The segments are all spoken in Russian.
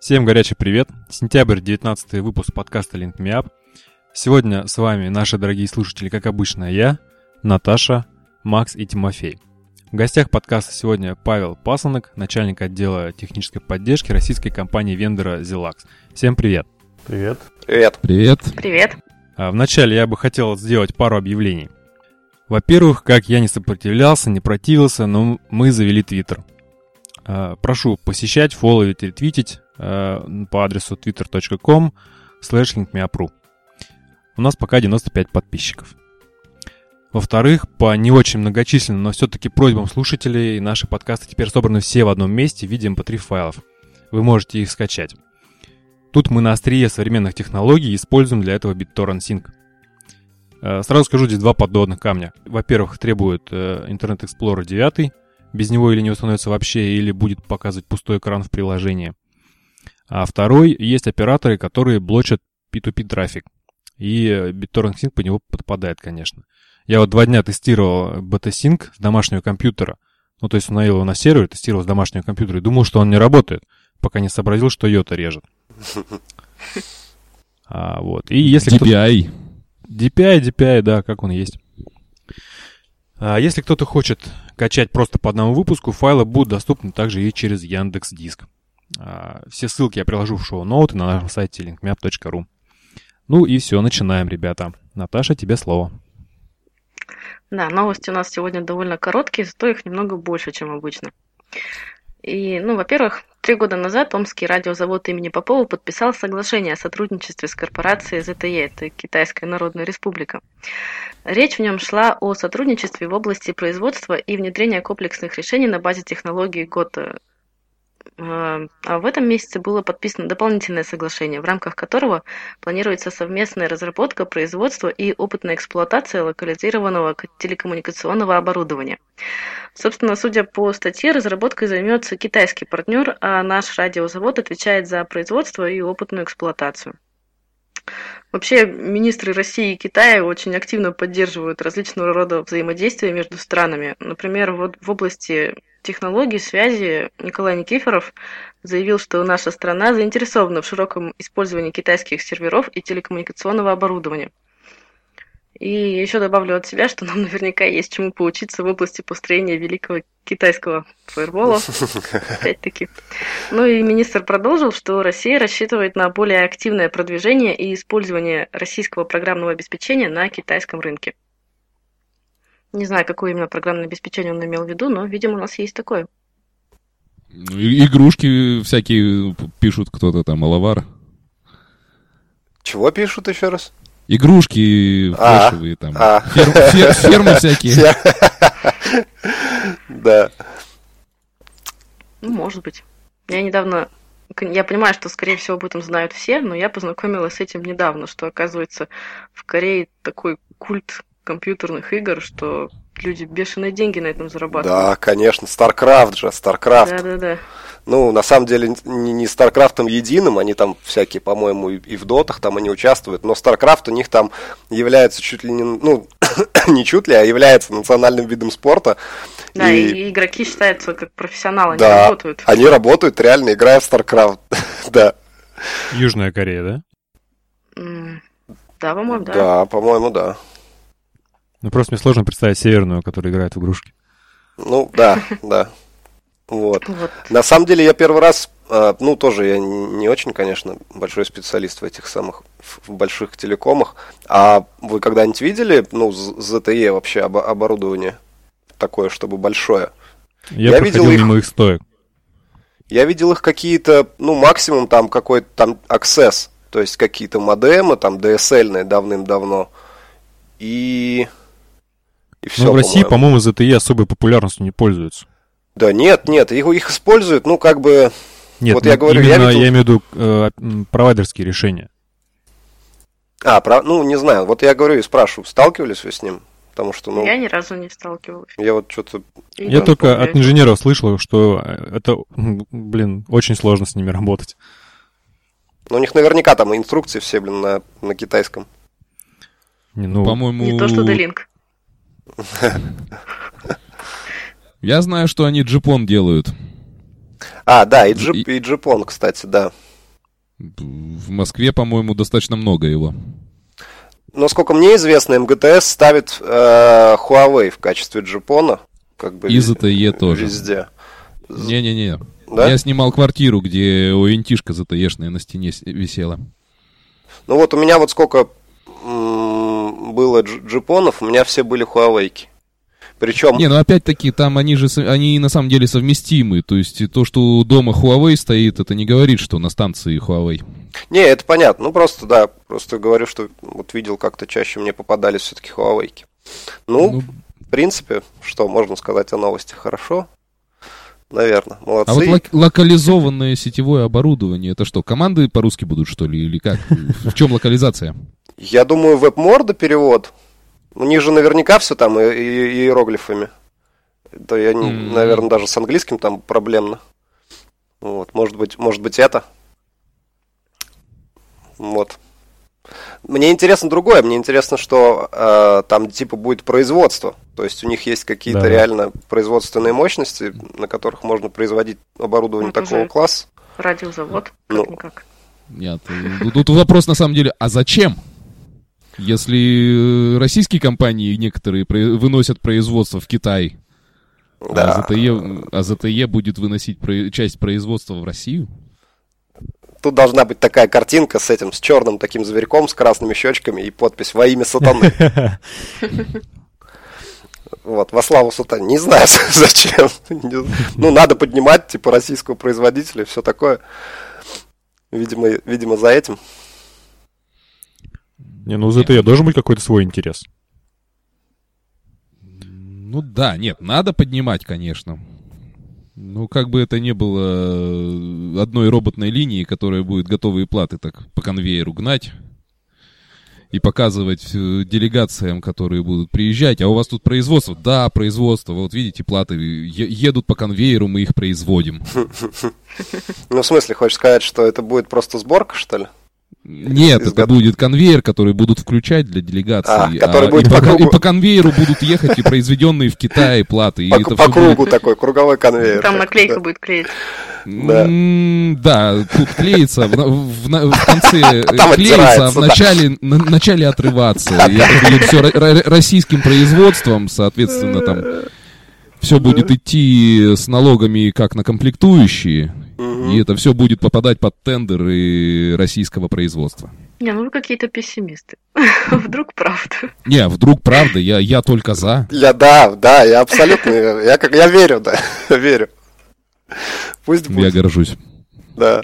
Всем горячий привет. Сентябрь, 19-й выпуск подкаста Link Me Up. Сегодня с вами наши дорогие слушатели, как обычно, я, Наташа, Макс и Тимофей. В гостях подкаста сегодня Павел Пасынок, начальник отдела технической поддержки российской компании-вендора Zelax. Всем привет. Привет. Привет. Привет. Привет. Вначале я бы хотел сделать пару объявлений. Во-первых, как я не сопротивлялся, не противился, но мы завели Twitter. Прошу посещать, фолловить, ретвитить по адресу twitter.com/linkmeup.ru. У нас пока 95 подписчиков. Во-вторых, по не очень многочисленным, но все-таки просьбам слушателей, наши подкасты теперь собраны все в одном месте в виде MP3 файлов. Вы можете их скачать. Тут мы на острие современных технологий используем для этого BitTorrent Sync. Сразу скажу, здесь два подводных камня. Во-первых, требует Internet Explorer 9. Без него или не установится вообще, или будет показывать пустой экран в приложении. А второй, есть операторы, которые блочат P2P трафик. И BitTorrent Sync по него подпадает, конечно. Я вот 2 дня тестировал BT-Sync с домашнего компьютера. Ну, то есть установил его на сервер, тестировал с домашнего компьютера и думал, что он не работает, пока не сообразил, что йота режет. Вот. И если DPI. DPI, да, как он есть. Если кто-то хочет качать просто по одному выпуску, файлы будут доступны также и через Яндекс.Диск. Все ссылки я приложу в шоу-ноуты на нашем сайте linkmeup.ru. Ну и все, начинаем, ребята. Наташа, тебе слово. Да, новости у нас сегодня довольно короткие, зато их немного больше, чем обычно. И, во-первых, 3 года назад Омский радиозавод имени Попова подписал соглашение о сотрудничестве с корпорацией ZTE, это Китайская Народная Республика. Речь в нем шла о сотрудничестве в области производства и внедрения комплексных решений на базе технологий ГОТА. А в этом месяце было подписано дополнительное соглашение, в рамках которого планируется совместная разработка, производство и опытная эксплуатация локализированного телекоммуникационного оборудования. Собственно, судя по статье, разработкой займется китайский партнер, а наш радиозавод отвечает за производство и опытную эксплуатацию. Вообще, министры России и Китая очень активно поддерживают различного рода взаимодействия между странами. Например, в области технологий связи Николай Никифоров заявил, что наша страна заинтересована в широком использовании китайских серверов и телекоммуникационного оборудования. И еще добавлю от себя, что нам наверняка есть чему поучиться в области построения великого китайского фаервола. Опять-таки. Ну и министр продолжил, что Россия рассчитывает на более активное продвижение и использование российского программного обеспечения на китайском рынке. Не знаю, какое именно программное обеспечение он имел в виду, но, видимо, у нас есть такое. Игрушки всякие пишут кто-то там, Алавар. Чего пишут еще раз? Игрушки флешевые там. Фермы всякие. Да. Может быть. Я понимаю, что, скорее всего, об этом знают все, но я познакомилась с этим недавно, что, оказывается, в Корее такой культ компьютерных игр, что люди бешеные деньги на этом зарабатывают. Да, конечно, StarCraft же, StarCraft. Да. Ну, на самом деле, не StarCraft'ом единым, они там всякие, по-моему, и в дотах там они участвуют, но StarCraft у них там является чуть ли не, не чуть ли, а является национальным видом спорта. Да, и игроки считаются как профессионалы, они да, работают. Они работают, реально играя в StarCraft, да. Южная Корея, да? Да, по-моему, да. Да, по-моему, да. Ну, просто мне сложно представить северную, которая играет в игрушки. Ну, да. Вот. На самом деле, я первый раз, тоже я не очень, конечно, большой специалист в этих самых, в больших телекомах. А вы когда-нибудь видели, ZTE вообще оборудование такое, чтобы большое? Я проходил мимо их стоек. Я видел их какие-то, максимум там какой-то там Access, то есть какие-то модемы, там DSL-ные давным-давно. И все, в России, по-моему, ZTE особой популярностью не пользуются. Да нет, их используют, Нет, вот я говорю, я имею в виду провайдерские решения. Не знаю, вот я говорю и спрашиваю, сталкивались вы с ним? Потому что, я ни разу не сталкивалась. Я вот что-то... Я только от инженеров слышал, что это, очень сложно с ними работать. У них наверняка там инструкции все, на китайском. По-моему... Не то, что D-Link. Я знаю, что они джипон делают. Да, и джипон, кстати, да. В Москве, по-моему, достаточно много его. Насколько мне известно, МГТС ставит Huawei в качестве джипона. Как бы и ZTE тоже. Везде. Не-не-не. Да? Я снимал квартиру, где ОНТ-шка ZTE-шная на стене висела. Ну вот у меня вот сколько было джипонов, у меня все были Huawei-ки. Причем... Не, ну опять-таки, там они на самом деле совместимы. То есть то, что дома Huawei стоит, это не говорит, что на станции Huawei. Не, это понятно. Ну просто, да, просто говорю, что вот видел как-то чаще мне попадались все-таки Huawei-ки. Ну, в принципе, что можно сказать о новости? Хорошо. Наверное, молодцы. А вот локализованное сетевое оборудование, это что, команды по-русски будут, что ли, или как? В чем локализация? Я думаю, веб-морда перевод. У них же наверняка все там иероглифами. То я, наверное, даже с английским там проблемно. Вот, может быть это. Вот. Мне интересно другое. Мне интересно, что там типа будет производство. То есть у них есть какие-то реально производственные мощности, на которых можно производить оборудование такого класса. Радиозавод, как-никак. Нет, тут вопрос на самом деле, а зачем? Если российские компании некоторые выносят производство в Китай, а ZTE будет выносить часть производства в Россию? Тут должна быть такая картинка с этим, с черным таким зверьком, с красными щечками и подпись «Во имя сатаны». Вот, во славу сатане. Не знаю, зачем. Ну, надо поднимать, типа, российского производителя и все такое. Видимо, за этим. Не, ну, у ZTE должен быть какой-то свой интерес. Ну да, нет, надо поднимать, конечно. Ну, как бы это ни было одной роботной линии, которая будет готовые платы так по конвейеру гнать и показывать делегациям, которые будут приезжать. А у вас тут производство? Да, производство. Вот видите, платы едут по конвейеру, мы их производим. Ну, в смысле, хочешь сказать, что это будет просто сборка, что ли? Нет, это будет конвейер, который будут включать для делегации. Который будет и по конвейеру будут ехать и произведенные в Китае платы. По кругу такой, круговой конвейер. Там наклейка будет клеить. Да, тут клеится, в конце клеится, а в начале отрываться. И это будет все российским производством, соответственно, там все будет идти с налогами как на комплектующие. И это все будет попадать под тендеры российского производства. Не, ну вы какие-то пессимисты. Вдруг правда. Не, вдруг правда, я только за. Я абсолютно, я верю, да, верю. Пусть будет. Я горжусь. Да.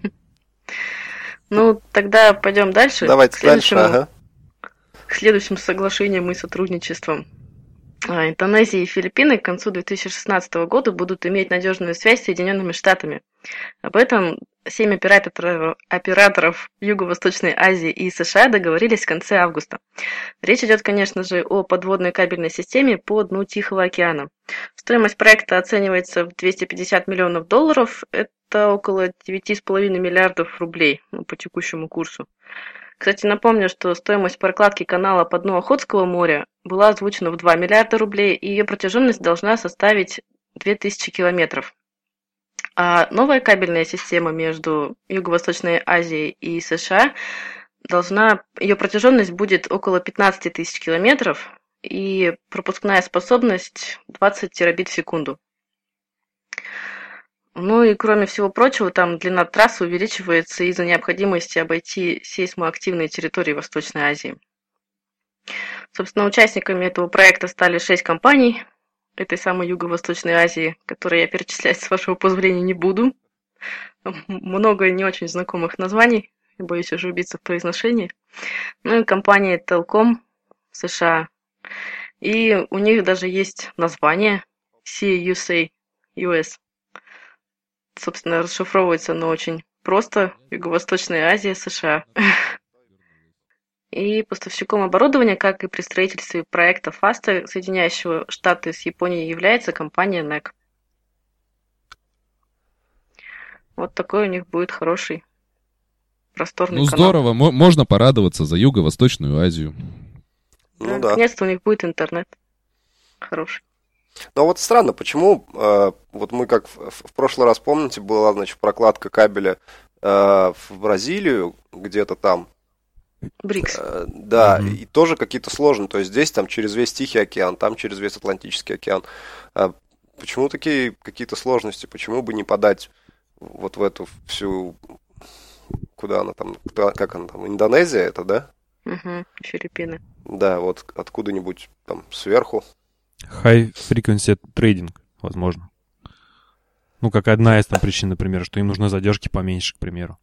Ну, тогда пойдем дальше. Давайте дальше, К следующим соглашениям и сотрудничествам. Индонезия и Филиппины к концу 2016 года будут иметь надежную связь с Соединенными Штатами. Об этом 7 операторов Юго-Восточной Азии и США договорились в конце августа. Речь идет, конечно же, о подводной кабельной системе по дну Тихого океана. Стоимость проекта оценивается в $250 миллионов. Это около 9,5 миллиардов рублей по текущему курсу. Кстати, напомню, что стоимость прокладки канала по дну Охотского моря была озвучена в 2 миллиарда рублей, и ее протяженность должна составить 2000 километров. А новая кабельная система между Юго-Восточной Азией и США ее протяженность будет около 15 тысяч километров, и пропускная способность 20 терабит в секунду. Ну и кроме всего прочего, там длина трассы увеличивается из-за необходимости обойти сейсмоактивные территории Восточной Азии. Собственно, участниками этого проекта стали 6 компаний этой самой Юго-Восточной Азии, которые я перечислять, с вашего позволения, не буду. Много не очень знакомых названий, я боюсь ошибиться в произношении. Ну и компания Telcom США. И у них даже есть название CUSA US. Собственно, расшифровывается оно очень просто. Юго-Восточная Азия, США. И поставщиком оборудования, как и при строительстве проекта FASTA, соединяющего Штаты с Японией, является компания NEC. Вот такой у них будет хороший, просторный канал. Ну здорово, можно порадоваться за Юго-Восточную Азию. Да, наконец-то у них будет интернет хороший. Но вот странно, почему, вот мы как в прошлый раз, помните, была, значит, прокладка кабеля в Бразилию, где-то там. БРИКС. Да, и тоже какие-то сложные. То есть здесь там через весь Тихий океан, там через весь Атлантический океан. Почему такие какие-то сложности? Почему бы не подать вот в эту всю... Куда она там? Как она там? Индонезия это, да? Угу, Филиппины. Да, вот откуда-нибудь там сверху. High frequency trading, возможно. Ну, как одна из там причин, например, что им нужны задержки поменьше, к примеру.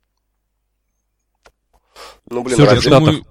Ну, блин, Всё же в Штатах.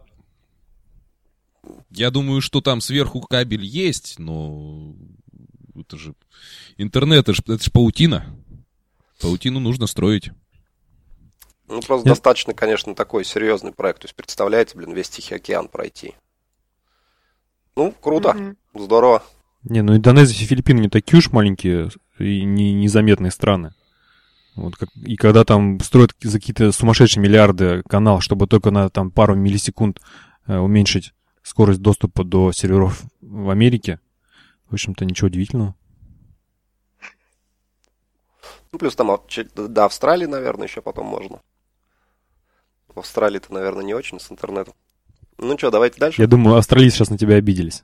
Я думаю, что там сверху кабель есть, но это же интернет, это же паутина. Паутину нужно строить. Ну, просто достаточно, конечно, такой серьезный проект. То есть, представляете, блин, весь Тихий океан пройти. Ну, круто, здорово. Не, ну Индонезия и Филиппины не такие уж маленькие и незаметные страны. Вот и когда там строят за какие-то сумасшедшие миллиарды канал, чтобы только на там пару миллисекунд уменьшить скорость доступа до серверов в Америке, в общем-то, ничего удивительного. Ну, плюс там до Австралии, наверное, еще потом можно. В Австралии-то, наверное, не очень с интернетом. Ну что, давайте дальше. Я думаю, австралийцы сейчас на тебя обиделись.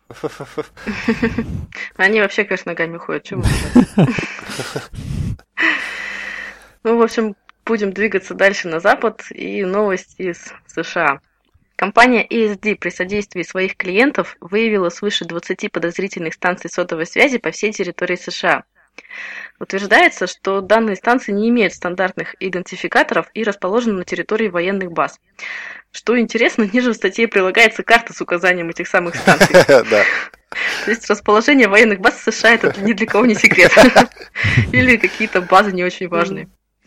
Они вообще, конечно, ногами ходят. Чему? Ну, в общем, будем двигаться дальше на запад. И новость из США. Компания ESD при содействии своих клиентов выявила свыше 20 подозрительных станций сотовой связи по всей территории США. Утверждается, что данные станции не имеют стандартных идентификаторов и расположены на территории военных баз. Что интересно, ниже в статье прилагается карта с указанием этих самых станций. Да. То есть расположение военных баз в США это ни для кого не секрет. Или какие-то базы не очень важные.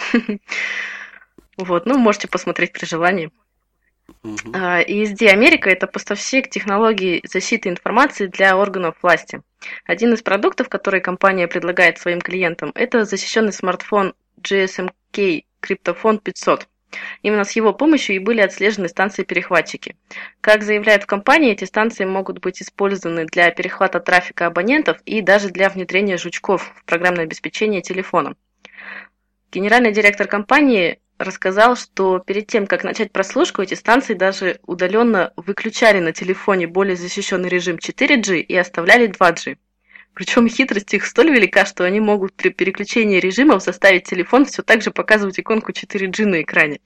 Вот, ну, можете посмотреть при желании. ESD Америка – это поставщик технологий защиты информации для органов власти. Один из продуктов, который компания предлагает своим клиентам, это защищенный смартфон GSMK Cryptophone 500. Именно с его помощью и были отслежены станции-перехватчики. Как заявляют в компании, эти станции могут быть использованы для перехвата трафика абонентов и даже для внедрения жучков в программное обеспечение телефона. Генеральный директор компании рассказал, что перед тем, как начать прослушку, эти станции даже удаленно выключали на телефоне более защищенный режим 4G и оставляли 2G. Причем хитрость их столь велика, что они могут при переключении режимов заставить телефон все так же показывать иконку 4G на экране.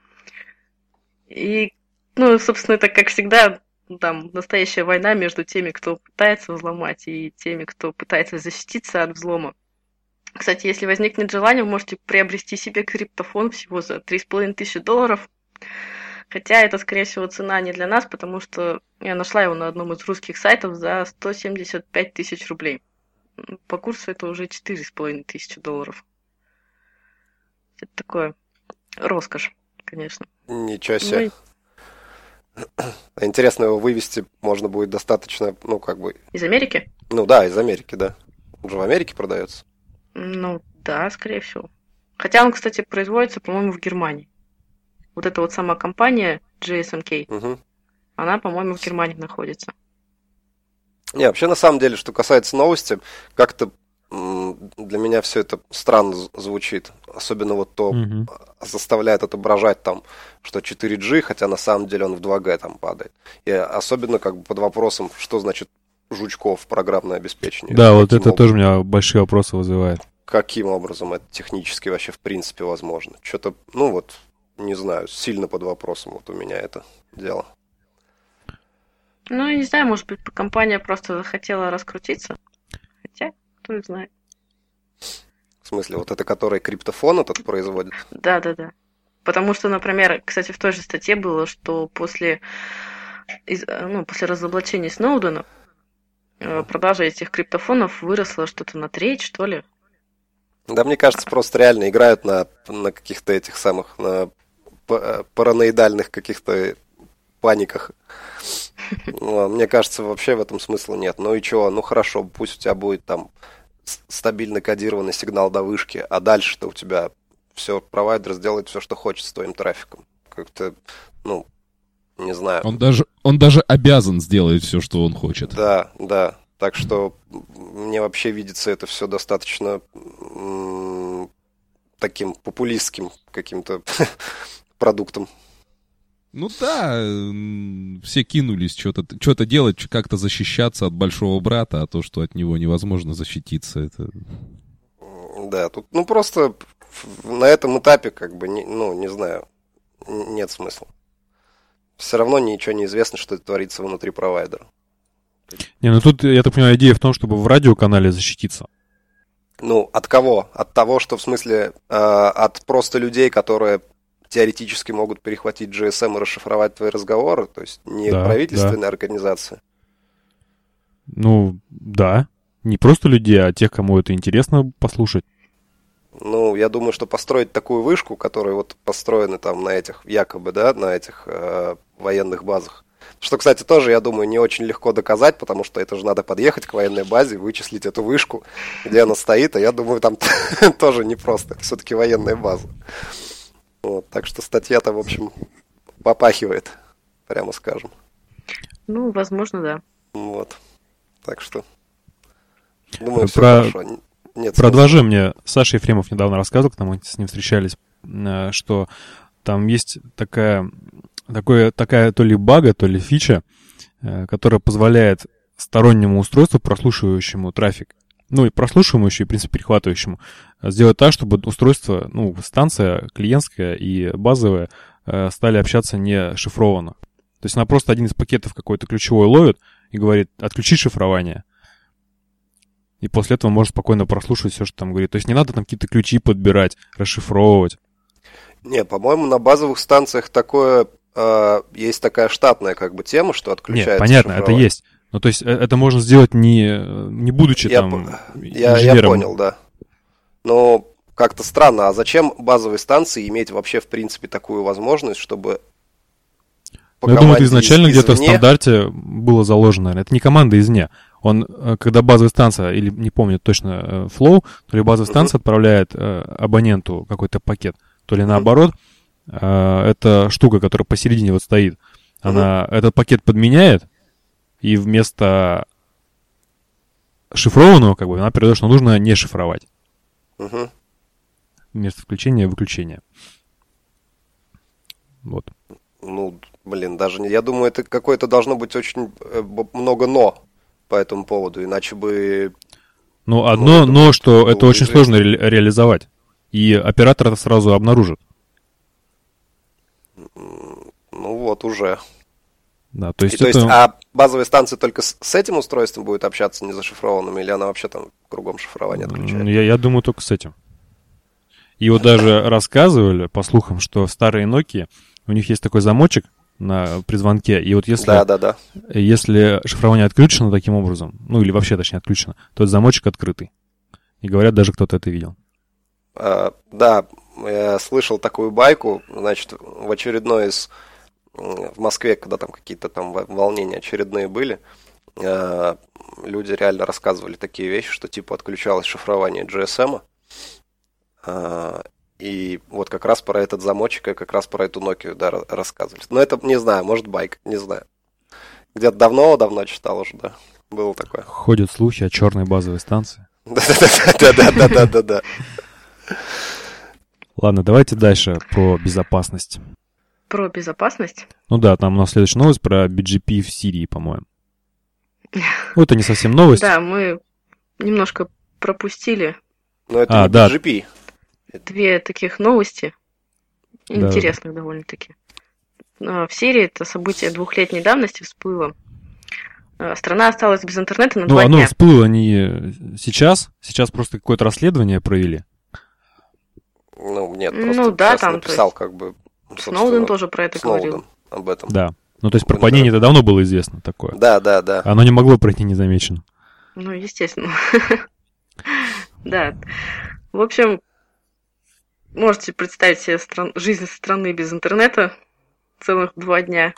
И, ну, собственно, это, как всегда, там настоящая война между теми, кто пытается взломать, и теми, кто пытается защититься от взлома. Кстати, если возникнет желание, вы можете приобрести себе криптофон всего за $3500. Хотя это, скорее всего, цена не для нас, потому что я нашла его на одном из русских сайтов за 175 тысяч рублей. По курсу это уже $4500. Это такое роскошь, конечно. Ничего себе. Интересно, его вывести можно будет достаточно, ну, как бы... Из Америки? Ну да, из Америки, да. Он же в Америке продается. Ну, да, скорее всего. Хотя он, кстати, производится, по-моему, в Германии. Вот эта вот сама компания GSMK, она, по-моему, в Германии находится. Не, вообще, на самом деле, что касается новости, как-то для меня все это странно звучит. Особенно вот то заставляет отображать там, что 4G, хотя на самом деле он в 2G там падает. И особенно как бы под вопросом, что значит жучков программное обеспечение. Да, вот это тоже у меня большие вопросы вызывает. Каким образом это технически вообще в принципе возможно? Что-то, ну вот, не знаю, сильно под вопросом вот у меня это дело. Ну, я не знаю, может быть, компания просто захотела раскрутиться. Хотя, кто их знает. В смысле, вот это, который криптофон этот производит? Да. Потому что, например, кстати, в той же статье было, что после разоблачения Сноудена продажа этих криптофонов выросла что-то на треть, что ли. Да, мне кажется, просто реально играют на каких-то этих самых, на параноидальных каких-то паниках. Мне кажется, вообще в этом смысла нет. Ну и чего? Ну хорошо, пусть у тебя будет там стабильно кодированный сигнал до вышки, а дальше-то у тебя все, провайдер сделает все, что хочет с твоим трафиком. Как-то, ну, не знаю. Он даже обязан сделать все, что он хочет. Да. Так что мне вообще видится это все достаточно таким популистским каким-то продуктом. Ну да, все кинулись что-то делать, как-то защищаться от большого брата, а то, что от него невозможно защититься, это... Да, тут, ну, просто на этом этапе, как бы, не знаю, нет смысла. Все равно ничего не известно, что творится внутри провайдера. Не, ну тут, я так понимаю, идея в том, чтобы в радиоканале защититься. Ну, от кого? От того, что, в смысле, от просто людей, которые теоретически могут перехватить GSM и расшифровать твои разговоры, то есть не правительственные организации. Ну, да. Не просто людей, а тех, кому это интересно послушать. Ну, я думаю, что построить такую вышку, которая вот построена там на этих, якобы, да, на этих военных базах. Что, кстати, тоже, я думаю, не очень легко доказать, потому что это же надо подъехать к военной базе, вычислить эту вышку, где она стоит, а я думаю, там тоже непросто. Это все-таки военная база. Вот, так что статья-то, в общем, попахивает, прямо скажем. Ну, возможно, да. Вот. Так что, думаю, все хорошо. Нет, про 2G мне Саша Ефремов недавно рассказывал, когда мы с ним встречались, что там есть такая то ли бага, то ли фича, которая позволяет стороннему устройству, прослушивающему трафик, ну и прослушивающему, еще и, в принципе, перехватывающему, сделать так, чтобы устройство, ну, станция клиентская и базовая стали общаться не шифрованно. То есть она просто один из пакетов какой-то ключевой ловит и говорит: отключи шифрование. И после этого можно спокойно прослушивать все, что там говорит. То есть не надо там какие-то ключи подбирать, расшифровывать. Не, по-моему, на базовых станциях такое есть такая штатная как бы тема, что отключается. Нет, понятно, это есть. Ну, то есть это можно сделать не будучи там инженером. Я понял, да. Но как-то странно, а зачем базовой станции иметь вообще, в принципе, такую возможность, чтобы... Я думаю, это изначально где-то в стандарте было заложено. Это не команда извне. Когда базовая станция, или не помню точно, Flow, то ли базовая станция отправляет абоненту какой-то пакет, то ли наоборот, эта штука, которая посередине вот стоит, она этот пакет подменяет, и вместо шифрованного, как бы, она передает, что нужно не шифровать. Вместо включения — выключения. Вот. Ну, блин, даже не... Я думаю, это какое-то должно быть очень много «но» по этому поводу, иначе бы... Ну, одно «но», что это очень сложно реализовать. И оператор это сразу обнаружит. Ну вот, уже. Да, то есть, а базовая станция только с этим устройством будет общаться незашифрованным, или она вообще там кругом шифрования отключает? Я думаю, только с этим. И вот даже рассказывали, по слухам, что старые Nokia, у них есть такой замочек при звонке, и вот если шифрование отключено таким образом, ну или вообще, точнее, отключено, то этот замочек открытый. И говорят, даже кто-то это видел. Да, я слышал такую байку, значит, в очередной из... В Москве, когда там какие-то там волнения очередные были, люди реально рассказывали такие вещи, что типа отключалось шифрование GSM, и вот как раз про этот замочек и как раз про эту Nokia, да, рассказывали. Но это, не знаю, может байк, не знаю. Где-то давно читал уже, да, было такое. Ходят слухи о черной базовой станции. Да. Ладно, давайте дальше про безопасность. Про безопасность? Ну да, там у нас следующая новость про BGP в Сирии, по-моему. Ну, это не совсем новость. Да, мы немножко пропустили. Но это не BGP. Две таких новости, интересных довольно-таки. В Сирии это событие 2-летней давности всплыло. Страна осталась без интернета на 2 дня. Оно всплыло не сейчас. Сейчас просто какое-то расследование провели. Ну, нет, просто сейчас там написал как бы... Сноуден тоже про это говорил. Об этом. Да. Ну, то есть про падение это давно было известно такое. Да. Оно не могло пройти незамеченным. Ну, естественно. Да. В общем, можете представить себе жизнь страны без интернета целых 2 дня.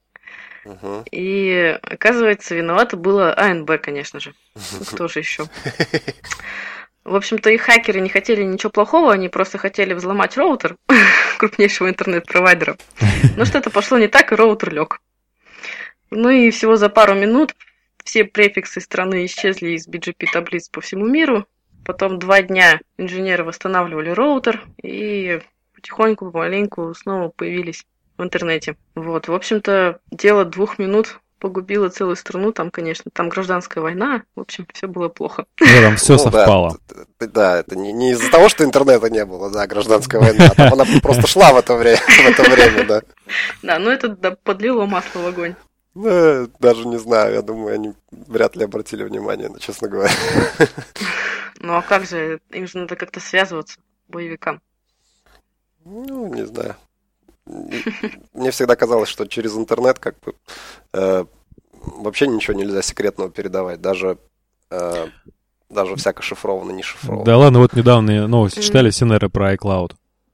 И, оказывается, виновато было АНБ, конечно же. Кто же еще? В общем-то, и хакеры не хотели ничего плохого, они просто хотели взломать роутер крупнейшего интернет-провайдера. Но что-то пошло не так, и роутер лег. Ну и всего за пару минут все префиксы страны исчезли из BGP-таблиц по всему миру. Потом 2 дня инженеры восстанавливали роутер и потихоньку, помаленьку снова появились в интернете. Вот, в общем-то, дело 2 минут погубило целую страну. Там, конечно, там гражданская война. В общем, все было плохо. Да, там все совпало. Да, это не из-за того, что интернета не было, да, гражданская война. Там она просто шла в это время, да. Да, но это подлило масло в огонь. Ну, даже не знаю, я думаю, они вряд ли обратили внимание, честно говоря. Ну а как же, им же надо как-то связываться, боевикам. Ну, не знаю. Мне всегда казалось, что через интернет как бы вообще ничего нельзя секретного передавать, даже всяко шифрованно, не шифрованно. Да ладно, вот недавно новости читали все, наверное, про iCloud.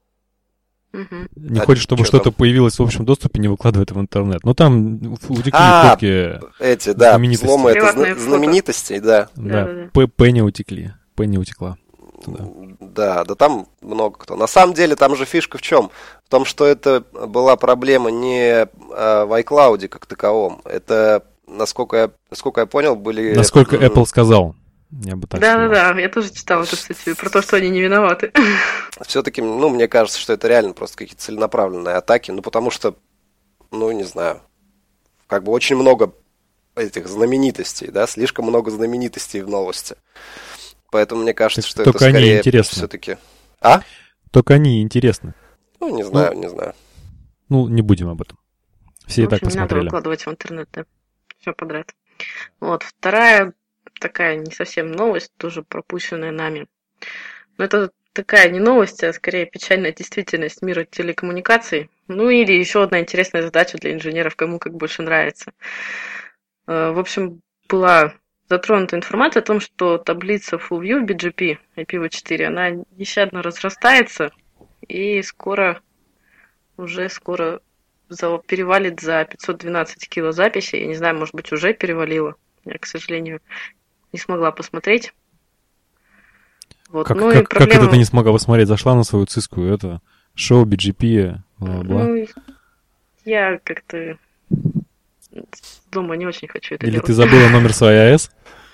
Не хочешь, чтобы что-то появилось в общем доступе, не выкладывать в интернет. Ну там утекли фотки эти, да, взломы это знаменитостей, да. Да, Пенни утекла. Да, там много кто. На самом деле, там же фишка в чем? В том, что это была проблема не в iCloud как таковом. Это, насколько я понял, были... Насколько Apple сказал. Я бы так сказал. Да, я тоже читала это, кстати, про то, что они не виноваты. Все-таки, мне кажется, что это реально просто какие-то целенаправленные атаки. Потому что, не знаю, как бы очень много этих знаменитостей, да, слишком много знаменитостей в новости. Поэтому мне кажется, что это скорее все-таки... А? Только они интересны. Не знаю. Не будем об этом. Все и так посмотрели. Не надо выкладывать в интернет, да. Все подряд. Вот, вторая такая не совсем новость, тоже пропущенная нами. Но это такая не новость, а скорее печальная действительность мира телекоммуникаций. Или еще одна интересная задача для инженеров, кому как больше нравится. В общем, была затронута информация о том, что таблица FullView BGP IPv4, она нещадно разрастается и скоро перевалит за 512 кило записи. Я не знаю, может быть, уже перевалило. Я, к сожалению, не смогла посмотреть. Вот. Как это ты не смогла посмотреть? Зашла на свою цискую, это шоу BGP, бла-бла. Я как-то дома не очень хочу это делать. Или ты забыла номер своей АЭС?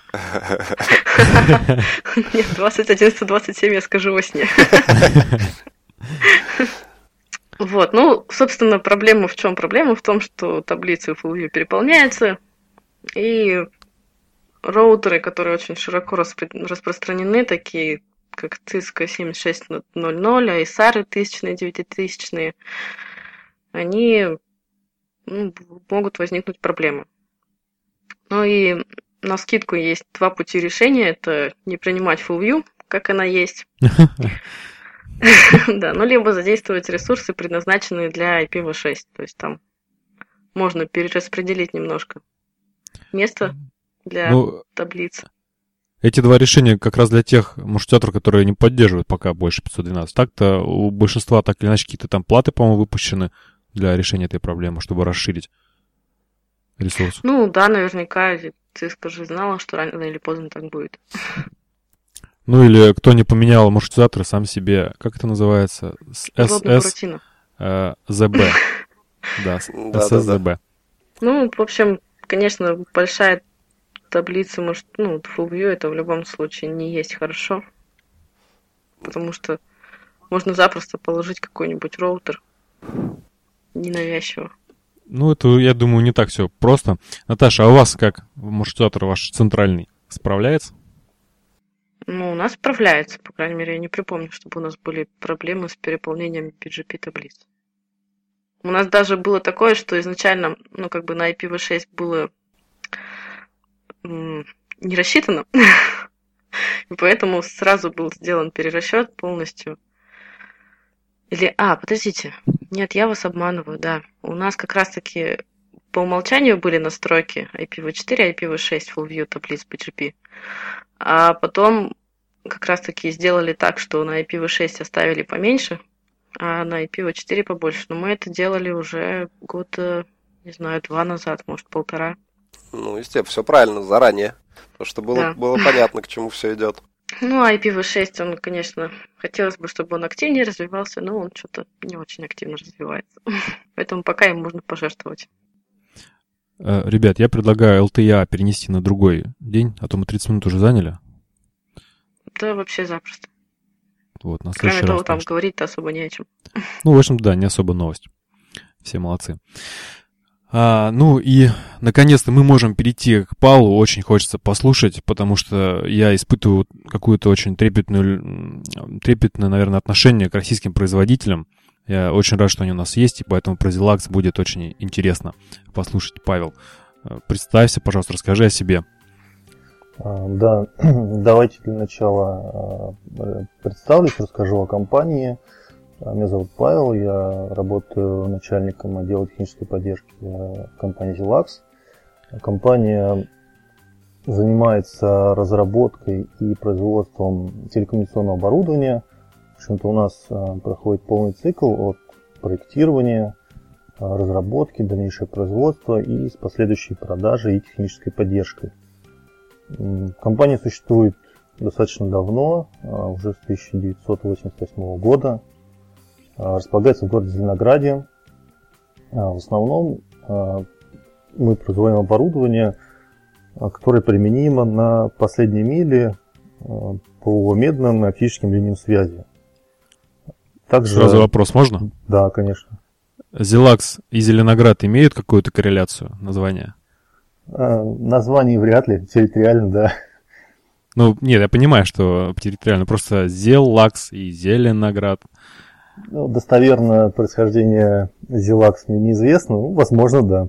Нет, 21-127 я скажу во сне. Вот, собственно, проблема в чем? Проблема в том, что таблицы FullView переполняются, и роутеры, которые очень широко распространены, такие как Cisco 7600, ISAR 1000, 9000, они могут возникнуть проблемы. И навскидку есть 2 пути решения. Это не принимать FullView, как она есть. Да, либо задействовать ресурсы, предназначенные для IPv6. То есть там можно перераспределить немножко место для таблиц. Эти 2 решения как раз для тех маршрутизаторов, которые не поддерживают пока больше 512. Так-то у большинства так или иначе какие-то там платы, по-моему, выпущены для решения этой проблемы, чтобы расширить ресурс. Да, наверняка Cisco же знала, что рано или поздно так будет. Или кто не поменял маршрутизаторы сам себе, как это называется? SSZB. Да, SSZB. В общем, конечно, большая таблица, FullView это в любом случае не есть хорошо, потому что можно запросто положить какой-нибудь роутер ненавязчиво. Это, я думаю, не так все просто. Наташа, а у вас как маршрутизатор ваш центральный справляется? У нас справляется, по крайней мере, я не припомню, чтобы у нас были проблемы с переполнением BGP таблиц. У нас даже было такое, что изначально, на IPv6 было не рассчитано, и поэтому сразу был сделан перерасчет полностью. Подождите, нет, я вас обманываю, да. У нас как раз-таки по умолчанию были настройки IPv4 и IPv6 FullView таблиц BGP. А потом как раз-таки сделали так, что на IPv6 оставили поменьше, а на IPv4 побольше. Но мы это делали уже года, не знаю, 2 назад, может, 1,5. Естественно, все правильно, заранее. Потому что было понятно, к чему все идет. IPv6, он, конечно, хотелось бы, чтобы он активнее развивался, но он что-то не очень активно развивается. Поэтому пока им можно пожертвовать. Ребят, я предлагаю LTE перенести на другой день, а то мы 30 минут уже заняли. Да, вообще запросто. Вот, на Кроме следующий того, раз, там конечно. говорить-то особо не о чем. Ну, в общем, да, не особо новость. Все молодцы. Ну и, наконец-то, мы можем перейти к Павлу. Очень хочется послушать, потому что я испытываю какое-то очень трепетное, наверное, отношение к российским производителям. Я очень рад, что они у нас есть, и поэтому про Зилакс будет очень интересно послушать. Павел, представься, пожалуйста, расскажи о себе. Да, давайте для начала представлюсь, расскажу о компании. Меня зовут Павел, я работаю начальником отдела технической поддержки в компании Зилакс. Компания занимается разработкой и производством телекоммуникационного оборудования. В общем-то, у нас проходит полный цикл от проектирования, разработки, дальнейшее производство и с последующей продажей и технической поддержкой. Компания существует достаточно давно, уже с 1988 года. Располагается в городе Зеленограде. В основном мы производим оборудование, которое применимо на последней миле по медным и оптическим линиям связи. Также... Сразу вопрос можно? Да, конечно. Зилакс и Зеленоград имеют какую-то корреляцию названия? Название вряд ли, территориально, да. Ну, нет, я понимаю, что территориально. Просто Зелакс и Зеленоград. Ну, достоверно происхождение Зилакс мне неизвестно. Ну, возможно, да.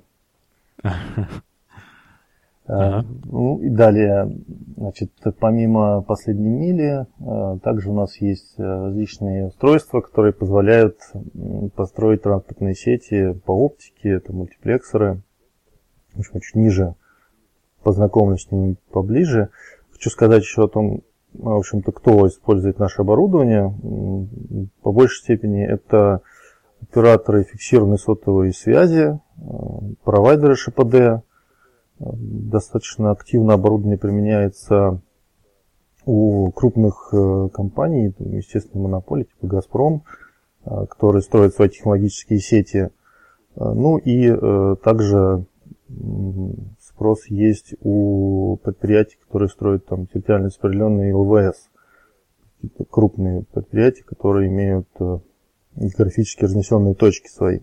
Ага. Ну и далее, значит, помимо последней мили, также у нас есть различные устройства, которые позволяют построить транспортные сети по оптике, это мультиплексоры. В общем, чуть ниже познакомлюсь с ними поближе. Хочу сказать еще о том, в общем-то, кто использует наше оборудование. По большей степени это операторы фиксированной сотовой связи, провайдеры ШПД. Достаточно активно оборудование применяется у крупных компаний, естественно, монополий, типа «Газпром», которые строят свои технологические сети. Ну и также спрос есть у предприятий, которые строят там территориально распределенные ЛВС. Крупные предприятия, которые имеют географически разнесенные точки свои.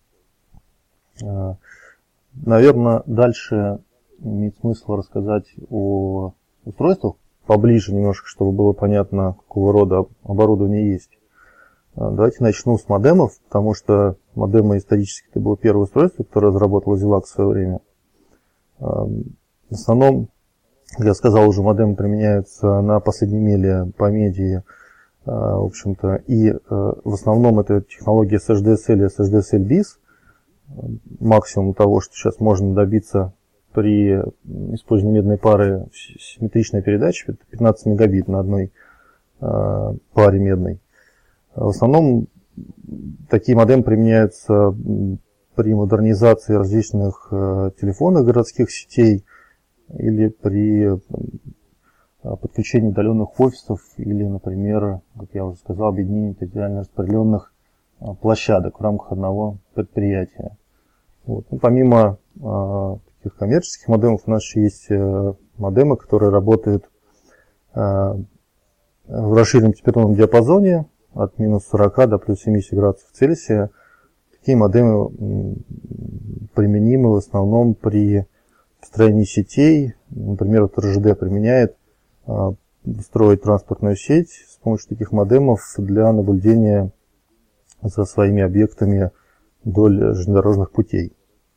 Наверное, дальше имеет смысл рассказать о устройствах поближе немножко, чтобы было понятно, какого рода оборудование есть. Давайте начну с модемов, потому что модемы исторически это было первое устройство, которое разработало Зилакс в свое время. В основном, как я сказал, уже модемы применяются на последней миле по медии, в общем-то, и в основном это технология SHDSL и SHDSL-BIS. Максимум того, что сейчас можно добиться при использовании медной пары симметричной передачи, это 15 мегабит на одной паре медной. В основном такие модемы применяются при модернизации различных телефонных городских сетей или при подключении удаленных офисов или, например, как я уже сказал, объединении территориально распределенных площадок в рамках одного предприятия. Вот. Ну, помимо таких коммерческих модемов у нас еще есть модемы, которые работают в расширенном температурном диапазоне от минус 40 до плюс 70 градусов Цельсия. Такие модемы применимы в основном при построении сетей. Например, вот РЖД применяет строить транспортную сеть с помощью таких модемов для наблюдения за своими объектами вдоль железнодорожных путей.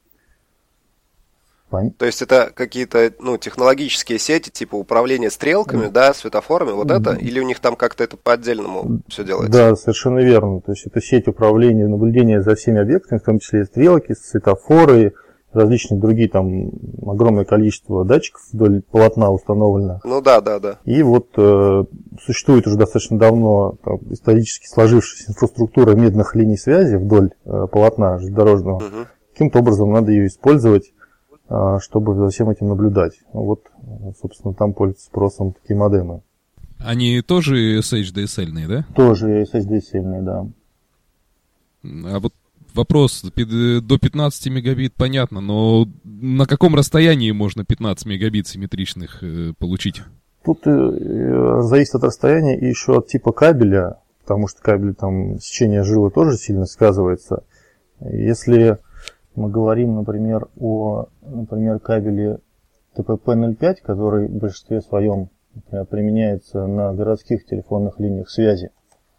То есть это какие-то технологические сети, типа управления стрелками, да, светофорами, вот это? Или у них там как-то это по-отдельному все делается? Да, совершенно верно. То есть это сеть управления, наблюдения за всеми объектами, в том числе стрелки, светофоры, различные другие, там огромное количество датчиков вдоль полотна установлено. Ну да. И вот существует уже достаточно давно исторически сложившаяся инфраструктура медных линий связи вдоль полотна железнодорожного. Угу. Каким-то образом надо ее использовать, чтобы за всем этим наблюдать. Вот, собственно, там пользуются спросом такие модемы. Они тоже SHDSL-ные, да? Тоже SHDSL-ные, да. А вот вопрос, до 15 мегабит понятно, но на каком расстоянии можно 15 мегабит симметричных получить? Тут зависит от расстояния и еще от типа кабеля, потому что кабель там сечение жилы тоже сильно сказывается. Если мы говорим, например, о кабеле ТПП-05, который в большинстве своем, например, применяется на городских телефонных линиях связи,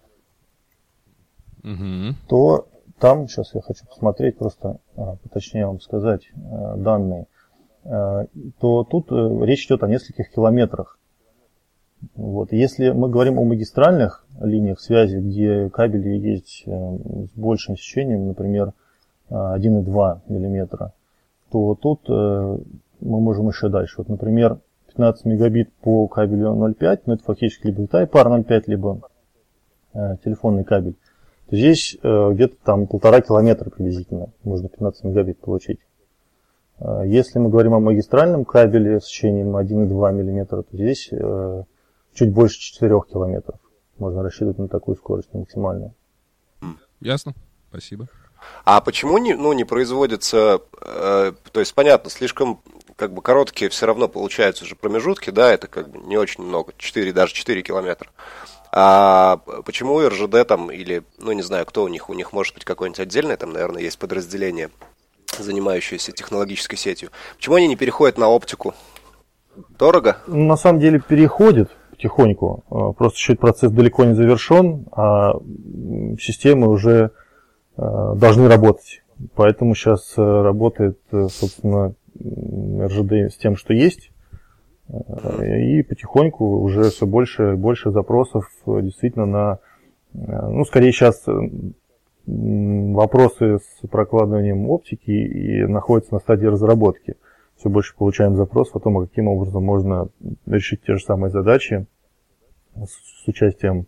то там, сейчас я хочу посмотреть, просто поточнее вам сказать данные, то тут речь идет о нескольких километрах. Вот. Если мы говорим о магистральных линиях связи, где кабели есть с большим сечением, например, 1,2 мм, то тут мы можем еще дальше. Вот, например, 15 мегабит по кабелю 0,5, но это фактически либо Type-R 0,5, либо телефонный кабель. То здесь где-то там 1,5 километра приблизительно можно 15 мегабит получить. Если мы говорим о магистральном кабеле с сечением 1,2 мм, то здесь чуть больше 4 километров. Можно рассчитывать на такую скорость максимальную. Ясно, спасибо. А почему не производится, то есть понятно, слишком как бы короткие все равно получаются же промежутки, да, это как бы не очень много, даже 4 километра. А почему РЖД там или, не знаю, кто у них может быть какое-нибудь отдельное, там, наверное, есть подразделение, занимающееся технологической сетью. Почему они не переходят на оптику? Дорого? На самом деле переходит потихоньку, просто еще этот процесс далеко не завершен, а системы уже должны работать. Поэтому сейчас работает, собственно, РЖД с тем, что есть. И потихоньку уже все больше и больше запросов действительно на... скорее сейчас вопросы с прокладыванием оптики и находятся на стадии разработки. Все больше получаем запрос о том, каким образом можно решить те же самые задачи с участием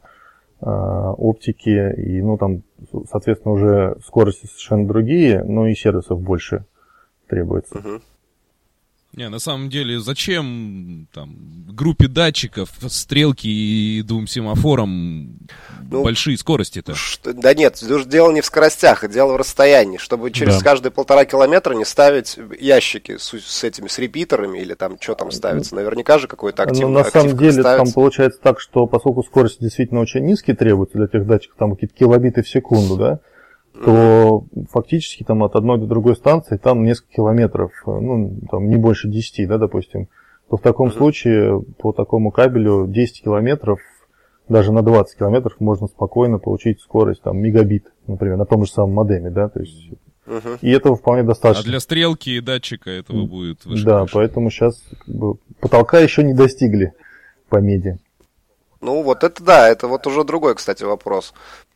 оптики. И, там, соответственно, уже скорости совершенно другие, но и сервисов больше требуется. Не, на самом деле, зачем там группе датчиков, стрелки и двум семафорам большие скорости-то? Да нет, дело не в скоростях, а дело в расстоянии, чтобы через каждые 1,5 километра не ставить ящики с репитерами или там что там ставится. Наверняка же какой-то активный. На самом деле там получается так, что поскольку скорости действительно очень низкие требуются для тех датчиков, там какие-то килобиты в секунду, да, то фактически там от одной до другой станции там несколько километров, там не больше 10, да, допустим, то в таком случае по такому кабелю 10 километров, даже на 20 километров можно спокойно получить скорость там мегабит, например, на том же самом модеме, да, то есть и этого вполне достаточно. А для стрелки и датчика этого будет выше. Да, поэтому сейчас потолка еще не достигли по меди. Вот это да, это вот уже другой, кстати, вопрос.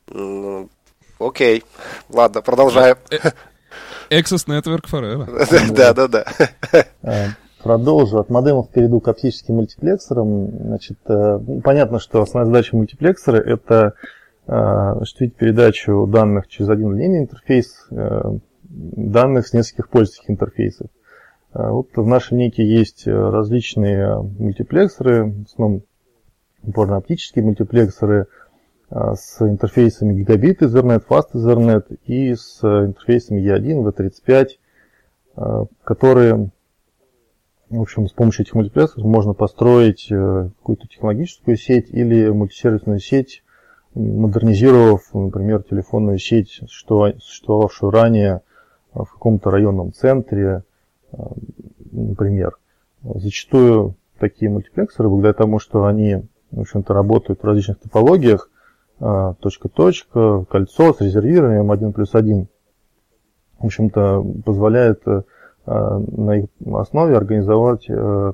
Окей, ладно, продолжаем. Access Network Forever. Да. Продолжу. От модемов перейду к оптическим мультиплексорам. Значит, понятно, что основная задача мультиплексора — это осуществить передачу данных через один линейный интерфейс, данных с нескольких пользовательских интерфейсов. Вот в нашей линейке есть различные мультиплексоры, в основном опорно-оптические мультиплексоры, с интерфейсами Gigabit Ethernet, Fast Ethernet и с интерфейсами E1, V35, которые, в общем, с помощью этих мультиплексоров можно построить какую-то технологическую сеть или мультисервисную сеть, модернизировав, например, телефонную сеть, существовавшую ранее в каком-то районном центре, например. Зачастую такие мультиплексоры, благодаря тому, что они, в общем-то, работают в различных топологиях, точка-точка, кольцо с резервированием 1+1, в общем-то, позволяет на их основе организовать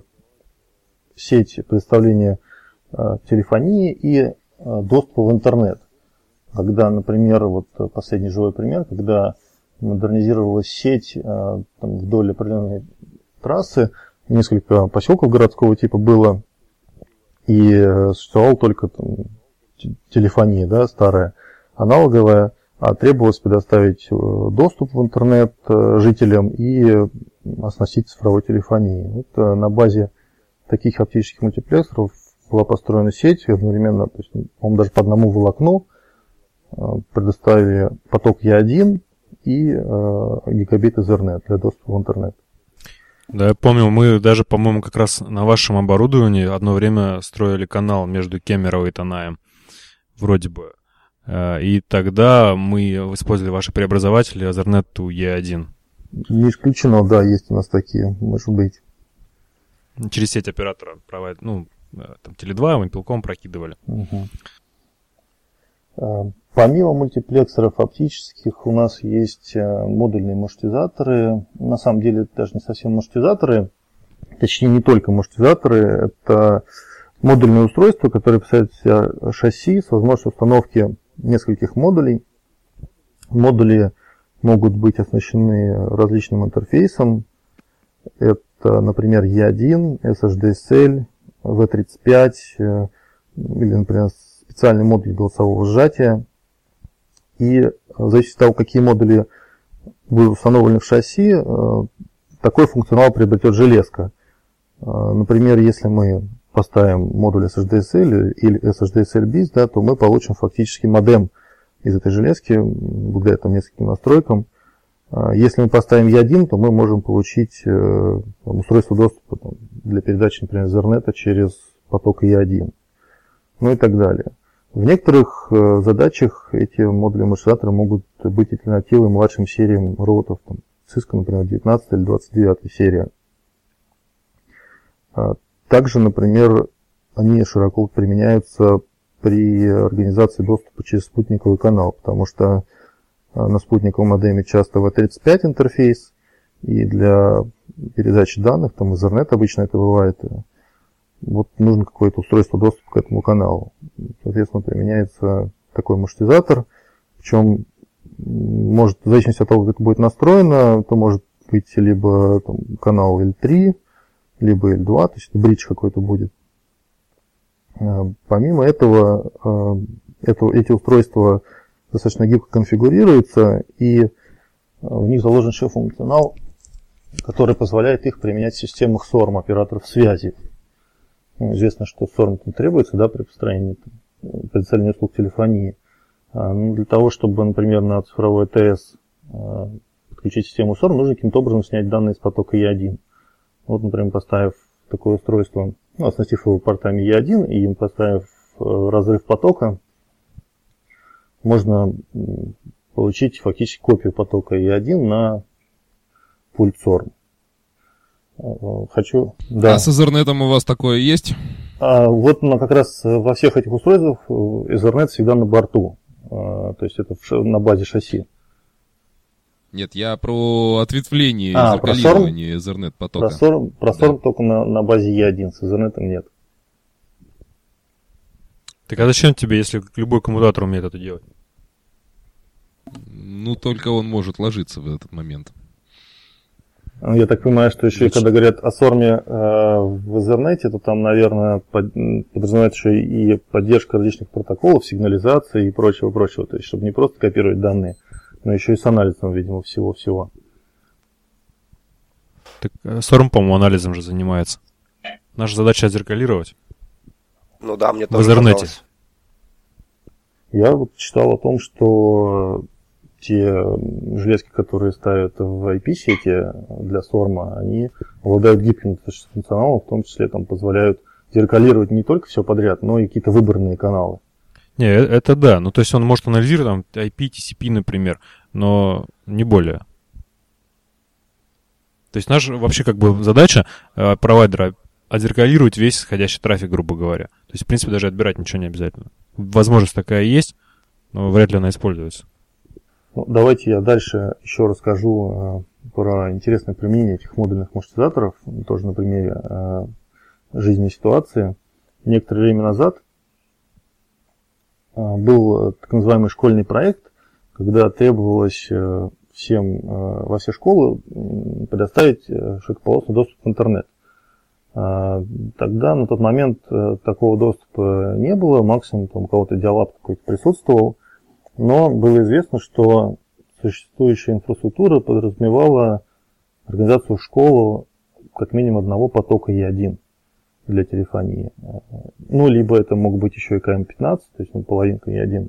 сеть предоставления телефонии и доступа в интернет. Когда, например, вот последний живой пример, когда модернизировалась сеть вдоль определенной трассы, несколько поселков городского типа было, и существовала только телефония, да, старая, аналоговая, а требовалось предоставить доступ в интернет жителям и оснастить цифровой телефонией. Вот на базе таких оптических мультиплексоров была построена сеть одновременно, то есть, по-моему, даже по одному волокну предоставили поток E1 и гигабит Ethernet для доступа в интернет. Да, я помню, мы даже, по-моему, как раз на вашем оборудовании одно время строили канал между Кемерово и Танаем, вроде бы. И тогда мы использовали ваши преобразователи Ethernet E1. Не исключено, да, есть у нас такие, может быть. Через сеть оператора там Теле2 мы пилком прокидывали. Угу. Помимо мультиплексоров оптических у нас есть модульные маршрутизаторы. На самом деле это даже не совсем маршрутизаторы, точнее не только маршрутизаторы, это модульные устройства, которые представляют из себя шасси с возможностью установки нескольких модулей. Модули могут быть оснащены различным интерфейсом. Это, например, E1, SHDSL, V35 или, например, специальный модуль голосового сжатия. И в зависимости от того, какие модули будут установлены в шасси, такой функционал приобретет железка. Например, если мы поставим модуль SHDSL или SHDSL BIS, да, то мы получим фактически модем из этой железки, благодаря там нескольким настройкам. Если мы поставим E1, то мы можем получить устройство доступа для передачи, например, Ethernet через поток E1, ну и так далее. В некоторых задачах эти модули маршрутизатора могут быть альтернативой младшим сериям роутов, там, Cisco, например, 19 или 29 серия. Также, например, они широко применяются при организации доступа через спутниковый канал, потому что на спутниковом модеме часто V35 интерфейс, и для передачи данных, там Ethernet обычно это бывает, вот нужно какое-то устройство доступа к этому каналу. Соответственно, применяется такой маршрутизатор, причем может, в зависимости от того, как это будет настроено, то может быть либо там, канал L3, либо L2, то есть бридж какой-то будет. Помимо этого, эти устройства достаточно гибко конфигурируются, и в них заложен еще функционал, который позволяет их применять в системах SORM, операторов связи. Известно, что SORM требуется, да, при построении предоставления услуг телефонии. Но для того, чтобы, например, на цифровой АТС подключить систему SORM, нужно каким-то образом снять данные из потока E1. Вот, например, поставив такое устройство, оснастив его портами E1 и поставив разрыв потока, можно получить фактически копию потока E1 на пульт SORM. Да. А с Ethernet у вас такое есть? Вот как раз во всех этих устройствах Ethernet всегда на борту. То есть это на базе шасси. Нет, я про ответвление, зеркалирование Ethernet потока. Про SORM только на базе E1, с Ethernet нет. Так а зачем тебе, если любой коммутатор умеет это делать? Ну, только он может ложиться в этот момент. Я так понимаю, что еще, когда говорят о SORM в Ethernet, то там, наверное, подразумевается еще и поддержка различных протоколов, сигнализации и прочего-прочего. То есть, чтобы не просто копировать данные, но еще и с анализом, видимо, всего-всего. Так SORM, по-моему, анализом же занимается. Наша задача отзеркалировать. Ну да, мне тоже в Ethernet. казалось. Я вот читал о том, что те железки, которые ставят в IP-сети для SORM, они обладают гибким функционалом, в том числе там позволяют зеркалировать не только все подряд, но и какие-то выбранные каналы. Не, это да. Ну, то есть он может анализировать там IP, TCP, например, но не более. То есть наша вообще как бы задача провайдера отзеркалировать весь исходящий трафик, грубо говоря. То есть, в принципе, даже отбирать ничего не обязательно. Возможность такая есть, но вряд ли она используется. Ну, давайте я дальше еще расскажу про интересное применение этих модульных маршрутизаторов, тоже на примере жизненной ситуации. Некоторое время назад был так называемый школьный проект, когда требовалось всем во все школы предоставить широкополосный доступ в интернет. Тогда на тот момент такого доступа не было, максимум там у кого-то диалап какой-то присутствовал, но было известно, что существующая инфраструктура подразумевала организацию школы как минимум одного потока E1 для телефонии. Ну, либо это мог быть еще и КМ-15, то есть половинка E1.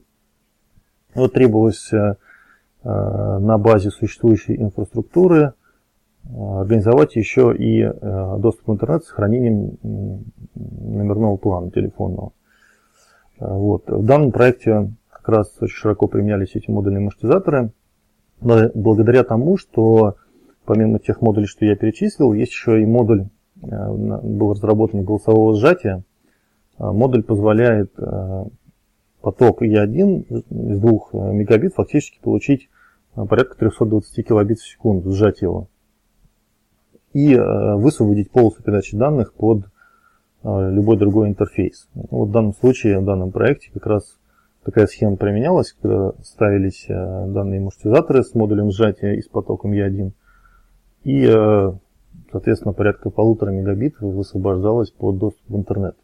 Вот требовалось на базе существующей инфраструктуры организовать еще и доступ в интернет с сохранением номерного плана телефонного. Вот. В данном проекте как раз очень широко применялись эти модульные маршрутизаторы, благодаря тому, что помимо тех модулей, что я перечислил, есть еще и модуль, был разработан голосового сжатия. Модуль позволяет поток E1 из 2 мегабит фактически получить порядка 320 килобит в секунду, сжать его, и высвободить полосу передачи данных под любой другой интерфейс. Вот в данном случае, в данном проекте как раз такая схема применялась, когда ставились данные маршрутизаторы с модулем сжатия и с потоком E1, и, соответственно, порядка 1,5 мегабит высвобождалось под доступ в интернет.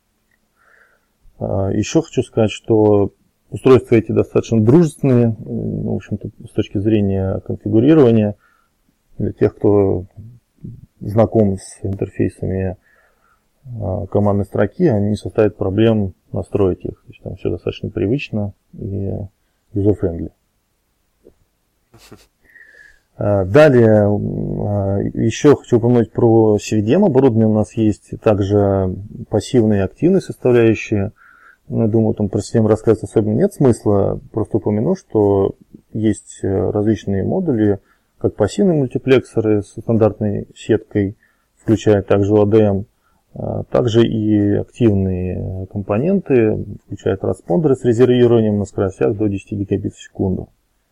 Еще хочу сказать, что устройства эти достаточно дружественные, в общем-то, с точки зрения конфигурирования. Для тех, кто знаком с интерфейсами командной строки, они не составят проблем настроить их. То есть там все достаточно привычно и user-friendly. Далее, еще хочу упомянуть про CVDM оборудование. У нас есть также пассивные и активные составляющие. Я думаю, там про систему рассказывать особенно нет смысла. Просто упомяну, что есть различные модули, как пассивные мультиплексоры с стандартной сеткой, включая также ODM, также и активные компоненты, включая транспондеры с резервированием на скоростях до 10 гигабит в секунду.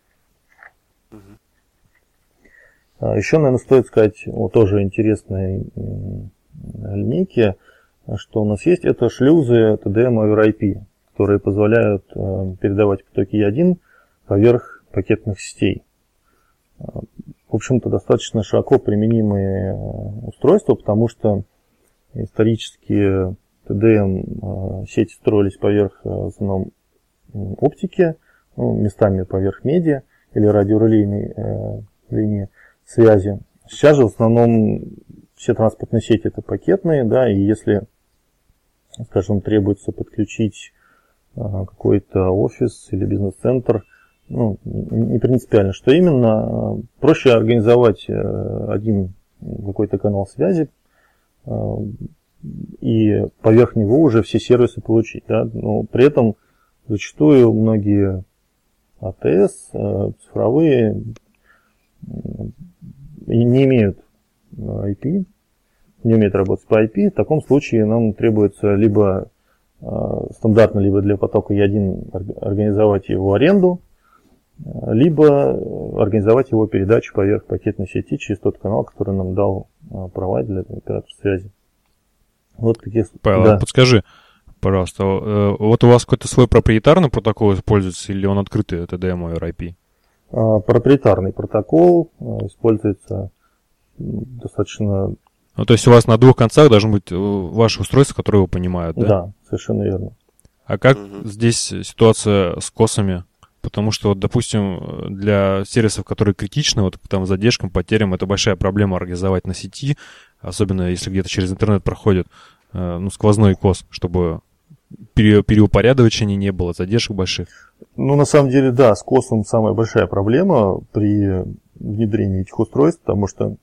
Еще, наверное, стоит сказать о тоже интересной линейке, что у нас есть, это шлюзы TDM over IP, которые позволяют передавать потоки E1 поверх пакетных сетей. В общем-то, достаточно широко применимые устройства, потому что исторически TDM сети строились поверх в основном оптики, местами поверх меди или радиорелейной линии связи. Сейчас же в основном все транспортные сети это пакетные, да, и если, скажем, требуется подключить какой-то офис или бизнес-центр, ну, не принципиально, что именно, проще организовать один какой-то канал связи и поверх него уже все сервисы получить, да, но при этом зачастую многие АТС, цифровые, не имеют IP, не умеют работать по IP. В таком случае нам требуется либо стандартно, либо для потока E1 организовать его аренду, либо организовать его передачу поверх пакетной сети через тот канал, который нам дал провайдер, оператор связи. Вот такие. Павел, да. Подскажи, пожалуйста, вот у вас какой-то свой проприетарный протокол используется или он открытый, TDM over IP? Проприетарный протокол используется достаточно... Ну, то есть у вас на двух концах должны быть ваши устройства, которые его понимают, да? Да, совершенно верно. А как здесь ситуация с косами? Потому что, вот, допустим, для сервисов, которые критичны, вот там задержкам, потерям, это большая проблема организовать на сети, особенно если где-то через интернет проходит сквозной кос, чтобы переупорядочения не было, задержек больших. Ну, на самом деле, да, с косом самая большая проблема при внедрении этих устройств, потому что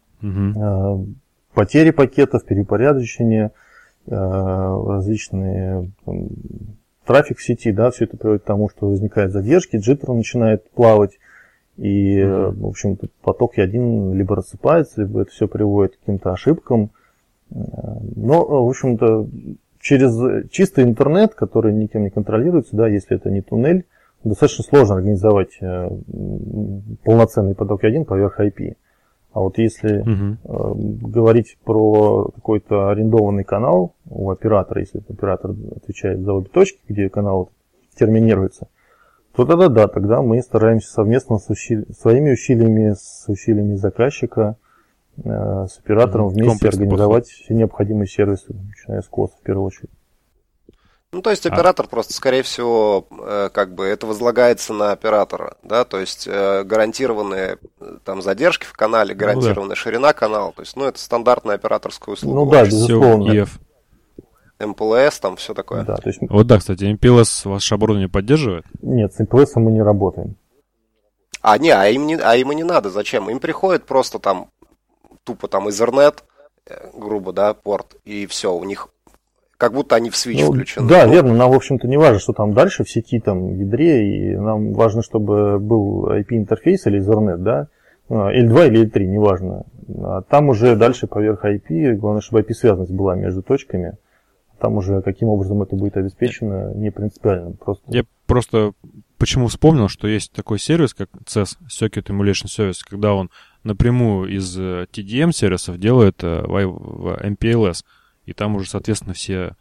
потери пакетов, переупорядочения, различные трафик в сети, да, все это приводит к тому, что возникают задержки, джиттер начинает плавать, и, в общем-то, поток E1 либо рассыпается, либо это все приводит к каким-то ошибкам. Но, в общем-то, через чистый интернет, который никем не контролируется, да, если это не туннель, достаточно сложно организовать полноценный поток E1 поверх IP. А вот если говорить про какой-то арендованный канал у оператора, если оператор отвечает за обе точки, где канал терминируется, то тогда да, тогда мы стараемся совместно своими усилиями, с усилиями заказчика, с оператором вместе организовать все необходимые сервисы, начиная с КОС в первую очередь. Ну, то есть оператор просто, скорее всего, как бы это возлагается на оператора, да, то есть гарантированные там задержки в канале, гарантированная ширина канала, то есть, ну, это стандартная операторская услуга. Ну да, безусловно. МПЛС, там все такое. Да, то есть... Вот да, кстати, MPLS ваше оборудование поддерживает? Нет, с MPLS мы не работаем. Им и не надо, зачем? Им приходит просто там тупо там Ethernet, грубо, да, порт, и все, у них как будто они в свич включены. Да, верно, нам, в общем-то, не важно, что там дальше в сети, там, в ядре, и нам важно, чтобы был IP-интерфейс или Ethernet, да, L2 или L3, неважно. А там уже дальше поверх IP, главное, чтобы IP-связанность была между точками. Там уже каким образом это будет обеспечено, не принципиально. Я просто почему вспомнил, что есть такой сервис, как CES, Circuit Emulation Service, когда он напрямую из TDM-сервисов делает MPLS. И там уже, соответственно, все...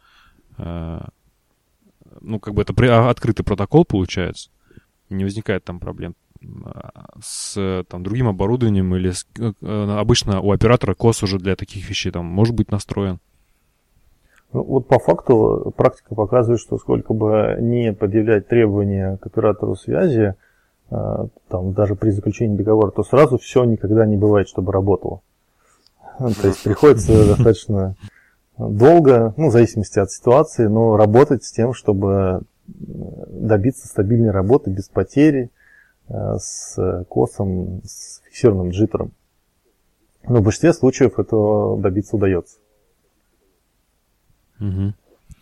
Ну, как бы это открытый протокол получается. Не возникает там проблем с там, другим оборудованием или обычно у оператора COS уже для таких вещей там может быть настроен. Ну, вот по факту практика показывает, что сколько бы не предъявлять требования к оператору связи, там, даже при заключении договора, то сразу все никогда не бывает, чтобы работало. То есть приходится достаточно долго, ну, в зависимости от ситуации, но работать с тем, чтобы добиться стабильной работы без потери, с косом, с фиксированным джиттером. Но в большинстве случаев этого добиться удается. Угу.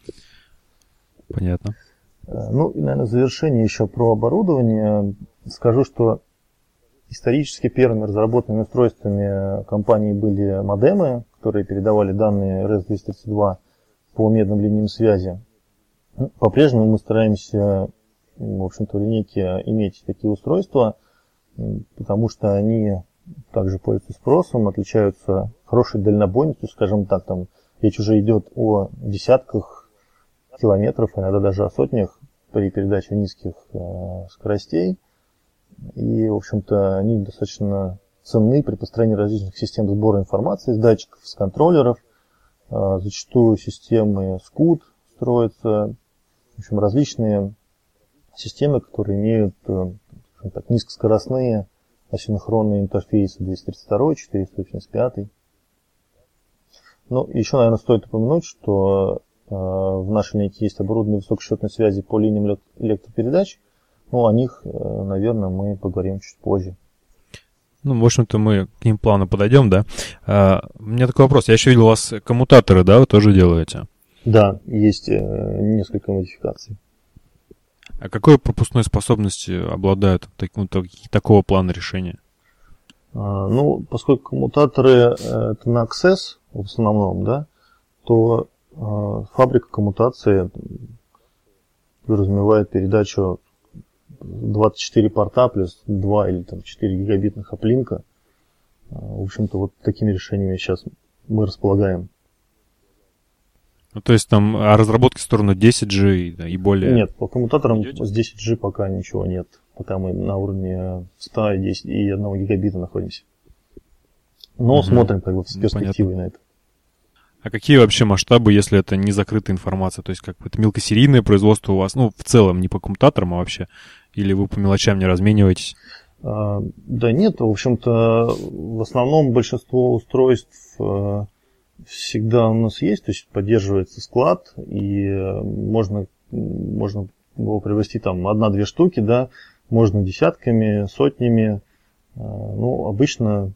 Понятно. Ну, и, наверное, в завершение еще про оборудование. Скажу, что исторически первыми разработанными устройствами компании были модемы, которые передавали данные RS-232 по медным линиям связи. По-прежнему мы стараемся, в общем-то, в линейке иметь такие устройства, потому что они также пользуются спросом, отличаются хорошей дальнобойностью, скажем так, там речь уже идет о десятках километров, иногда даже о сотнях при передаче низких скоростей. И, в общем-то, они достаточно ценны при построении различных систем сбора информации с датчиков, с контроллеров. Зачастую системы SCUD строятся, в общем, различные системы, которые имеют так, низкоскоростные асинхронные интерфейсы 232, 485. Ну, еще, наверное, стоит упомянуть, что в нашей линейке есть оборудование высокочастотной связи по линиям электропередач. Ну, о них, наверное, мы поговорим чуть позже. Ну, в общем-то, мы к ним плавно подойдем, да. У меня такой вопрос. Я еще видел у вас коммутаторы, да, вы тоже делаете? Да, есть несколько модификаций. А какой пропускной способностью обладают такого плана решения? Ну, поскольку коммутаторы это на Access в основном, да, то фабрика коммутации подразумевает передачу 24 порта плюс 2 или там 4 гигабитных аплинка. В общем-то, вот такими решениями сейчас мы располагаем. Ну, то есть там разработки в сторону 10G и более... Нет, по коммутаторам с 10G пока ничего нет. Пока мы на уровне 100 и 10 и 1 гигабита находимся. Но смотрим как бы с перспективой на это. А какие вообще масштабы, если это не закрытая информация? То есть как это мелкосерийное производство у вас, ну, в целом, не по коммутаторам, а вообще? Или вы по мелочам не размениваетесь? Да нет, в общем-то, в основном большинство устройств всегда у нас есть, то есть поддерживается склад, и можно его приобрести там 1-2 штуки, да, можно десятками, сотнями. Ну, обычно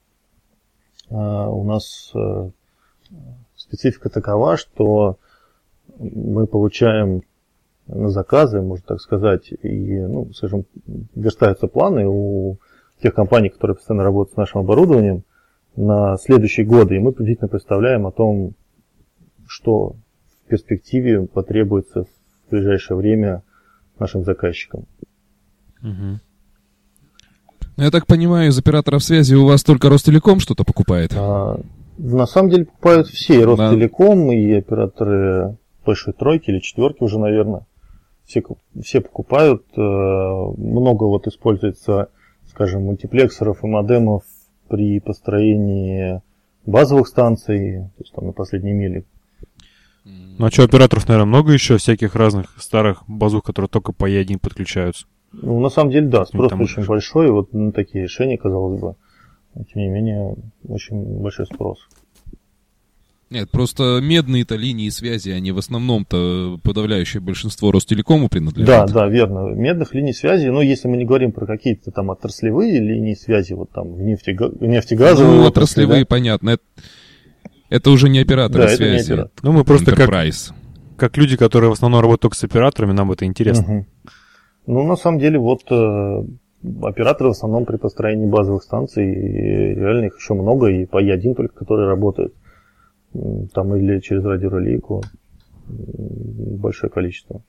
у нас специфика такова, что мы получаем на заказы, можно так сказать, и, ну, скажем, верстаются планы у тех компаний, которые постоянно работают с нашим оборудованием на следующие годы, и мы приблизительно представляем о том, что в перспективе потребуется в ближайшее время нашим заказчикам. Угу. Я так понимаю, из операторов связи у вас только Ростелеком что-то покупает? На самом деле покупают все, и Ростелеком, и операторы большой тройки или четверки уже, наверное. Все покупают. Много вот используется, скажем, мультиплексоров и модемов при построении базовых станций, то есть там на последней миле. Ну а что, операторов, наверное, много еще всяких разных старых базук, которые только по E1 подключаются? Ну, на самом деле, да, спрос очень большой, вот на такие решения, казалось бы. Но, тем не менее, очень большой спрос. Нет, просто медные-то линии связи, они в основном-то подавляющее большинство Ростелекому принадлежат. Да, верно. Медных линий связи, если мы не говорим про какие-то там отраслевые линии связи, вот там нефтегазовые. Ну, отраслевые, да? Понятно. Это уже не операторы связи. Это не оператор. Ну, мы просто как люди, которые в основном работают только с операторами, нам это интересно. Угу. Ну, на самом деле, операторы в основном при построении базовых станций, и реально их еще много, и по Е1 только, которые работают. Там или через радиорелейку большое количество.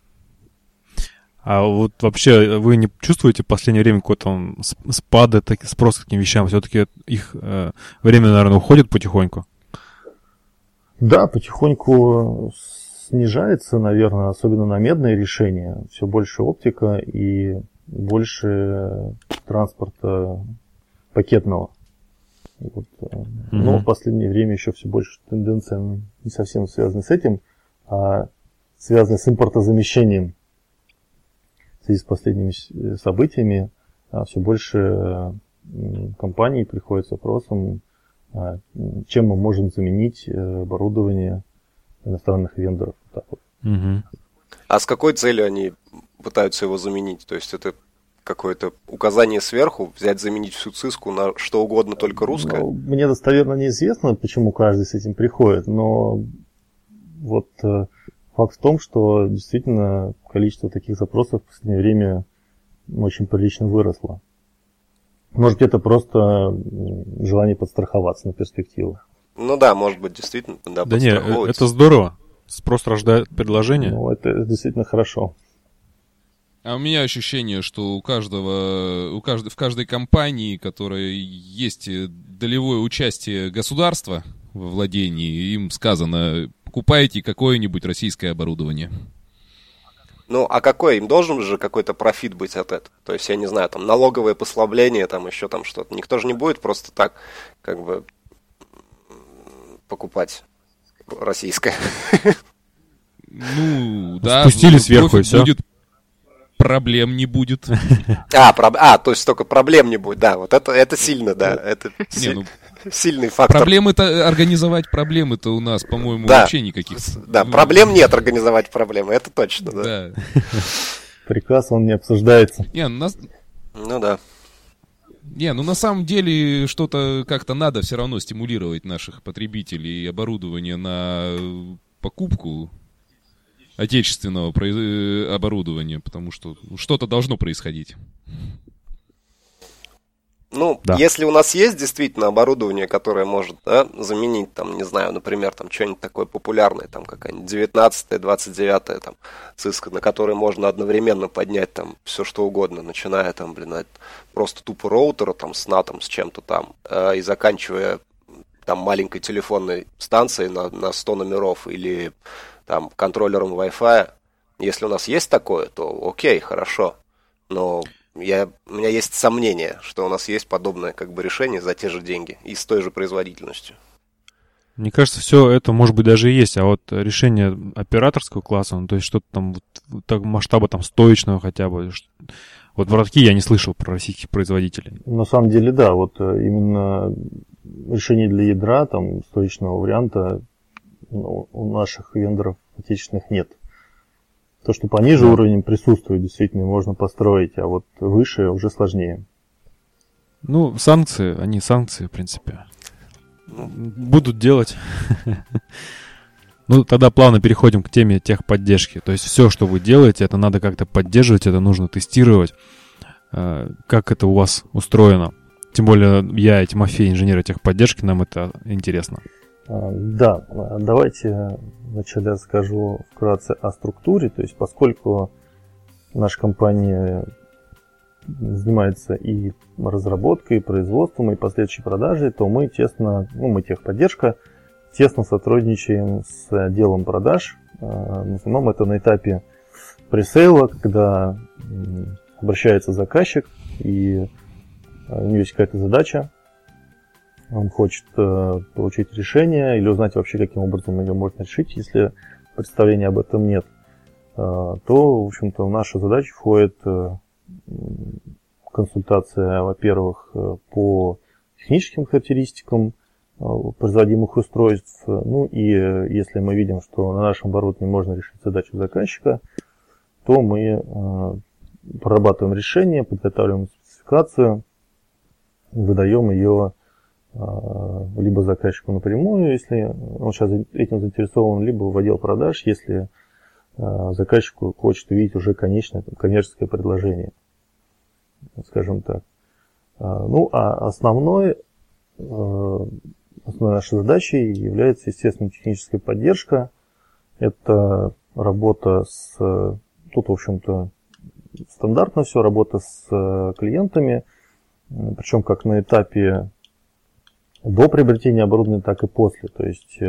А вот вообще вы не чувствуете в последнее время какой-то спада, спрос к таким вещам? Все-таки их время, наверное, уходит потихоньку? Да, потихоньку снижается, наверное, особенно на медные решения. Все больше оптика и больше транспорта пакетного. Но в последнее время еще все больше тенденция не совсем связана с этим, а связана с импортозамещением. В связи с последними событиями все больше компаний приходит с вопросом, чем мы можем заменить оборудование иностранных вендоров. Так вот. Угу. А с какой целью они пытаются его заменить? То есть это какое-то указание сверху, взять, заменить всю циску на что угодно, только русское? Мне достоверно неизвестно, почему каждый с этим приходит, но факт в том, что действительно количество таких запросов в последнее время очень прилично выросло. Может, это просто желание подстраховаться на перспективу. Ну да, может быть, действительно, да, подстраховываться. Это здорово. Спрос рождает предложение. Это действительно хорошо. А у меня ощущение, что в каждой компании, которая есть долевое участие государства во владении, им сказано, покупайте какое-нибудь российское оборудование. Ну, а какой? Им должен же какой-то профит быть от этого? То есть, я не знаю, там, налоговое послабление, там, еще там что-то. Никто же не будет просто так, покупать российское. Ну, да. Спустили сверху, и все. Проблем не будет. То есть только проблем не будет, да, вот это сильно, да, это сильный фактор. Проблемы-то, организовать проблемы-то у нас, по-моему, вообще никаких. Да, проблем нет организовать проблемы, это точно, да. Приказ, он не обсуждается. Ну да. На самом деле что-то как-то надо все равно стимулировать наших потребителей и оборудование на покупку отечественного оборудования, потому что что-то должно происходить. Ну, да. Если у нас есть действительно оборудование, которое может заменить, там, не знаю, например, там что-нибудь такое популярное, там какая-нибудь 19-я, 29-я, там, циска, на которой можно одновременно поднять там все что угодно, начиная там, от просто тупо роутера, там, с NAT, с чем-то там, и заканчивая там маленькой телефонной станцией на 100 номеров или там контроллером Wi-Fi. Если у нас есть такое, то окей, хорошо. Но у меня есть сомнение, что у нас есть подобное решение за те же деньги и с той же производительностью. Мне кажется, все это, может быть, даже и есть, а вот решение операторского класса, то есть что-то там масштаба там стоечного хотя бы, вот в Ротке я не слышал про российских производителей. На самом деле, да, именно решение для ядра, там, стоечного варианта у наших вендоров отечественных нет. То, что пониже уровнем присутствует, действительно можно построить, а вот выше уже сложнее. Ну, санкции, в принципе, будут делать. Ну, тогда плавно переходим к теме техподдержки. То есть все, что вы делаете, это надо как-то поддерживать, это нужно тестировать. Как это у вас устроено? Тем более я и Тимофей, инженеры техподдержки, нам это интересно. Да, давайте вначале расскажу вкратце о структуре. То есть, поскольку наша компания занимается и разработкой, и производством, и последующей продажей, то мы техподдержка, тесно сотрудничаем с отделом продаж. В основном это на этапе пресейла, когда обращается заказчик, и у него есть какая-то задача, он хочет получить решение или узнать вообще, каким образом ее можно решить, если представления об этом нет, то, в общем-то, в нашу задачу входит консультация, во-первых, по техническим характеристикам производимых устройств. Ну и если мы видим, что на нашем оборудовании можно решить задачу заказчика, то мы прорабатываем решение, подготавливаем спецификацию, выдаем ее либо заказчику напрямую, если он сейчас этим заинтересован, либо в отдел продаж, если заказчику хочет увидеть уже конечное коммерческое предложение, скажем так. Ну, а основной нашей задачей является, естественно, техническая поддержка. Это работа тут, в общем-то, стандартно все, работа с клиентами, причем как на этапе до приобретения оборудования, так и после. То есть,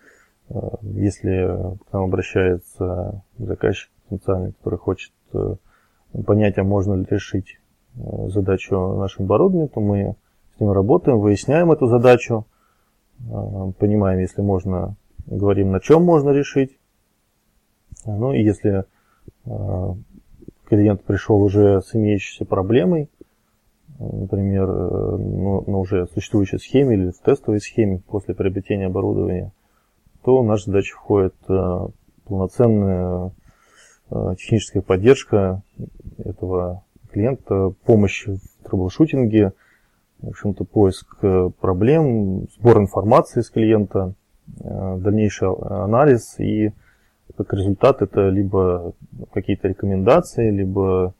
если к нам обращается заказчик потенциальный, который хочет понять, а можно ли решить задачу нашим оборудованием, то мы с ним работаем, выясняем эту задачу, понимаем, если можно, говорим, на чем можно решить. Ну и если клиент пришел уже с имеющейся проблемой, например, на уже существующей схеме или в тестовой схеме после приобретения оборудования, то в нашу задачу входит полноценная техническая поддержка этого клиента, помощь в трэблшутинге, в общем-то, поиск проблем, сбор информации с клиента, дальнейший анализ, и как результат это либо какие-то рекомендации, либо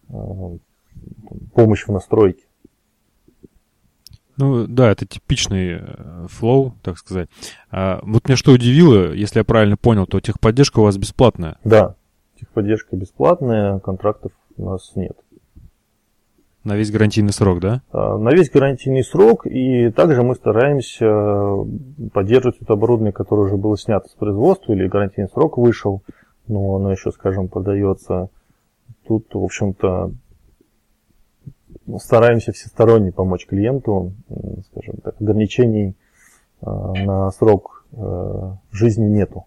помощь в настройке. Ну да, это типичный флоу, так сказать. Вот меня что удивило, если я правильно понял, то техподдержка у вас бесплатная. Да, техподдержка бесплатная, контрактов у нас нет. На весь гарантийный срок, да? На весь гарантийный срок, и также мы стараемся поддерживать это оборудование, которое уже было снято с производства, или гарантийный срок вышел, но оно еще, скажем, продается. Тут, в общем-то, стараемся всесторонне помочь клиенту, скажем так, ограничений на срок жизни нету.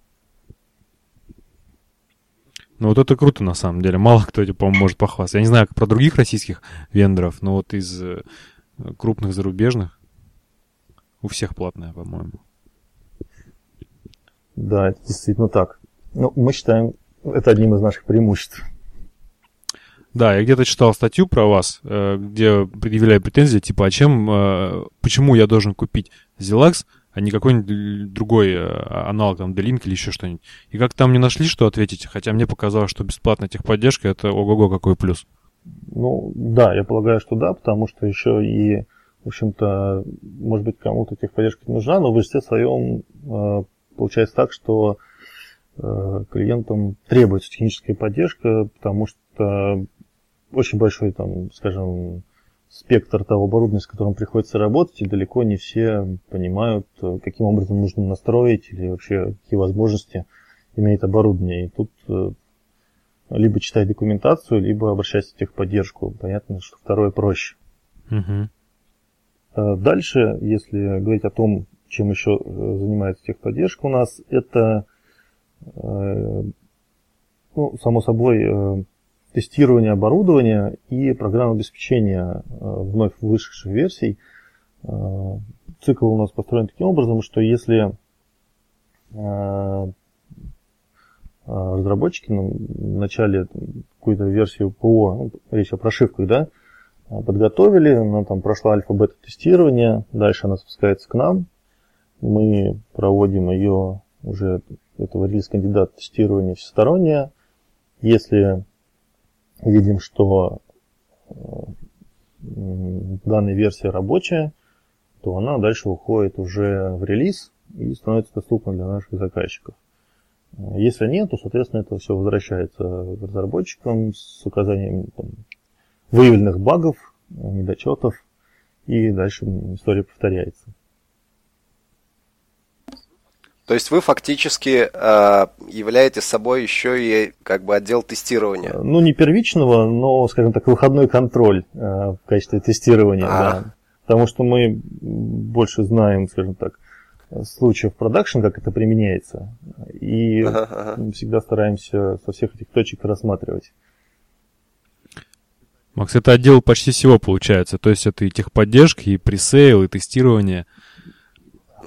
Ну вот это круто на самом деле. Мало кто этим, по-моему, может похвастаться. Я не знаю, как про других российских вендоров, но вот из крупных зарубежных у всех платная, по-моему. Да, это действительно так. Ну, мы считаем это одним из наших преимуществ. Да, я где-то читал статью про вас, где предъявляли претензии, типа, почему я должен купить Zilax, а не какой-нибудь другой аналог, там, D-Link или еще что-нибудь. И как там не нашли, что ответить, хотя мне показалось, что бесплатная техподдержка — это ого-го какой плюс. Ну, да, я полагаю, что да, потому что еще и, в общем-то, может быть, кому-то техподдержка не нужна, но в большинстве своем получается так, что клиентам требуется техническая поддержка, потому что очень большой, там, скажем, спектр того оборудования, с которым приходится работать, и далеко не все понимают, каким образом нужно настроить или вообще какие возможности имеет оборудование. И тут либо читать документацию, либо обращаться в техподдержку. Понятно, что второе проще. Угу. Дальше, если говорить о том, чем еще занимается техподдержка у нас, это, ну, само собой, тестирование оборудования и программное обеспечение вновь вышедших версий. Цикл у нас построен таким образом, что если разработчики в начале какую-то версию ПО, ну, речь о прошивках, да, подготовили, она там прошла альфа-бета-тестирование, дальше она спускается к нам, мы проводим ее уже, этого релиз-кандидата тестирования всестороннее. Если видим, что данная версия рабочая, то она дальше уходит уже в релиз и становится доступна для наших заказчиков. Если нет, то, соответственно, это все возвращается разработчикам с указанием там выявленных багов, недочетов, и дальше история повторяется. То есть вы фактически являете собой еще и как бы отдел тестирования? Ну, не первичного, но, скажем так, выходной контроль в качестве тестирования. Да. Потому что мы больше знаем, скажем так, случаев продакшн, как это применяется, и всегда стараемся со всех этих точек рассматривать. Макс, это отдел почти всего получается. То есть это и техподдержка, и пресейл, и тестирование.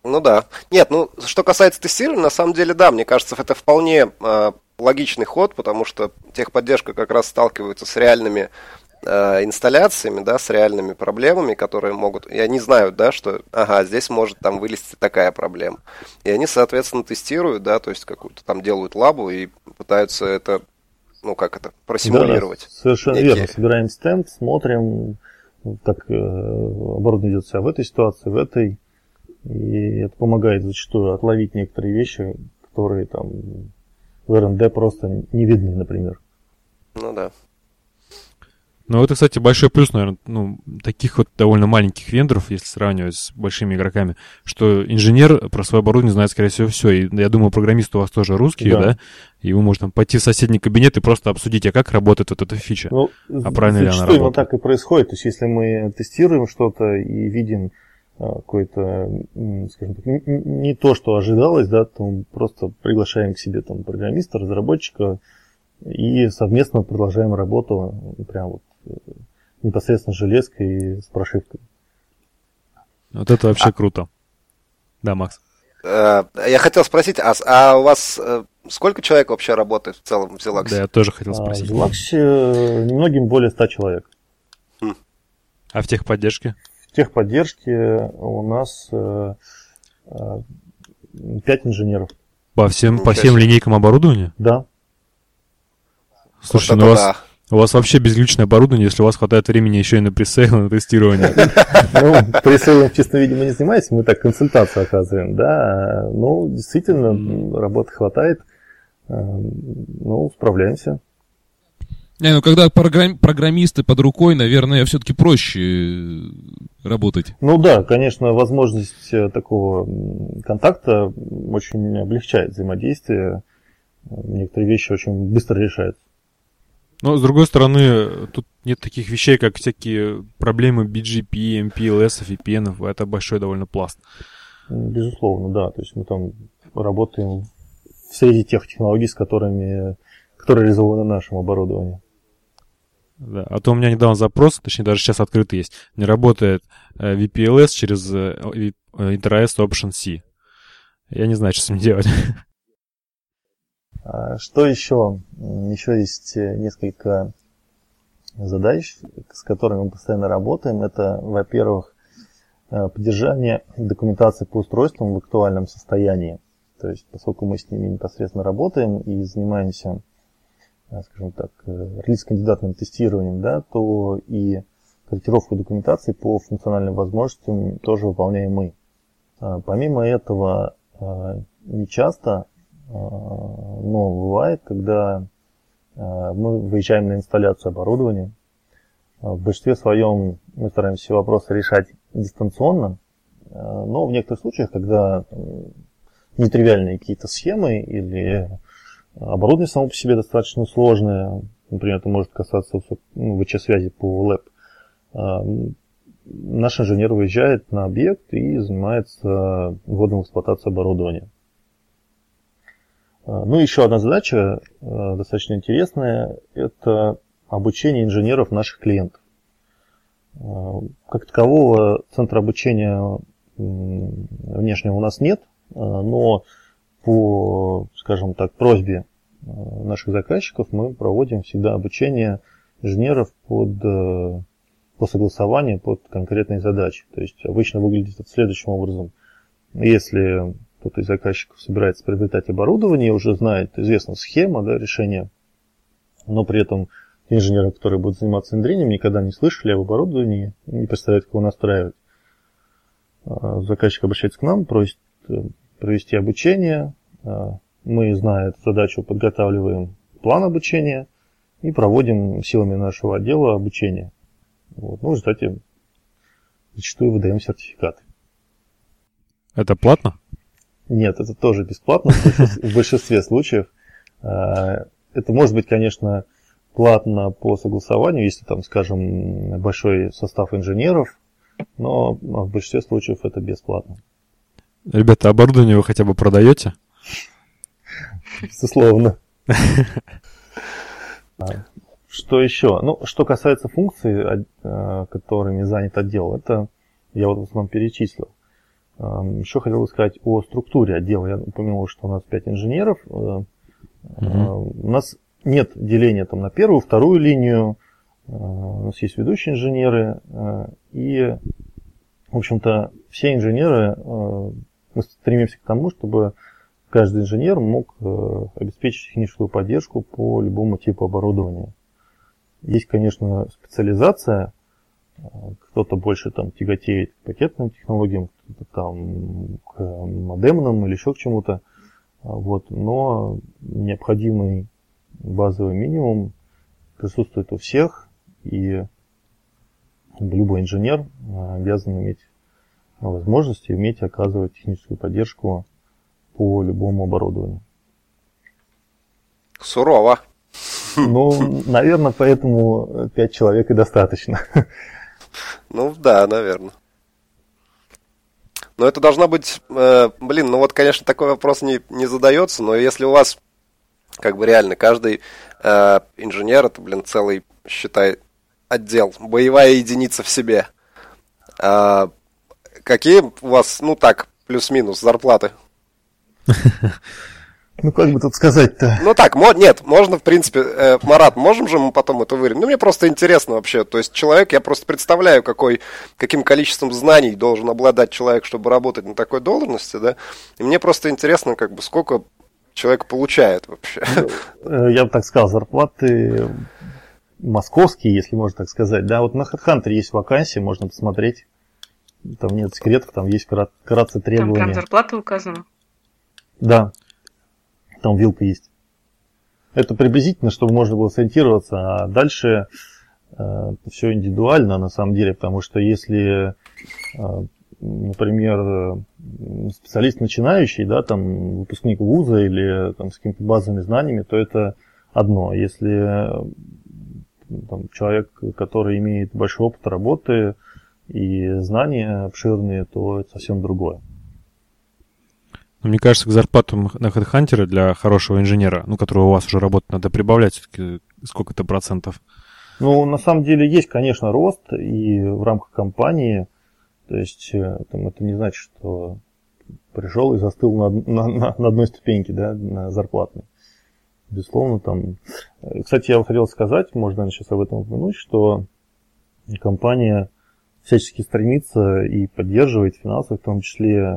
Ну да. Нет, ну, что касается тестирования, на самом деле, да, мне кажется, это вполне логичный ход, потому что техподдержка как раз сталкивается с реальными инсталляциями, да, с реальными проблемами, которые могут... И они знают, да, что, ага, здесь может там вылезти такая проблема. И они, соответственно, тестируют, да, то есть какую-то там делают лабу и пытаются это, ну, как это, просимулировать. Да, совершенно верно. Собираем стенд, смотрим, как оборудование идет себя в этой ситуации, в этой. И это помогает зачастую отловить некоторые вещи, которые там в РНД просто не видны, например. Ну да. Ну, это, кстати, большой плюс, наверное, ну, таких вот довольно маленьких вендоров, если сравнивать с большими игроками, что инженер про свое оборудование знает, скорее всего, все. И я думаю, программисты у вас тоже русские, да? И вы можете там пойти в соседний кабинет и просто обсудить, а как работает вот эта фича, ну, а правильно ли она работает. Зачастую так и происходит. То есть, если мы тестируем что-то и видим какое-то, скажем так, не то, что ожидалось, да, то мы просто приглашаем к себе там программиста, разработчика и совместно продолжаем работу прям вот непосредственно с железкой и с прошивкой. Вот это вообще круто. Да, Макс. Я хотел спросить, а у вас сколько человек вообще работает в целом в Zelax? Да, я тоже хотел спросить. В Zelax немногим более 100 человек. А в техподдержке? В техподдержке у нас 5 инженеров. По всем линейкам оборудования? Да. Слушайте, у вас вообще безглючное оборудование, если у вас хватает времени еще и на пресейл, и на тестирование. Ну, пресейлом в чистом виде мы не занимаемся, мы так консультацию оказываем, да. Ну, действительно, работы хватает, ну, справляемся. Ну, когда программисты под рукой, наверное, все-таки проще работать. Ну да, конечно, возможность такого контакта очень облегчает взаимодействие. Некоторые вещи очень быстро решаются. Но, с другой стороны, тут нет таких вещей, как всякие проблемы BGP, MPLS, VPN. Это большой довольно пласт. Безусловно, да. То есть мы там работаем в среде тех технологий, которые реализованы в нашем оборудовании. Да. А то у меня недавно запрос, точнее даже сейчас открытый есть, не работает VPLS через InterAS Option C. Я не знаю, что с ним делать. Что еще? Еще есть несколько задач, с которыми мы постоянно работаем. Это, во-первых, поддержание документации по устройствам в актуальном состоянии. То есть, поскольку мы с ними непосредственно работаем и занимаемся, скажем так, релиз-кандидатным тестированием, да, то и корректировку документации по функциональным возможностям тоже выполняем мы. Помимо этого, нечасто, но бывает, когда мы выезжаем на инсталляцию оборудования. В большинстве своем мы стараемся все вопросы решать дистанционно, но в некоторых случаях, когда нетривиальные какие-то схемы или оборудование само по себе достаточно сложное, например, это может касаться ВЧ-связи по LAP, наш инженер выезжает на объект и занимается вводом в эксплуатацию оборудования. Ну, еще одна задача, достаточно интересная, это обучение инженеров наших клиентов. Как такового центра обучения внешнего у нас нет, но по, скажем так, просьбе наших заказчиков мы проводим всегда обучение инженеров по согласованию под конкретные задачи. То есть обычно выглядит это следующим образом. Если кто-то из заказчиков собирается приобретать оборудование, уже знает, известна схема, да, решения, но при этом инженеры, которые будут заниматься внедрением, никогда не слышали об оборудовании, не представляют, как его настраивать. Заказчик обращается к нам, просит провести обучение. Мы, зная эту задачу, подготавливаем план обучения и проводим силами нашего отдела обучение. Вот. Ну, в результате зачастую выдаем сертификаты. Это платно? Нет, это тоже бесплатно в большинстве случаев. Это может быть, конечно, платно по согласованию, если там, скажем, большой состав инженеров, но в большинстве случаев это бесплатно. Ребята, оборудование вы хотя бы продаете? Безусловно. Что еще? Ну, что касается функций, которыми занят отдел, это я вот в основном перечислил. Еще хотел бы сказать о структуре отдела. Я упомянул, что у нас 5 инженеров. У нас нет деления там на первую, вторую линию. У нас есть ведущие инженеры. И, в общем-то, все инженеры, мы стремимся к тому, чтобы каждый инженер мог обеспечить техническую поддержку по любому типу оборудования. Есть, конечно, специализация. Кто-то больше там тяготеет к пакетным технологиям, кто-то там к модемным или еще к чему-то. Вот. Но необходимый базовый минимум присутствует у всех, и любой инженер обязан иметь возможность и уметь оказывать техническую поддержку по любому оборудованию. Сурово. Ну, наверное, поэтому 5 человек и достаточно. Ну да, наверное. Но это должна быть... ну вот, конечно, такой вопрос не задается, но если у вас, как бы реально, каждый инженер, это, целый, считай, отдел, боевая единица в себе. Какие у вас, плюс-минус зарплаты? Ну, как бы тут сказать-то? Ну так, нет, можно, в принципе, Марат, можем же мы потом это вырезать? Ну, мне просто интересно вообще, то есть человек, я просто представляю, каким количеством знаний должен обладать человек, чтобы работать на такой должности, да, и мне просто интересно, сколько человек получает вообще. Я бы так сказал, зарплаты московские, если можно так сказать, да, вот на HeadHunter есть вакансии, можно посмотреть, там нет секретов, там есть вкратце требования. Там прям зарплата указана? Да. Там вилка есть. Это приблизительно, чтобы можно было сориентироваться, а дальше все индивидуально на самом деле, потому что если, например, специалист начинающий, да, там выпускник вуза или там, с какими-то базовыми знаниями, то это одно. Если там, человек, который имеет большой опыт работы и знания обширные, то это совсем другое. Мне кажется, к зарплатам на HeadHunter для хорошего инженера, который у вас уже работает, надо прибавлять все-таки сколько-то процентов. Ну, на самом деле есть, конечно, рост и в рамках компании. То есть это не значит, что пришел и застыл на одной ступеньке, да, на зарплатной. Безусловно, там... Кстати, я хотел сказать, можно, наверное, сейчас об этом упомянуть, что компания всячески стремится и поддерживает финансово, в том числе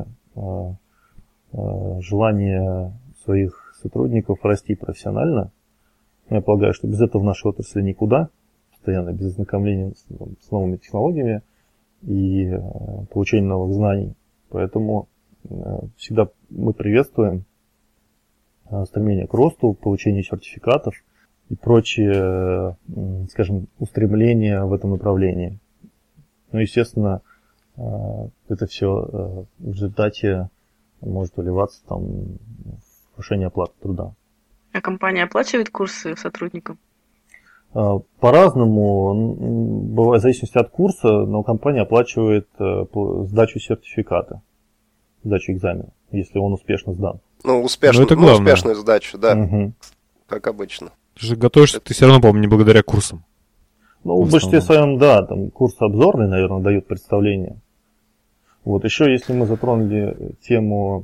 желание своих сотрудников расти профессионально. Я полагаю, что без этого в нашей отрасли никуда, постоянно без ознакомления с новыми технологиями и получения новых знаний. Поэтому всегда мы приветствуем стремление к росту, получению сертификатов и прочие, скажем, устремления в этом направлении. Ну, естественно, это все в результате может выливаться там в повышение оплаты труда. А компания оплачивает курсы сотрудникам? По-разному, бывает в зависимости от курса, но компания оплачивает сдачу сертификата, сдачу экзамена, если он успешно сдан. Успешную сдачу, да, как обычно. Ты же готовишься, ты все равно, по-моему, не благодаря курсам. Ну, в большинстве своем, да, там курсы обзорные, наверное, дают представление. Вот, еще если мы затронули тему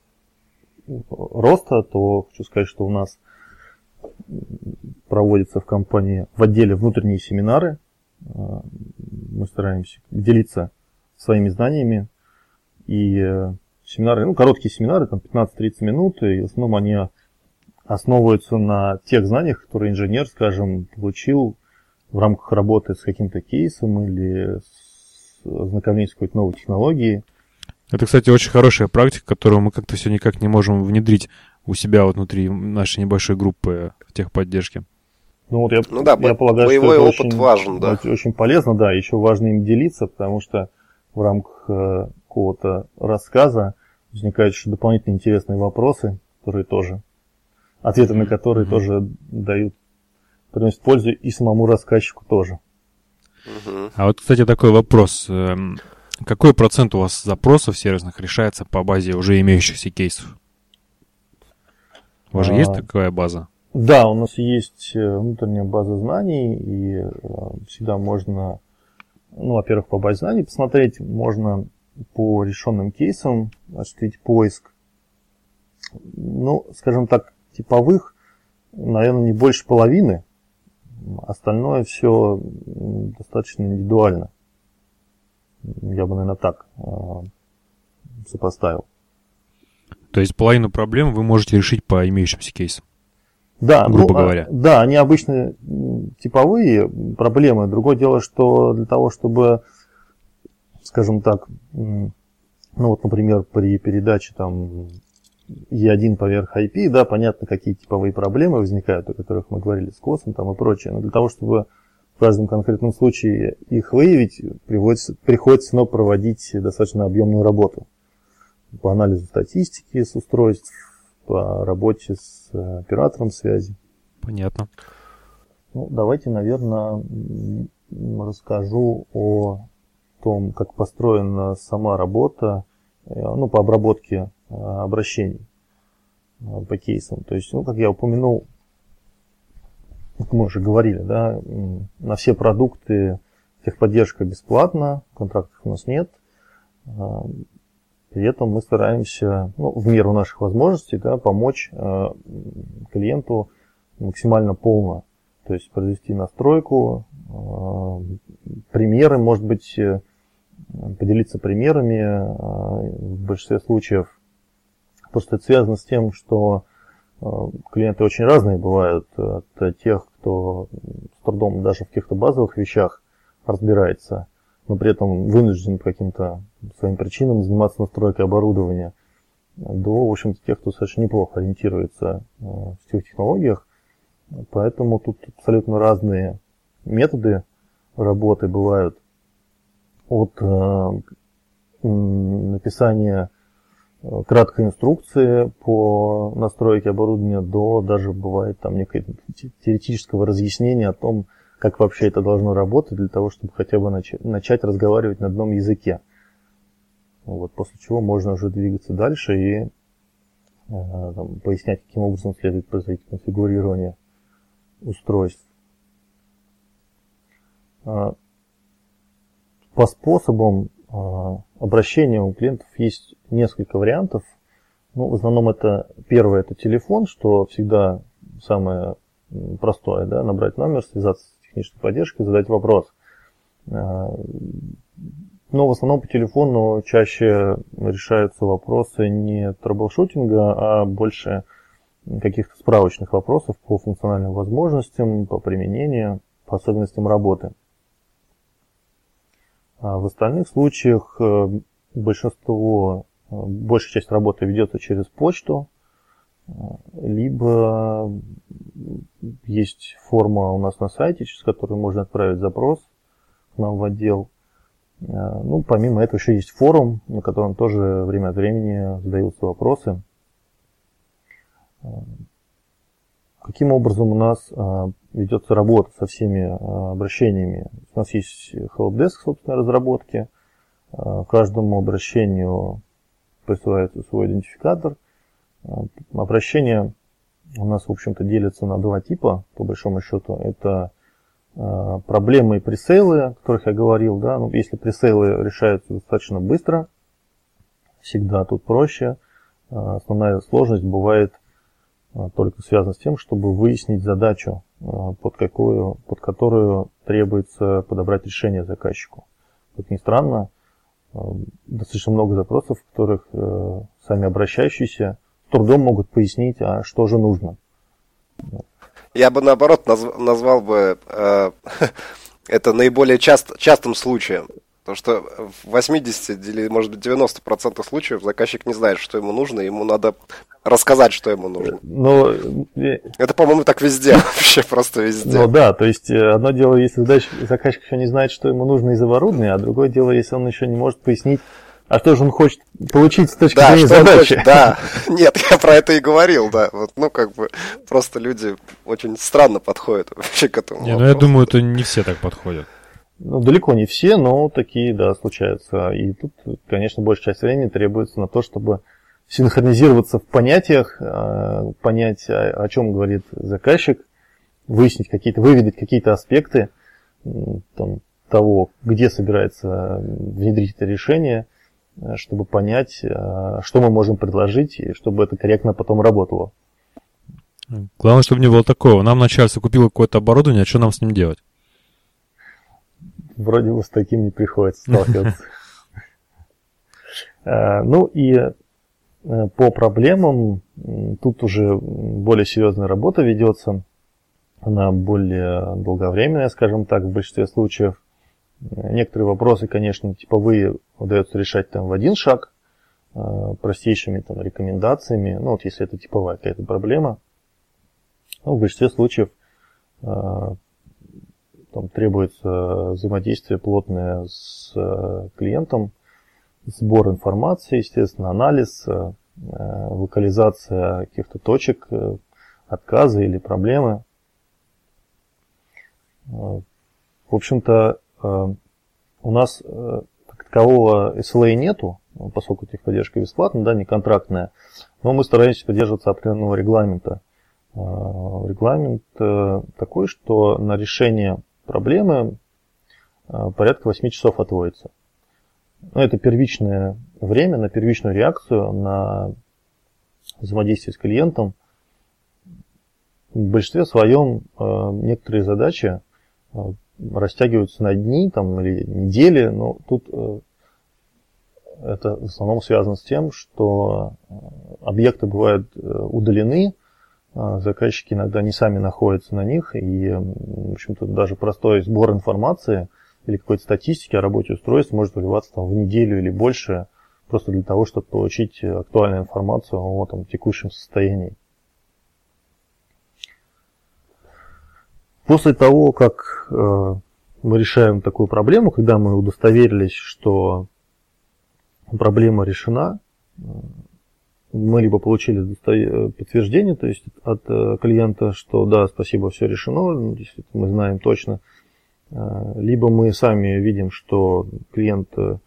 роста, то хочу сказать, что у нас проводятся в компании, в отделе внутренние семинары. Мы стараемся делиться своими знаниями. И семинары, короткие семинары, там 15-30 минут, и в основном они основываются на тех знаниях, которые инженер, скажем, получил в рамках работы с каким-то кейсом или ознакомления с какой-то новой технологией. Это, кстати, очень хорошая практика, которую мы как-то все никак не можем внедрить у себя вот внутри нашей небольшой группы техподдержки. Я полагаю, боевой что это опыт очень важен, да. Очень полезно, да, еще важно им делиться, потому что в рамках какого-то рассказа возникают еще дополнительные интересные вопросы, которые тоже, ответы на которые тоже приносят пользу и самому рассказчику тоже. А вот, кстати, такой вопрос. Какой процент у вас запросов сервисных решается по базе уже имеющихся кейсов? У вас же есть такая база? Да, у нас есть внутренняя база знаний, и всегда можно, во-первых, по базе знаний посмотреть, можно по решенным кейсам осуществить поиск. Ну, скажем так, типовых, наверное, не больше половины. Остальное все достаточно индивидуально. Я бы, наверное, так сопоставил. То есть половину проблем вы можете решить по имеющимся кейсам? Да, грубо говоря. Да, они обычно типовые проблемы. Другое дело, что для того, чтобы, скажем так, ну вот, например, при передаче там E1 поверх IP, да, понятно, какие типовые проблемы возникают, о которых мы говорили с КОСом там и прочее. Но для того, чтобы в каждом конкретном случае их выявить, приходится проводить достаточно объемную работу по анализу статистики с устройств, по работе с оператором связи. Понятно. Ну, давайте, наверное, расскажу о том, как построена сама работа, ну, по обработке обращений по кейсам. То есть, ну, как я упомянул, мы уже говорили, да, на все продукты техподдержка бесплатна, контрактов у нас нет. При этом мы стараемся, ну, в меру наших возможностей, да, помочь клиенту максимально полно. То есть произвести настройку, примеры, может быть, поделиться примерами в большинстве случаев. Просто это связано с тем, что клиенты очень разные бывают, от тех, кто с трудом даже в каких-то базовых вещах разбирается, но при этом вынужден по каким-то своим причинам заниматься настройкой оборудования, до, в общем-то, тех, кто совершенно неплохо ориентируется в сетевых технологиях. Поэтому тут абсолютно разные методы работы бывают. От написания краткой инструкции по настройке оборудования до даже бывает там некого теоретического разъяснения о том, как вообще это должно работать, для того, чтобы хотя бы начать разговаривать на одном языке. Вот, после чего можно уже двигаться дальше и там, пояснять, каким образом следует производить конфигурирование устройств. По способам обращения у клиентов есть несколько вариантов. Ну, в основном это первое, это телефон, что всегда самое простое, да, набрать номер, связаться с технической поддержкой, задать вопрос. Но в основном по телефону чаще решаются вопросы не трэблшутинга, а больше каких-то справочных вопросов по функциональным возможностям, по применению, по особенностям работы. А в остальных случаях большая часть работы ведется через почту, либо есть форма у нас на сайте, через которую можно отправить запрос к нам в отдел. Ну, помимо этого еще есть форум, на котором тоже время от времени задаются вопросы. Каким образом у нас ведется работа со всеми обращениями? У нас есть helpdesk, собственно, разработки. Каждому обращению присылается свой идентификатор. Обращения у нас, в общем-то, делятся на два типа, по большому счету. Это проблемы и пресейлы, о которых я говорил. Да? Ну, если пресейлы решаются достаточно быстро, всегда тут проще. Основная сложность бывает только связана с тем, чтобы выяснить задачу, под которую требуется подобрать решение заказчику. Как ни странно, достаточно много запросов, в которых сами обращающиеся с трудом могут пояснить, а что же нужно. Я бы, наоборот, назвал бы это наиболее частым случаем. Потому что в 80 или, может быть, 90% случаев заказчик не знает, что ему нужно, ему надо рассказать, что ему нужно. Но... Это, по-моему, так везде, вообще просто везде. Ну да, то есть одно дело, если заказчик еще не знает, что ему нужно из оборудования, а другое дело, если он еще не может пояснить, а что же он хочет получить с точки зрения задачи. Хочет, да, нет, я про это и говорил, да. Вот, ну, как бы, просто люди очень странно подходят вообще к этому вопросу. Ну, я думаю, это не все так подходят. Ну, далеко не все, но такие, да, случаются. И тут, конечно, большая часть времени требуется на то, чтобы синхронизироваться в понятиях, понять, о чем говорит заказчик, выведать какие-то аспекты там, того, где собирается внедрить это решение, чтобы понять, что мы можем предложить, и чтобы это корректно потом работало. Главное, чтобы не было такого. Нам начальство купило какое-то оборудование, а что нам с ним делать? Вроде бы с таким не приходится сталкиваться. Ну и по проблемам тут уже более серьезная работа ведется. Она более долговременная, скажем так, в большинстве случаев. Некоторые вопросы, конечно, типовые удается решать там в один шаг, простейшими там рекомендациями, ну вот если это типовая какая-то проблема. Но в большинстве случаев там требуется взаимодействие плотное с клиентом, сбор информации, естественно, анализ, локализация каких-то точек отказа или проблемы. В общем-то, у нас как такового SLA нету, поскольку техподдержка бесплатная, да, не контрактная, но мы стараемся придерживаться определенного регламента. Регламент такой, что на решение проблемы порядка 8 часов отводится. Это первичное время на первичную реакцию, на взаимодействие с клиентом. В большинстве своем некоторые задачи растягиваются на дни там, или недели, но тут это в основном связано с тем, что объекты бывают удалены, заказчики иногда не сами находятся на них, и, в общем-то, даже простой сбор информации или какой-то статистики о работе устройств может выливаться там, в неделю или больше, просто для того, чтобы получить актуальную информацию о там, текущем состоянии. После того, как мы решаем такую проблему, когда мы удостоверились, что проблема решена, мы либо получили подтверждение, то есть от клиента, что да, спасибо, все решено, мы знаем точно, либо мы сами видим, что клиент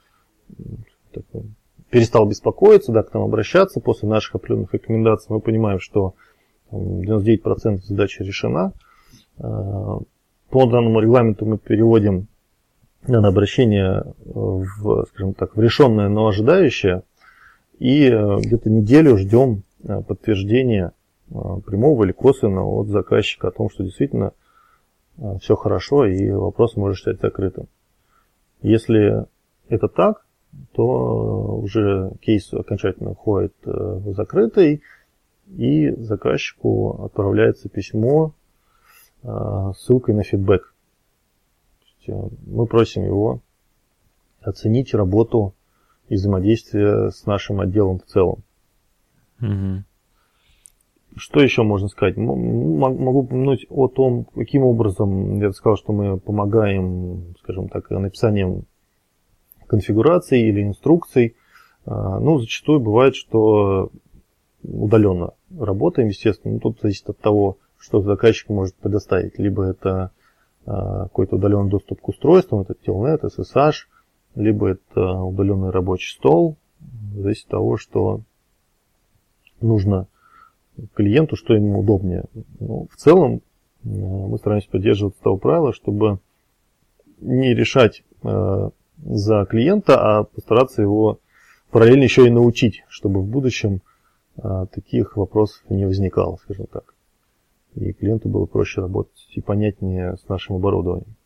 перестал беспокоиться, да, к нам обращаться, после наших определенных рекомендаций мы понимаем, что 99% задачи решена. По данному регламенту мы переводим данное обращение в, скажем так, в решенное, но ожидающее, и где-то неделю ждем подтверждения прямого или косвенного от заказчика о том, что действительно все хорошо и вопрос может стать закрытым. Если это так, то уже кейс окончательно уходит в закрытый, и заказчику отправляется письмо с ссылкой на фидбэк. Мы просим его оценить работу и взаимодействие с нашим отделом в целом. Угу. Что еще можно сказать? Могу упомянуть о том, каким образом, я сказал, что мы помогаем, скажем так, написанием конфигураций или инструкций. Ну, зачастую бывает, что удаленно работаем, естественно. Тут зависит от того, что заказчик может предоставить. Либо это какой-то удаленный доступ к устройствам, это Telnet, SSH, либо это удаленный рабочий стол. Зависит от того, что нужно клиенту, что ему удобнее. Но в целом мы стараемся придерживаться того правила, чтобы не решать за клиента, а постараться его параллельно еще и научить, чтобы в будущем таких вопросов не возникало, скажем так. И клиенту было проще работать и понятнее с нашим оборудованием.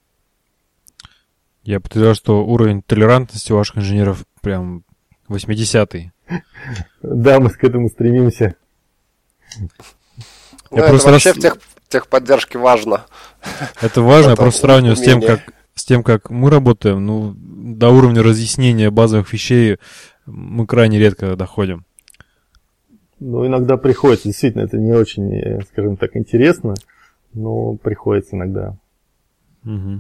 Я подтверждаю, что уровень толерантности у ваших инженеров прям 80-й. Да, мы к этому стремимся. Ну, это вообще в техподдержке важно. Это важно, я просто сравниваю с тем, как мы работаем. Ну, до уровня разъяснения базовых вещей мы крайне редко доходим. Ну, иногда приходится. Действительно, это не очень, скажем так, интересно, но приходится иногда. Угу.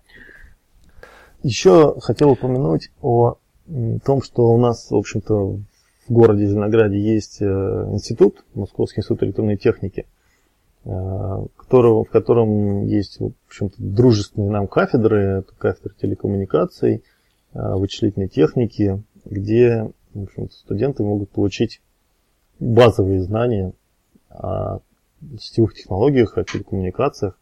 Еще хотел упомянуть о том, что у нас, в общем-то, в городе Зеленограде есть институт, Московский институт электронной техники, в котором есть, в общем-то, дружественные нам кафедры, это кафедра телекоммуникаций, вычислительной техники, где, в общем-то, студенты могут получить базовые знания о сетевых технологиях, о телекоммуникациях.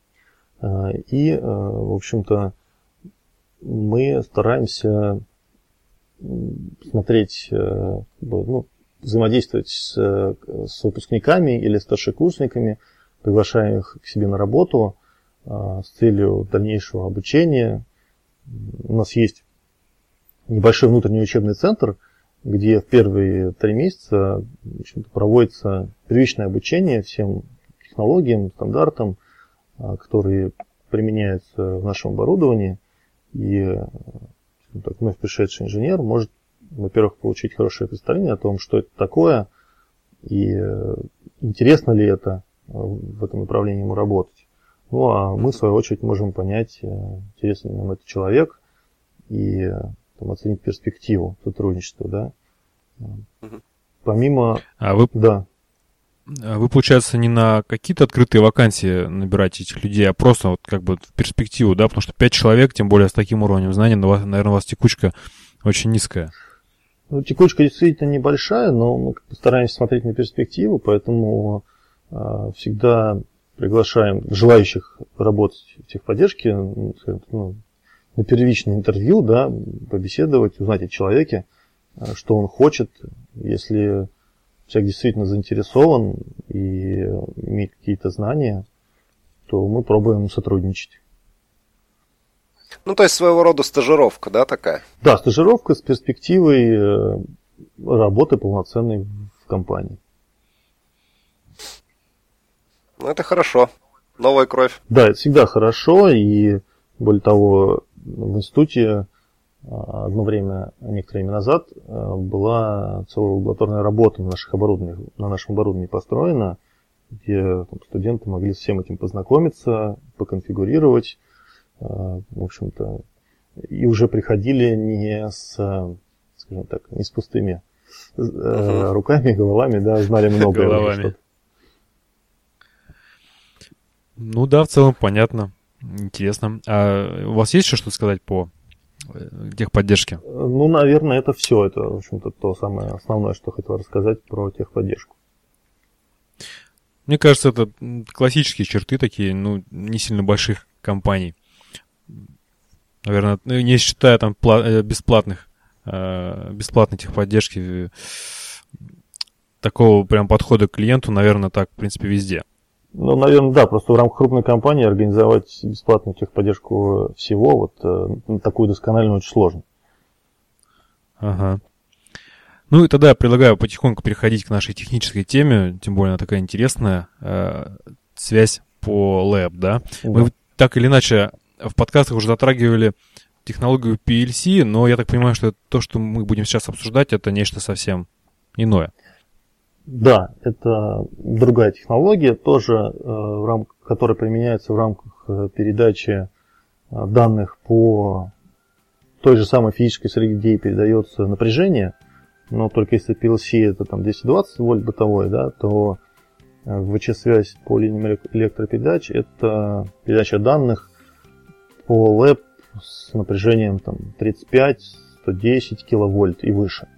И, в общем-то, мы стараемся смотреть, взаимодействовать с выпускниками или старшекурсниками, приглашаем их к себе на работу с целью дальнейшего обучения. У нас есть небольшой внутренний учебный центр, где в первые 3 месяца проводится первичное обучение всем технологиям, стандартам, которые применяются в нашем оборудовании. И вновь пришедший инженер может, во-первых, получить хорошее представление о том, что это такое, и интересно ли это в этом направлении ему работать. Ну, а мы, в свою очередь, можем понять, интересен ли нам этот человек, и оценить перспективу сотрудничества, да. Помимо... Вы, получается, не на какие-то открытые вакансии набираете этих людей, а просто вот как бы в перспективу, да, потому что 5 человек, тем более с таким уровнем знаний, наверное, у вас текучка очень низкая. Ну, текучка действительно небольшая, но мы стараемся смотреть на перспективу, поэтому всегда приглашаем желающих работать в техподдержке на первичное интервью, да, побеседовать, узнать о человеке, что он хочет. Если человек действительно заинтересован и имеет какие-то знания, то мы пробуем сотрудничать. Ну, то есть своего рода стажировка, да, такая? Да, стажировка с перспективой работы полноценной в компании. Ну, это хорошо. Новая кровь. Да, это всегда хорошо, и более того, в институте некоторое время назад была целая лабораторная работа на нашем оборудовании построена, где студенты могли с всем этим познакомиться, поконфигурировать, в общем-то, и уже приходили не с пустыми руками, головами, да, знали многое. Ну да, в целом понятно, интересно. А у вас есть еще что сказать по техподдержке? Ну, наверное, это все. Это, в общем-то, то самое основное, что хотел рассказать про техподдержку. Мне кажется, это классические черты такие, не сильно больших компаний. Наверное, не считая там бесплатной техподдержки, такого прям подхода к клиенту, наверное, так, в принципе, везде. Ну, наверное, да, просто в рамках крупной компании организовать бесплатную техподдержку всего, такую доскональную очень сложно. Ага. Ну и тогда я предлагаю потихоньку переходить к нашей технической теме, тем более она такая интересная, связь по Lab, да? Мы так или иначе в подкастах уже затрагивали технологию PLC, но я так понимаю, что то, что мы будем сейчас обсуждать, это нечто совсем иное. Да, это другая технология, тоже, которая применяется в рамках передачи данных по той же самой физической среде, передается напряжение, но только если PLC это там 220 вольт бытовой, да, то ВЧ-связь по линиям электропередач это передача данных по LAB с напряжением там 35-110 киловольт и выше.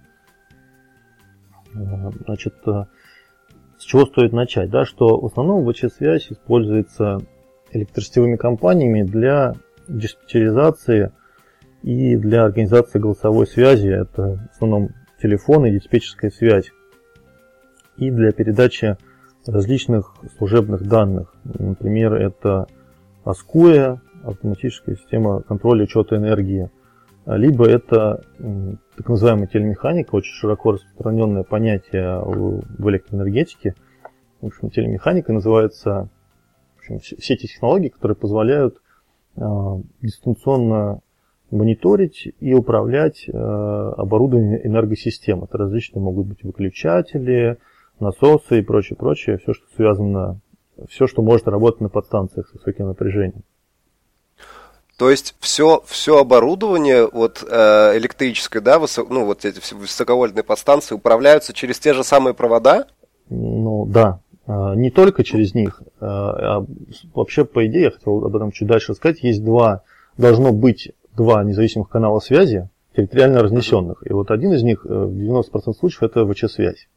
Значит, с чего стоит начать? Да, что в основном ВЧ-связь используется электросетевыми компаниями для диспетчеризации и для организации голосовой связи. Это в основном телефон и диспетчерская связь. И для передачи различных служебных данных. Например, это ASCUE, автоматическая система контроля учета энергии. Либо это так называемая телемеханика, очень широко распространенное понятие в электроэнергетике. В общем, телемеханика называется все эти технологии, которые позволяют дистанционно мониторить и управлять оборудованием энергосистем. Это различные могут быть выключатели, насосы и прочее, все, что связано, все, что может работать на подстанциях с высоким напряжением. То есть все оборудование электрическое, да, эти все высоковольтные подстанции управляются через те же самые провода? Ну да, не только через них. Вообще, по идее, я хотел об этом чуть дальше рассказать, должно быть два независимых канала связи, территориально разнесенных. И вот один из них в 90% случаев это ВЧ-связь.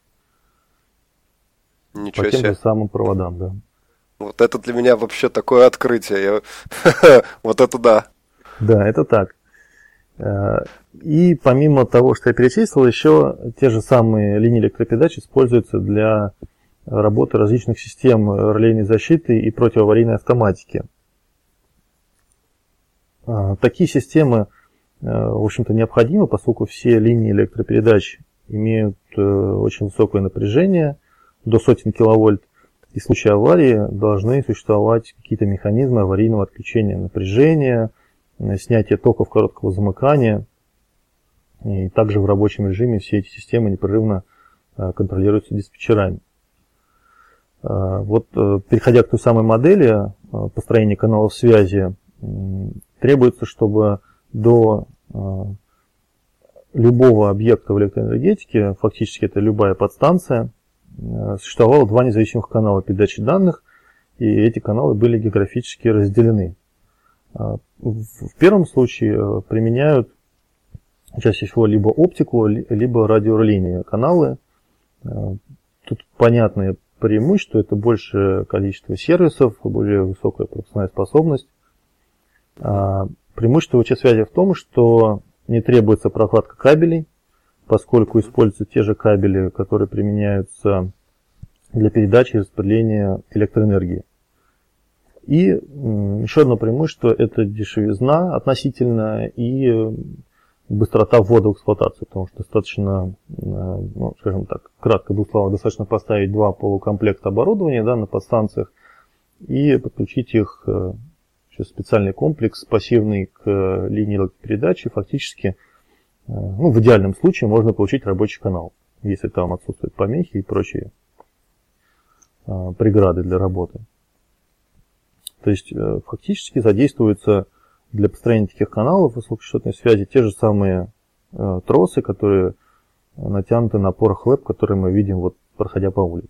Ничего по тем себе. же самым проводам, да. Вот это для меня вообще такое открытие. Вот это да. Да, это так. И помимо того, что я перечислил, еще те же самые линии электропередач используются для работы различных систем релейной защиты и противоаварийной автоматики. Такие системы, в общем-то, необходимы, поскольку все линии электропередач имеют очень высокое напряжение, до сотен киловольт, и в случае аварии должны существовать какие-то механизмы аварийного отключения напряжения, снятия токов короткого замыкания. И также в рабочем режиме все эти системы непрерывно контролируются диспетчерами. Вот, переходя к той самой модели построения каналов связи, требуется, чтобы до любого объекта в электроэнергетике, фактически это любая подстанция, существовало два независимых канала передачи данных, и эти каналы были географически разделены. В первом случае применяют чаще всего либо оптику, либо радиорелейные каналы. Тут понятное преимущество, это большее количество сервисов, более высокая пропускная способность. Преимущество ВЧ-связи в том, что не требуется прокладка кабелей, поскольку используются те же кабели, которые применяются для передачи и распределения электроэнергии. И еще одно преимущество – это дешевизна относительно и быстрота ввода в эксплуатацию, потому что достаточно, ну, скажем так, кратко в двух словах, достаточно поставить два полукомплекта оборудования, да, на подстанциях и подключить их в специальный комплекс, пассивный к линии электропередачи. Фактически, ну, в идеальном случае можно получить рабочий канал, если там отсутствуют помехи и прочие преграды для работы. То есть фактически задействуются для построения таких каналов высокочастотной связи те же самые тросы, которые натянуты на порох ВЭП, которые мы видим, вот, проходя по улице.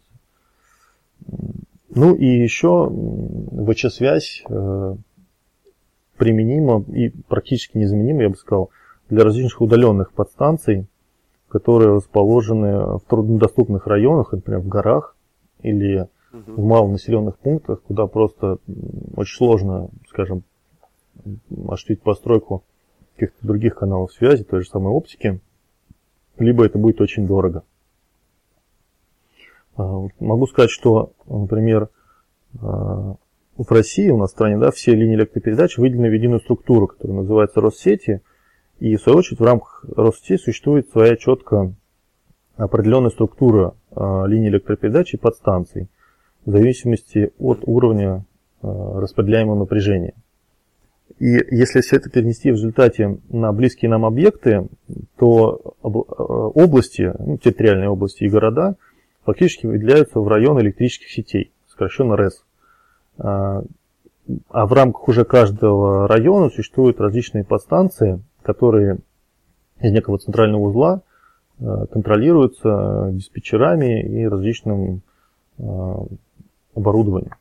Ну и еще ВЧ-связь применима и практически незаменима, я бы сказал, для различных удаленных подстанций, которые расположены в труднодоступных районах, например, в горах или в малонаселенных пунктах, куда просто очень сложно, скажем, осуществить постройку каких-то других каналов связи, той же самой оптики, либо это будет очень дорого. Могу сказать, что, например, в России, у нас в стране, да, все линии электропередач выделены в единую структуру, которая называется Россети, и в свою очередь в рамках Россети существует своя четко определенная структура линий электропередач и подстанций в зависимости от уровня распределяемого напряжения. И если все это перенести в результате на близкие нам объекты, то области, ну, территориальные области и города фактически выделяются в район электрических сетей, сокращенно РЭС. А в рамках уже каждого района существуют различные подстанции, которые из некого центрального узла контролируются диспетчерами и различным оборудованием.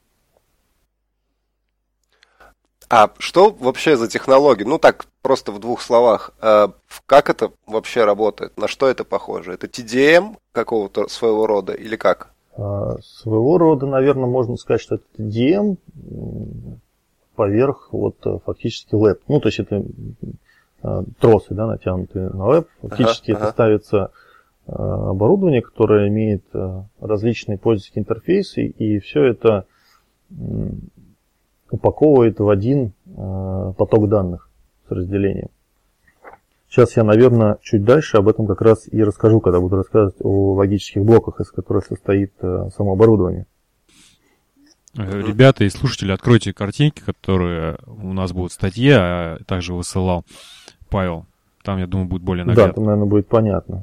А что вообще за технологии? Ну так, просто в двух словах. Как это вообще работает? На что это похоже? Это TDM какого-то своего рода или как? Своего рода, наверное, можно сказать, что это TDM поверх вот фактически ЛЭП. Ну, то есть это тросы, да, натянутые на ЛЭП. Фактически это ставится оборудование, которое имеет различные пользовательские интерфейсы, и все это упаковывает в один поток данных с разделением. Сейчас я, наверное, чуть дальше об этом как раз и расскажу, когда буду рассказывать о логических блоках, из которых состоит само оборудование. Ребята и слушатели, откройте картинки, которые у нас будут в статье, а также высылал Павел. Там, я думаю, будет более наглядно. Да, там, наверное, будет понятно.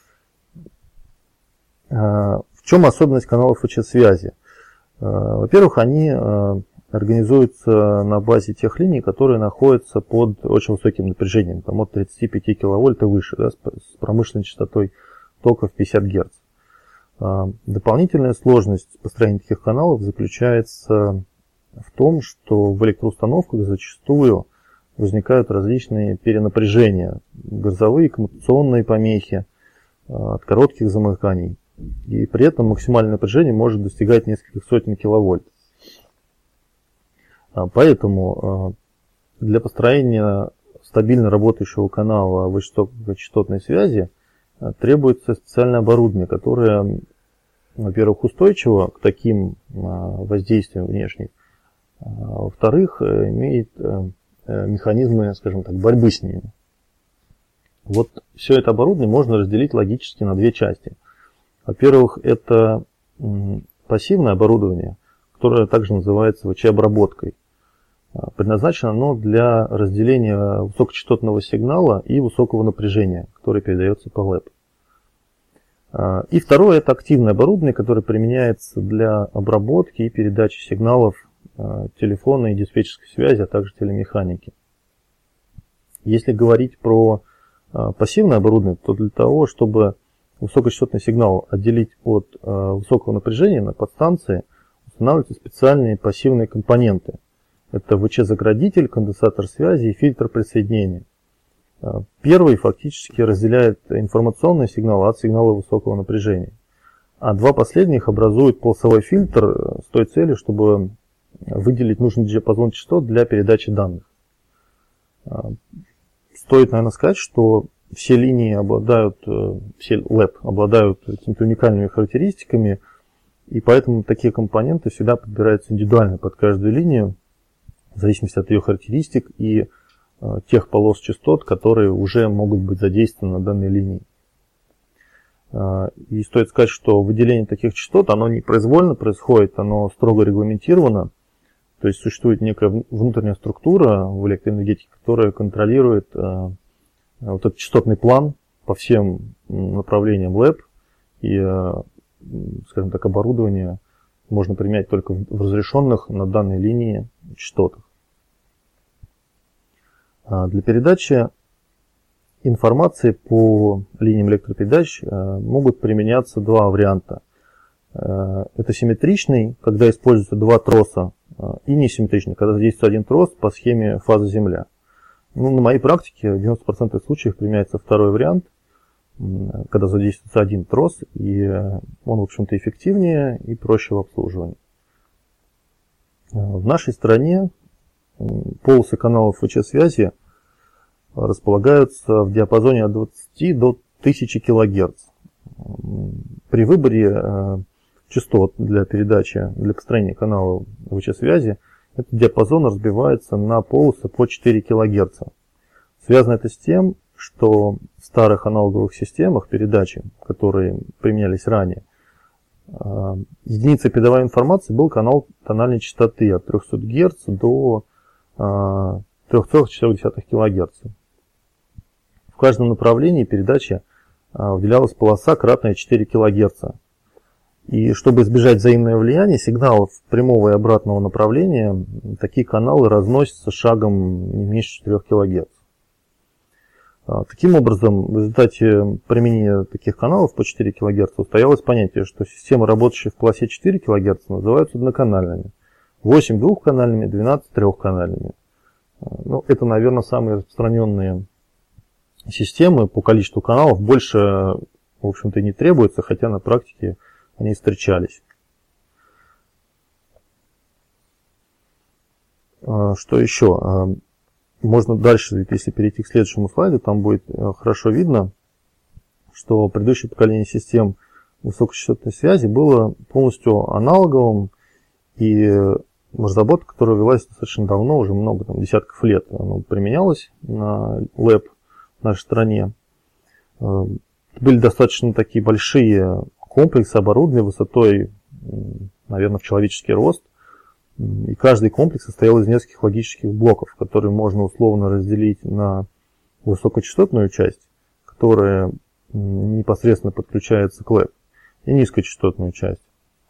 В чем особенность каналов ВЧ-связи? Во-первых, они организуются на базе тех линий, которые находятся под очень высоким напряжением, там от 35 киловольт и выше, да, с промышленной частотой тока в 50 Гц. Дополнительная сложность построения таких каналов заключается в том, что в электроустановках зачастую возникают различные перенапряжения, грозовые, коммутационные помехи от коротких замыканий. И при этом максимальное напряжение может достигать нескольких сотен киловольт. Поэтому для построения стабильно работающего канала высокочастотной связи требуется специальное оборудование, которое, во-первых, устойчиво к таким воздействиям внешним, во-вторых, имеет механизмы, скажем так, борьбы с ними. Вот все это оборудование можно разделить логически на две части. Во-первых, это пассивное оборудование, которое также называется ВЧ-обработкой. Предназначено оно для разделения высокочастотного сигнала и высокого напряжения, который передается по ЛЭП. И второе, это активное оборудование, которое применяется для обработки и передачи сигналов телефонной и диспетчерской связи, а также телемеханики. Если говорить про пассивное оборудование, то для того, чтобы высокочастотный сигнал отделить от высокого напряжения на подстанции, устанавливаются специальные пассивные компоненты. Это ВЧ-заградитель, конденсатор связи и фильтр присоединения. Первый фактически разделяет информационный сигнал от сигнала высокого напряжения. А два последних образуют полосовой фильтр с той целью, чтобы выделить нужный диапазон частот для передачи данных. Стоит, наверное, сказать, что все линии обладают, все ЛЭП обладают какими-то уникальными характеристиками, и поэтому такие компоненты всегда подбираются индивидуально под каждую линию, в зависимости от ее характеристик и тех полос частот, которые уже могут быть задействованы на данной линии. И стоит сказать, что выделение таких частот, оно не произвольно происходит, оно строго регламентировано. То есть существует некая внутренняя структура в электроэнергетике, которая контролирует вот этот частотный план по всем направлениям ЛЭП. И, скажем так, оборудование можно применять только в разрешенных на данной линии частотах. Для передачи информации по линиям электропередач могут применяться два варианта. Это симметричный, когда используются два троса, и несимметричный, когда задействуется один трос по схеме фаза Земля. На моей практике в 90% случаев применяется второй вариант, когда задействуется один трос, и он, в общем-то, эффективнее и проще в обслуживании. В нашей стране полосы каналов ВЧ-связи располагаются в диапазоне от 20 до 1000 кГц. При выборе частот для передачи, для построения канала ВЧ-связи, этот диапазон разбивается на полосы по 4 кГц. Связано это с тем, что в старых аналоговых системах передачи, которые применялись ранее, единицей передаваемой информации был канал тональной частоты от 300 Гц до 3,4 кГц. В каждом направлении передачи выделялась полоса, кратная 4 кГц. И чтобы избежать взаимного влияния сигналов прямого и обратного направления, такие каналы разносятся шагом не меньше 4 кГц. Таким образом, в результате применения таких каналов по 4 кГц устоялось понятие, что системы, работающие в полосе 4 кГц, называются одноканальными, 8 двухканальными, 12 трехканальными. Это, наверное, самые распространенные системы по количеству каналов. Больше, в общем-то, и не требуется, хотя на практике они встречались. Что еще? Можно дальше, если перейти к следующему слайду, там будет хорошо видно, что предыдущее поколение систем высокочастотной связи было полностью аналоговым, и разработка, которая велась достаточно давно, уже много, десятков лет, она применялась на ЛЭП в нашей стране. Были достаточно такие большие комплексы оборудования высотой, наверное, в человеческий рост. И каждый комплекс состоял из нескольких логических блоков, которые можно условно разделить на высокочастотную часть, которая непосредственно подключается к ЛЭП, и низкочастотную часть.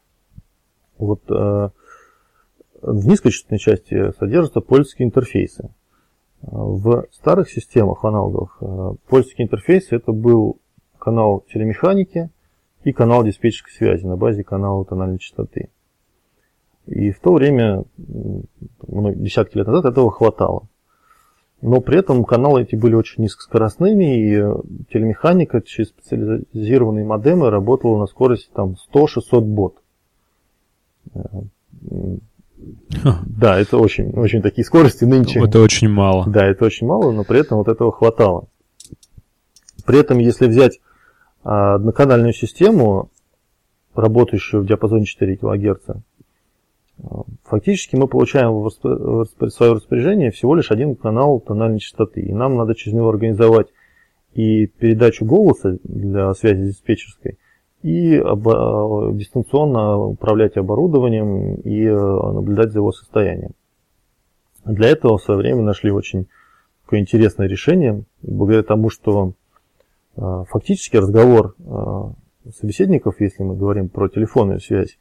В низкочастотной части содержатся пользовательские интерфейсы. В старых системах аналогов пользовательские интерфейсы это был канал телемеханики и канал диспетчерской связи на базе канала тональной частоты. И в то время, десятки лет назад, этого хватало. Но при этом каналы эти были очень низкоскоростными, и телемеханика через специализированные модемы работала на скорости 100-600 бот. Да, это очень, очень такие скорости нынче. Это очень мало. Да, это очень мало, но при этом вот этого хватало. При этом, если взять одноканальную систему, работающую в диапазоне 4 кГц, фактически мы получаем в свое распоряжение всего лишь один канал тональной частоты. И нам надо через него организовать и передачу голоса для связи диспетчерской, и дистанционно управлять оборудованием и наблюдать за его состоянием. Для этого в свое время нашли очень такое интересное решение, благодаря тому, что фактически разговор собеседников, если мы говорим про телефонную связь,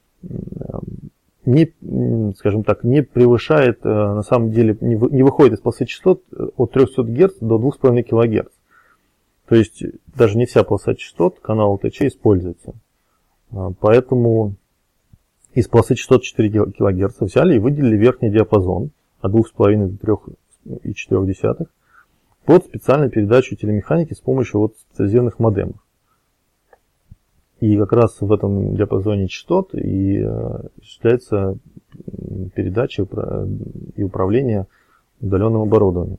не, скажем так, не превышает, на самом деле, не выходит из полосы частот от 300 Гц до 2,5 кГц. То есть даже не вся полоса частот канала ТЧ используется. Поэтому из полосы частот 4 кГц взяли и выделили верхний диапазон от 2,5 до 3,4 под специальную передачу телемеханики с помощью вот специализированных модемов. И как раз в этом диапазоне частот и осуществляется передача и управление удаленным оборудованием.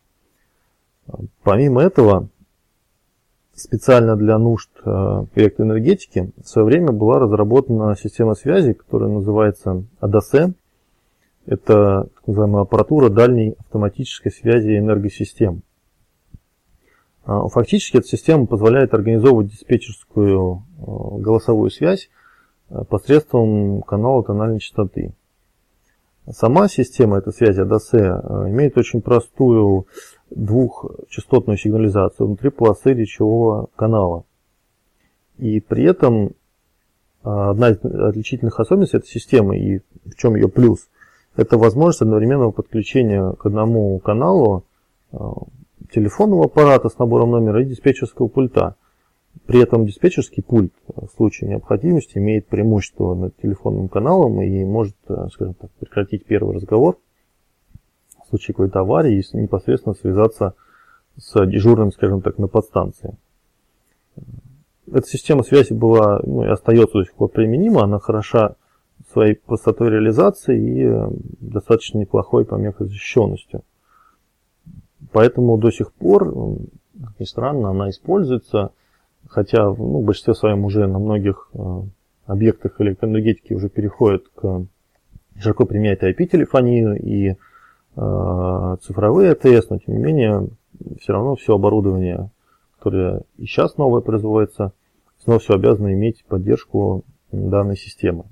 Помимо этого, специально для нужд электроэнергетики в свое время была разработана система связи, которая называется ADASE. Это так называемая аппаратура дальней автоматической связи энергосистем. Фактически эта система позволяет организовывать диспетчерскую голосовую связь посредством канала тональной частоты. Сама система этой связи ADASE имеет очень простую двухчастотную сигнализацию внутри полосы речевого канала. И при этом одна из отличительных особенностей этой системы, и в чем ее плюс, это возможность одновременного подключения к одному каналу телефонного аппарата с набором номера и диспетчерского пульта. При этом диспетчерский пульт в случае необходимости имеет преимущество над телефонным каналом и может, скажем так, прекратить первый разговор в случае какой-то аварии, если непосредственно связаться с дежурным, скажем так, на подстанции. Эта система связи была, и остается до сих пор применима, она хороша своей простотой реализации и достаточно неплохой помехозащищенностью. Поэтому до сих пор, как ни странно, она используется, хотя в большинстве своем уже на многих объектах электроэнергетики уже переходят к широко применятой IP-телефонию и цифровые АТС, но тем не менее все равно все оборудование, которое и сейчас новое производится, снова все обязано иметь поддержку данной системы.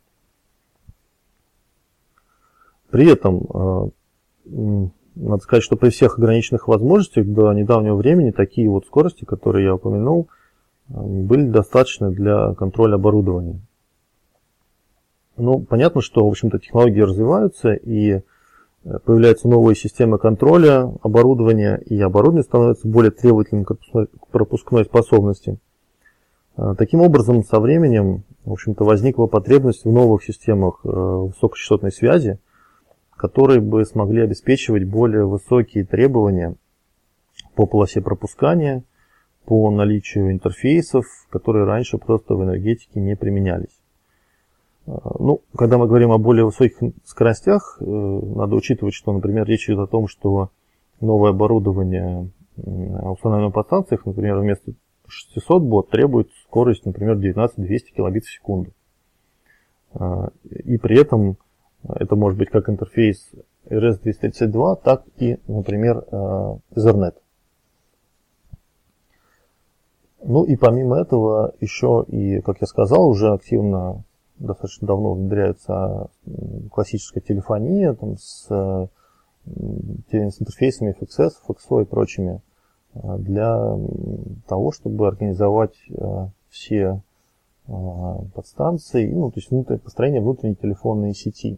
При этом надо сказать, что при всех ограниченных возможностях до недавнего времени такие вот скорости, которые я упомянул, были достаточны для контроля оборудования. Понятно, что, в общем-то, технологии развиваются и появляются новые системы контроля оборудования, и оборудование становится более требовательным к пропускной способности. Таким образом, со временем, в общем-то, возникла потребность в новых системах высокочастотной связи, которые бы смогли обеспечивать более высокие требования по полосе пропускания, по наличию интерфейсов, которые раньше просто в энергетике не применялись. Когда мы говорим о более высоких скоростях, надо учитывать, что, например, речь идет о том, что новое оборудование, установленное на подстанциях, например, вместо 600 бот требует скорость, например, 19-200 кбит в секунду. И при этом это может быть как интерфейс RS-232, так и, например, Ethernet. И помимо этого еще и, как я сказал, уже активно достаточно давно внедряется классическая телефония с интерфейсами FXS, FXO и прочими для того, чтобы организовать все подстанции, то есть построение внутренней телефонной сети.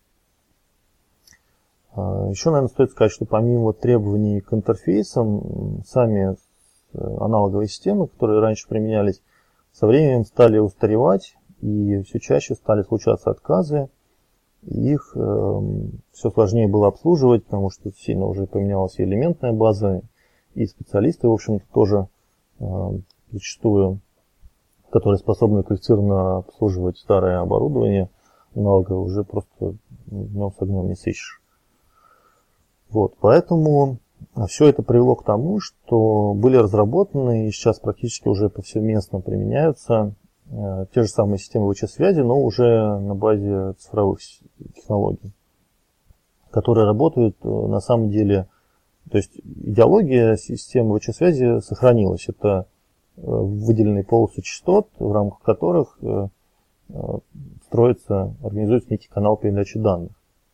Еще, наверное, стоит сказать, что помимо требований к интерфейсам, сами аналоговые системы, которые раньше применялись, со временем стали устаревать, и все чаще стали случаться отказы, и их все сложнее было обслуживать, потому что сильно уже поменялась и элементная база, и специалисты, в общем-то, тоже зачастую, которые способны квалифицированно обслуживать старое оборудование, аналоговое уже просто днем с огнем не сыщешь. Вот, поэтому все это привело к тому, что были разработаны и сейчас практически уже повсеместно применяются те же самые системы ВЧ-связи, но уже на базе цифровых технологий, которые работают на самом деле. То есть идеология системы ВЧ-связи сохранилась. Это выделенные полосы частот, в рамках которых организуется некий канал передачи данных.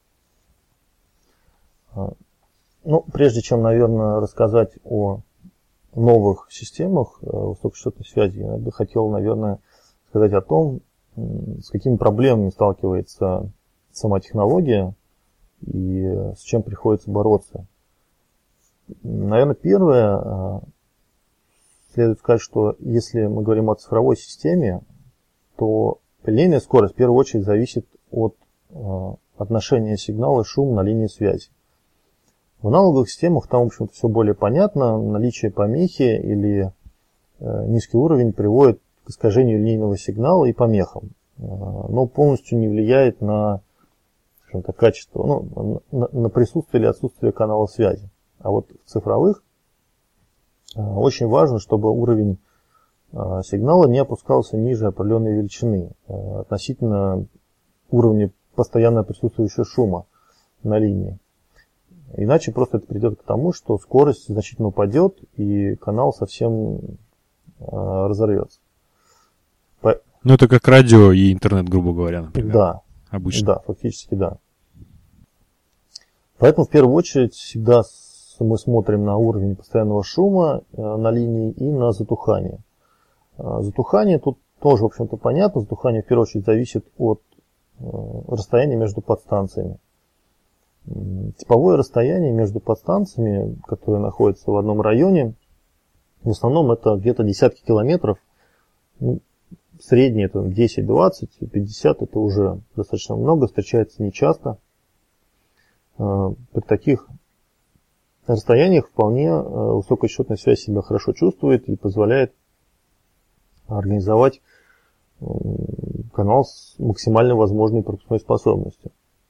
Ну, прежде чем, наверное, рассказать о новых системах высокочастотной связи, я бы хотел, наверное, сказать о том, с какими проблемами сталкивается сама технология и с чем приходится бороться. Наверное, первое, следует сказать, что если мы говорим о цифровой системе, то линейная скорость в первую очередь зависит от отношения сигнала и шума на линии связи. В аналоговых системах там, в общем-то, все более понятно. Наличие помехи или низкий уровень приводит к искажению линейного сигнала и помехам, но полностью не влияет на, скажем так, качество, на присутствие или отсутствие канала связи. А вот в цифровых очень важно, чтобы уровень сигнала не опускался ниже определенной величины относительно уровня постоянно присутствующего шума на линии. Иначе просто это придет к тому, что скорость значительно упадет и канал совсем разорвется. Ну, это как радио и интернет, грубо говоря, например. Да. Обычно. Да, фактически да. Поэтому в первую очередь всегда мы смотрим на уровень постоянного шума на линии и на затухание. Затухание тут тоже, в общем-то, понятно. Затухание в первую очередь зависит от расстояния между подстанциями. Типовое расстояние между подстанциями, которые находятся в одном районе, в основном это где-то десятки километров. Среднее это 10, 20, 50 это уже достаточно много, встречается нечасто. При таких расстояниях вполне высокочастотная связь себя хорошо чувствует и позволяет организовать канал с максимально возможной пропускной способностью.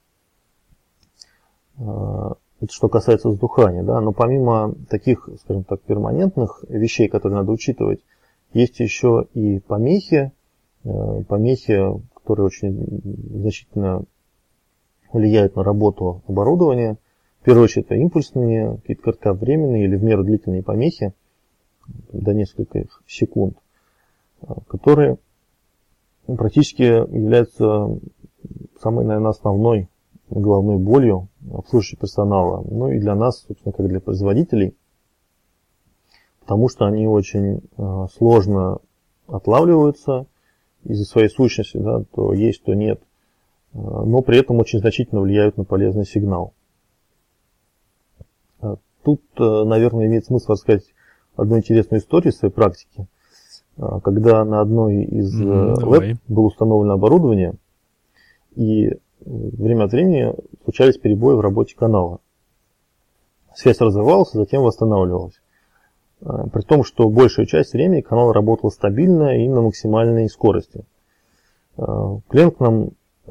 Это что касается затухания, да, но помимо таких, скажем так, перманентных вещей, которые надо учитывать, есть еще и помехи, которые очень значительно влияют на работу оборудования. В первую очередь это импульсные, какие-то кратковременные или в меру длительные помехи, до нескольких секунд, которые практически являются самой, наверное, основной головной болью обслуживающего персонала, ну и для нас, собственно, как для производителей, потому что они очень сложно отлавливаются из-за своей сущности, да, то есть, то нет, но при этом очень значительно влияют на полезный сигнал. Тут, наверное, имеет смысл рассказать одну интересную историю из своей практики. Когда на одной из лэб было установлено оборудование, и время от времени случались перебои в работе канала. Связь разрывалась, затем восстанавливалась. При том, что большую часть времени канал работал стабильно и на максимальной скорости. Клиент к нам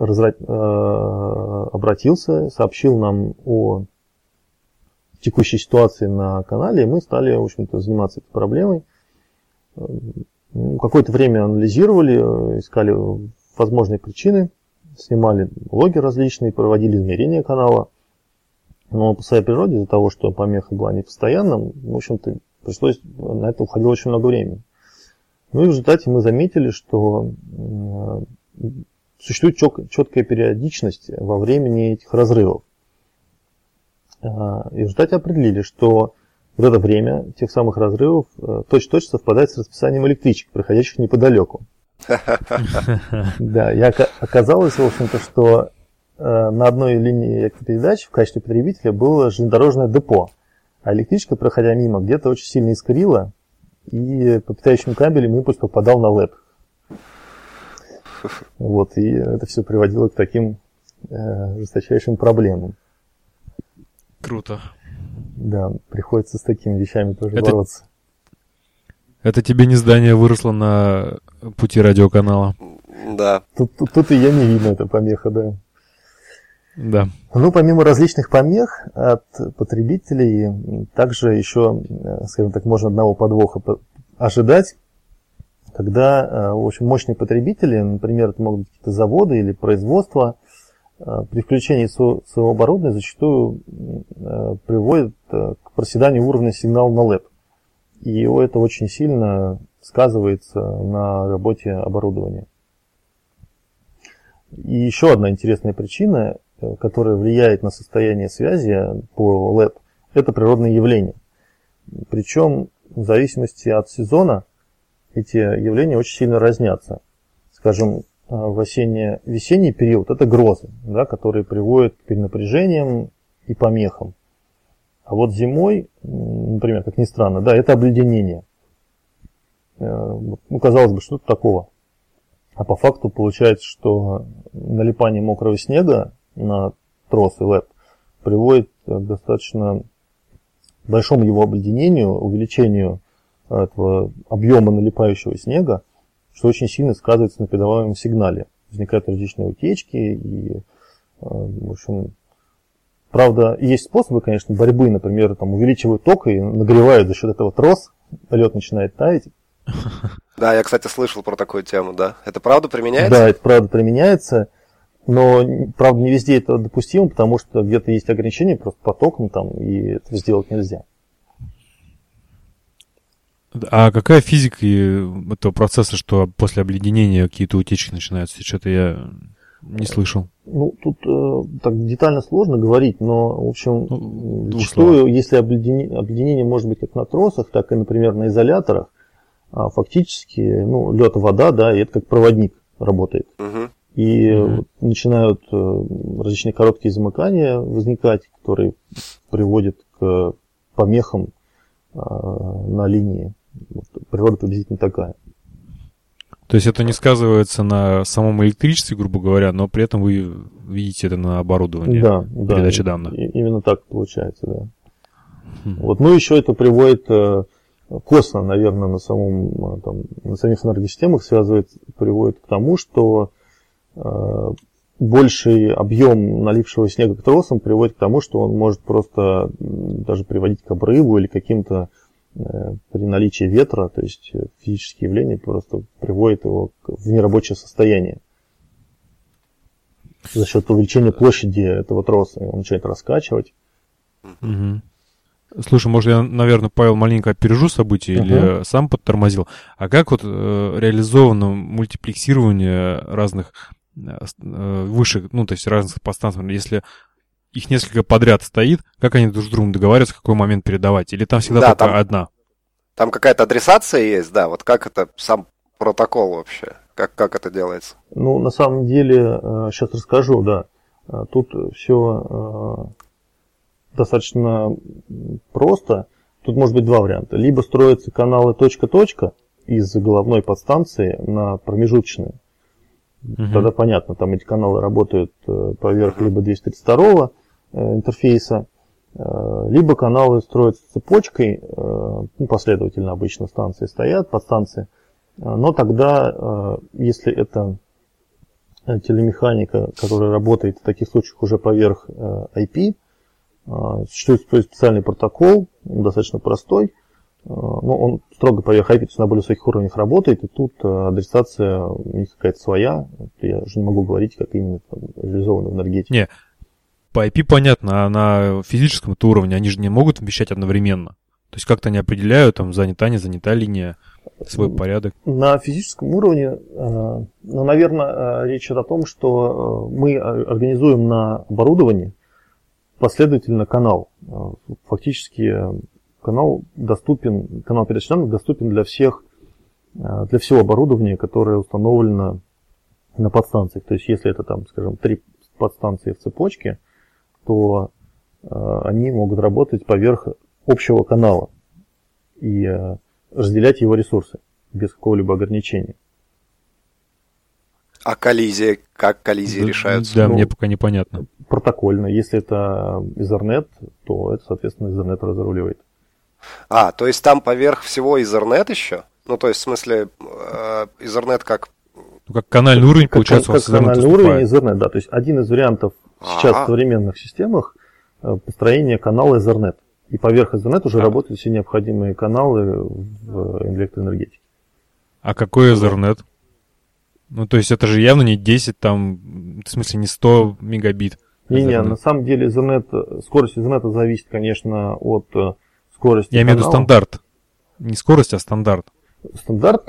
обратился, сообщил нам о текущей ситуации на канале, и мы стали, в общем-то, заниматься этой проблемой. Какое-то время анализировали, искали возможные причины, снимали логи различные, проводили измерения канала. Но по своей природе, из-за того, что помеха была непостоянна, в общем-то, пришлось, на это уходило очень много времени. Ну и в результате мы заметили, что существует четкая периодичность во времени этих разрывов. И в результате определили, что в это время тех самых разрывов точь-в-точь совпадает с расписанием электричек, проходящих неподалеку. Да, и оказалось, в общем-то, что на одной линии электропередач в качестве потребителя было железнодорожное депо, а электричка, проходя мимо, где-то очень сильно искрила, и по питающим кабелям импульс попадал на лэп. Вот, и это все приводило к таким жесточайшим проблемам. Круто. Да, приходится с такими вещами тоже бороться. Это тебе не здание выросло на пути радиоканала? Да. Тут и я не видно, эта помеха, да. Да. Ну, помимо различных помех от потребителей, также еще, скажем так, можно одного подвоха ожидать, когда, в общем, мощные потребители, например, это могут быть какие-то заводы или производства, при включении своего оборудования зачастую приводит к проседанию уровня сигнала на ЛЭП. И это очень сильно сказывается на работе оборудования. И еще одна интересная причина, которая влияет на состояние связи по ЛЭП, это природные явления. Причем в зависимости от сезона эти явления очень сильно разнятся. Скажем, в весенний период это грозы, да, которые приводят к перенапряжениям и помехам. А вот зимой, например, как ни странно, да, это обледенение. Ну, казалось бы, что тут такого? А по факту получается, что налипание мокрого снега на тросы ЛЭП приводит к достаточно большому его обледенению, увеличению этого объема налипающего снега, что очень сильно сказывается на передаваемом сигнале. Возникают различные утечки и, в общем, правда, есть способы, конечно, борьбы, например, там увеличивают ток и нагревают за счет этого трос, лед начинает таять. Да, я, кстати, слышал про такую тему, да. Это правда применяется? Да, это правда применяется, но, правда, не везде это допустимо, потому что где-то есть ограничения просто по токам там, и это сделать нельзя. А какая физика этого процесса, что после обледенения какие-то утечки начинаются? Что-то я не слышал. Ну, тут так детально сложно говорить, но, в общем, зачастую, если обледенение может быть как на тросах, так и, например, на изоляторах, фактически, ну, лед и вода, да, и это как проводник работает. И начинают различные короткие замыкания возникать, которые приводят к помехам на линии. Природа приблизительно такая. То есть это не сказывается на самом электричестве, грубо говоря, но при этом вы видите это на оборудовании передачи данных. Именно так получается, да. Вот, ну, еще это приводит косвенно, наверное, на самих энергосистемах приводит к тому, что больший объем налившего снега к тросам приводит к тому, что он может просто даже приводить к обрыву или каким-то при наличии ветра, то есть физические явления просто приводят его в нерабочее состояние. За счет увеличения площади этого троса он начинает раскачивать. Слушай, может, я, наверное, Павел, маленько опережу события или сам подтормозил. А как вот реализовано мультиплексирование разных высших, ну, то есть разных подстанций, если их несколько подряд стоит, как они друг с другом договариваются, в какой момент передавать? Или там всегда только одна? Там какая-то адресация есть, да, вот как это, сам протокол вообще, как это делается? Ну, на самом деле, сейчас расскажу, да. Тут все достаточно просто. Тут может быть два варианта. Либо строятся каналы точка-точка из головной подстанции на промежуточные. Тогда понятно, там эти каналы работают поверх либо 232 интерфейса, либо каналы строятся цепочкой, последовательно обычно станции стоят, подстанции, но тогда, если это телемеханика, которая работает в таких случаях уже поверх IP, существует специальный протокол, достаточно простой, но он строго поверх IP, то есть на более высоких уровнях работает, и тут адресация у них какая-то своя. Я уже не могу говорить, как именно реализовано в энергетике. Не, по IP понятно, а на физическом уровне они же не могут вмещать одновременно. То есть как-то они определяют, там, занята, не занята линия, свой порядок. На физическом уровне, ну, наверное, речь идет о том, что мы организуем на оборудовании последовательно канал. Фактически канал передачи данных доступен для всего оборудования, которое установлено на подстанциях. То есть, если это, там, скажем, 3 подстанции в цепочке, то они могут работать поверх общего канала и разделять его ресурсы без какого-либо ограничения. А коллизии? Как коллизии решаются? Да, мне пока непонятно. Протокольно. Если это Ethernet, то это, соответственно, Ethernet разруливает. То есть там поверх всего Ethernet еще? Ну, то есть, в смысле, Ethernet как Ну, как канальный уровень, получается, у вас как канальный уровень Ethernet, да. То есть один из вариантов сейчас в современных системах построения канала Ethernet. И поверх Ethernet уже работают все необходимые каналы в электроэнергетике. А какой Ethernet? Ну, то есть это же явно не 10, там, в смысле, не 100 мегабит. Не, на самом деле скорость Ethernet зависит, конечно, от скорости Я имею в виду стандарт. Не скорость, а стандарт. Стандарт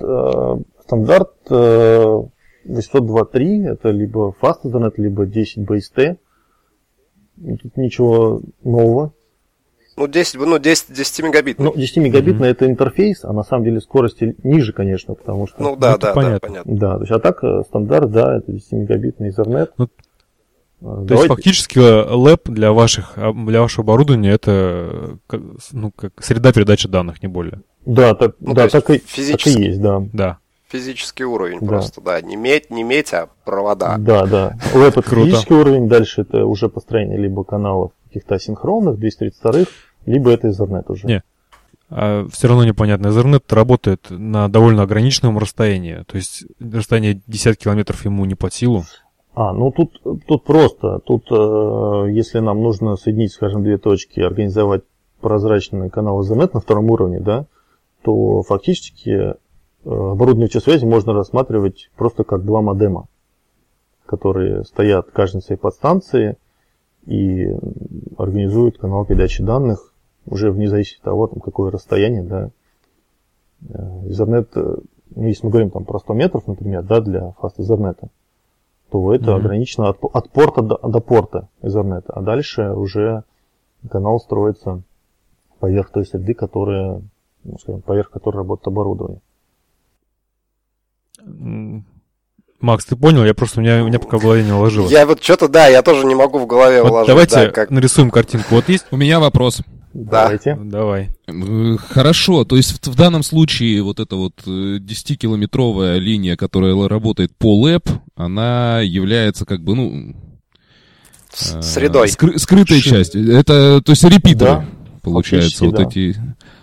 802.3, это либо Fast Ethernet, либо 10 BST. Тут ничего нового. 10 мегабит. 10 мегабитный это интерфейс, а на самом деле скорости ниже, конечно, потому что... понятно. Да, то есть, а так стандарт, да, это 10 мегабитный Ethernet. То есть фактически лэп для вашего оборудования это как среда передачи данных, не более. Да, так и есть, да. Физический уровень просто, да. Не медь, а провода. Да. Лэп это физический уровень, дальше это уже построение либо каналов каких-то асинхронных, 232-х, либо это Ethernet уже. Не. Все равно непонятно. Ethernet работает на довольно ограниченном расстоянии. То есть расстояние 50 километров ему не под силу. Тут просто. Тут, если нам нужно соединить, скажем, две точки, организовать прозрачный канал Ethernet на втором уровне, да, то фактически оборудование видеосвязи можно рассматривать просто как два модема, которые стоят каждый на своей подстанции и организуют канал передачи данных уже вне зависимости от того, какое расстояние, да. Ethernet, если мы говорим про 100 метров, например, да, для Fast Ethernet, то это ограничено от порта до порта Ethernet, а дальше уже канал строится поверх той среды, поверх которой работает оборудование. Макс, ты понял? У меня пока в голове не уложилось. Я я тоже не могу в голове уложить. Давайте нарисуем картинку. Вот есть? У меня вопрос. Давайте. Давай. Хорошо, то есть в данном случае вот эта 10-километровая линия, которая работает по ЛЭП, она является средой. Скрытой частью. Это, то есть репитеры, да, получается, эти.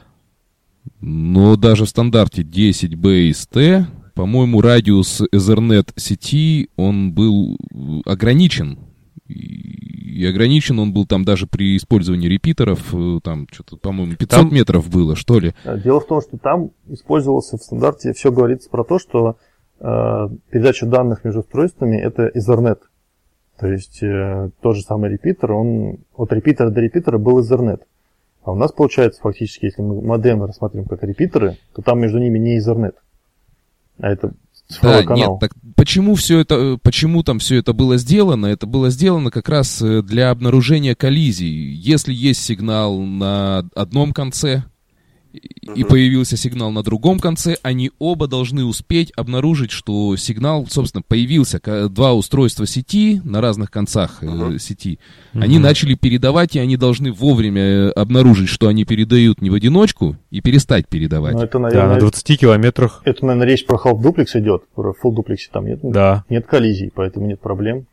Но даже в стандарте 10 BST, по-моему, радиус Ethernet сети, он был ограничен. И ограничен он был там даже при использовании репитеров, там что-то, по-моему, 500 метров было, что ли. Дело в том, что там использовался в стандарте, все говорится про то, что передача данных между устройствами это Ethernet. То есть тот же самый репитер, он от репитера до репитера был Ethernet. А у нас получается фактически, если мы модемы рассматриваем как репитеры, то там между ними не Ethernet, а это цифровой канал. Нет, так почему там все это было сделано? Это было сделано как раз для обнаружения коллизий. Если есть сигнал на одном конце и появился сигнал на другом конце, они оба должны успеть обнаружить, что сигнал, собственно, появился. Два устройства сети на разных концах сети. Они начали передавать, и они должны вовремя обнаружить, что они передают не в одиночку, и перестать передавать. Это, наверное, на 20 километрах. Это, наверное, речь про half-duplex идет. Про full-duplex там нет коллизий, поэтому нет проблем.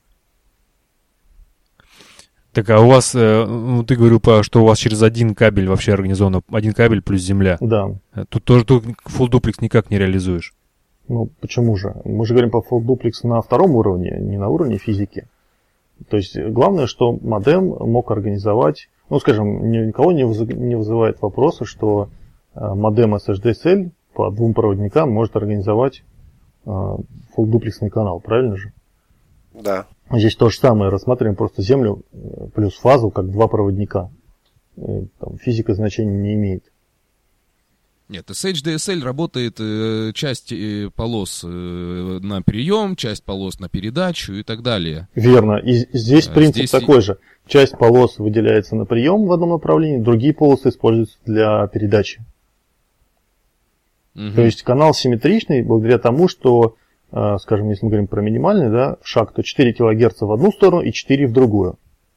Так, а у вас, ты говорил, что у вас через один кабель вообще организовано, один кабель плюс земля. Да. Тут full duplex никак не реализуешь. Почему же? Мы же говорим по full duplex на втором уровне, не на уровне физики. То есть, главное, что модем мог организовать, скажем, никого не вызывает вопроса, что модем SHDSL по двум проводникам может организовать full дуплексный канал, правильно же? Да. Здесь то же самое, рассматриваем просто землю плюс фазу, как два проводника. Там физика значения не имеет. Нет, SHDSL работает часть полос на прием, часть полос на передачу и так далее. Верно. И здесь принцип такой же. Часть полос выделяется на прием в одном направлении, другие полосы используются для передачи. То есть канал симметричный благодаря тому, что, скажем, если мы говорим про минимальный, да, шаг, то 4 кГц в одну сторону и 4 в другую.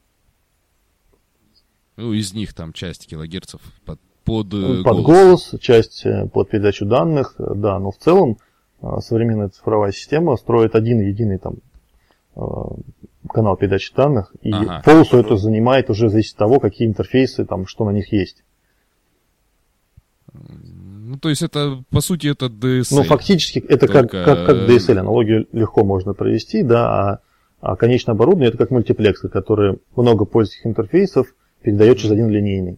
Из них там часть килогерцев под голос, часть под передачу данных, да, но в целом современная цифровая система строит один единый канал передачи данных, и полосу это занимает уже зависит от того, какие интерфейсы, что на них есть. Ну, то есть это, по сути, это DSL. Ну, фактически, это как DSL, аналогию легко можно провести, да, а конечное оборудование это как мультиплексор, который много пользовательских интерфейсов передает через один линейный.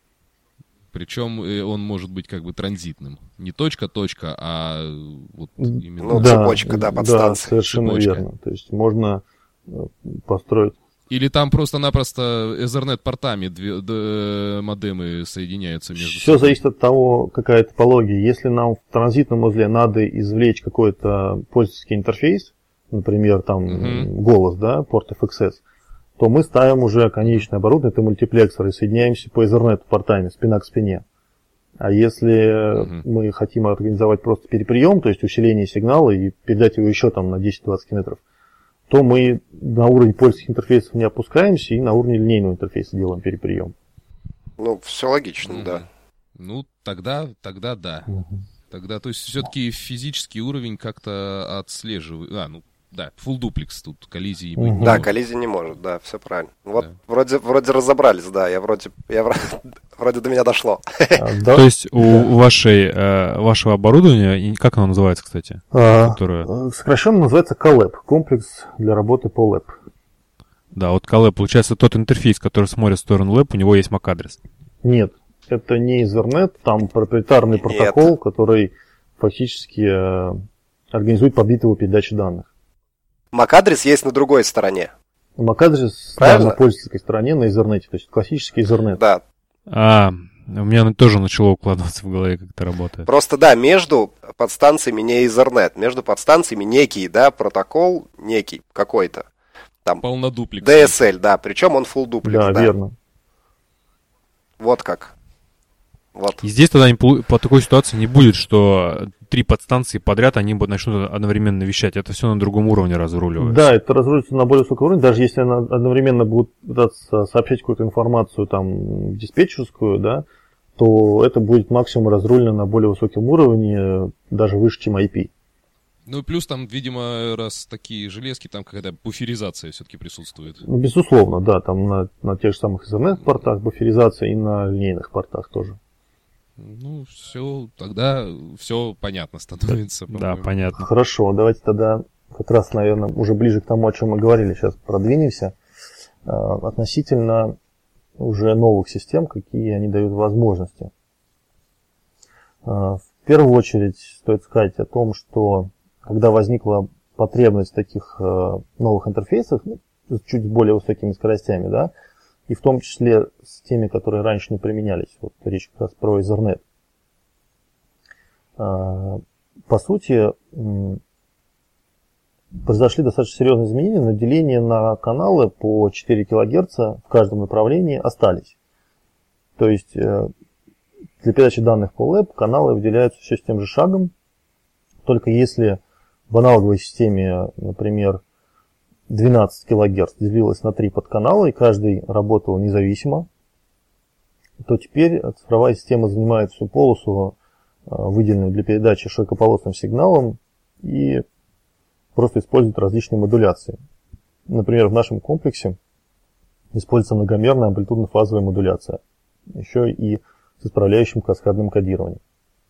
Причем он может быть как бы транзитным. Не точка-точка, а вот именно... Ну, цепочка, да, подстанция. Да, совершенно цепочка. верно. То есть можно построить... Или там просто-напросто Ethernet-портами модемы соединяются между собой? Все зависит от того, какая топология. Если нам в транзитном узле надо извлечь какой-то пользовательский интерфейс, например, там голос, да, порт FXS, то мы ставим уже конечное оборудование, это мультиплексор, и соединяемся по Ethernet портами, спина к спине. А если мы хотим организовать просто переприем, то есть усиление сигнала и передать его еще там на 10-20 метров, то мы на уровень пользовательских интерфейсов не опускаемся и на уровне линейного интерфейса делаем переприем. Ну, все логично, да. Ну, тогда да. Тогда, то есть, все-таки физический уровень как-то отслеживает. Да, full duplex тут коллизии быть не Да, может. коллизии не может, да, все правильно. Вот да. вроде разобрались, да, вроде до меня дошло. То есть у вашего оборудования, как оно называется, кстати? Сокращенно называется CALAB, комплекс для работы по LAB. Да, вот CALAB, получается, тот интерфейс, который смотрит в сторону LAB, у него есть MAC-адрес. Нет, это не Ethernet, там проприетарный протокол, который фактически организует подбитую передачу данных. MAC-адрес есть на другой стороне. MAC-адрес на пользовательской стороне, на Ethernet, то есть классический Ethernet. Да. У меня тоже начало укладываться в голове, как это работает. Просто, да, между подстанциями не Ethernet, между подстанциями некий, да, протокол некий какой-то. Там полнодуплекс. DSL, да, причем он full duplex. Да, верно. Вот как. Вот. И здесь тогда по такой ситуации не будет, что 3 подстанции подряд, они начнут одновременно вещать. Это все на другом уровне разруливается. Да, это разруливается на более высоком уровне. Даже если она одновременно будет пытаться сообщать какую-то информацию там диспетчерскую, да, то это будет максимум разрулено на более высоком уровне, даже выше, чем IP. Ну, плюс там, видимо, раз такие железки, там какая-то буферизация все-таки присутствует. Ну, безусловно, да, там на тех же самых Ethernet-портах буферизация и на линейных портах тоже. Ну, все, тогда все понятно становится. Да, понятно. Хорошо, давайте тогда как раз, наверное, уже ближе к тому, о чем мы говорили, сейчас продвинемся. Относительно уже новых систем, какие они дают возможности. В первую очередь стоит сказать о том, что когда возникла потребность в таких новых интерфейсах, с чуть более высокими скоростями, да, и в том числе с теми, которые раньше не применялись. Вот речь как раз про Ethernet. По сути, произошли достаточно серьезные изменения, но деления на каналы по 4 кГц в каждом направлении остались. То есть для передачи данных по LAB каналы выделяются все с тем же шагом, только если в аналоговой системе, например, 12 кГц делилось на 3 подканала, и каждый работал независимо, то теперь цифровая система занимает всю полосу, выделенную для передачи широкополосным сигналом, и просто использует различные модуляции. Например, в нашем комплексе используется многомерная амплитудно-фазовая модуляция, еще и с исправляющим каскадным кодированием.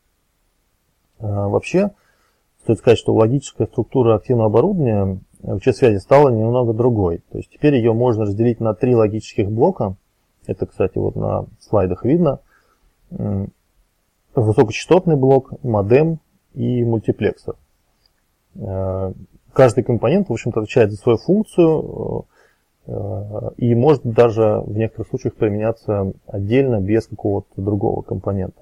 Вообще, стоит сказать, что логическая структура активного оборудования в ЧСвязи стала немного другой. То есть теперь ее можно разделить на 3 логических блока. Это, кстати, вот на слайдах видно. Высокочастотный блок, модем и мультиплексор. Каждый компонент, в общем-то, отвечает за свою функцию и может даже в некоторых случаях применяться отдельно, без какого-то другого компонента.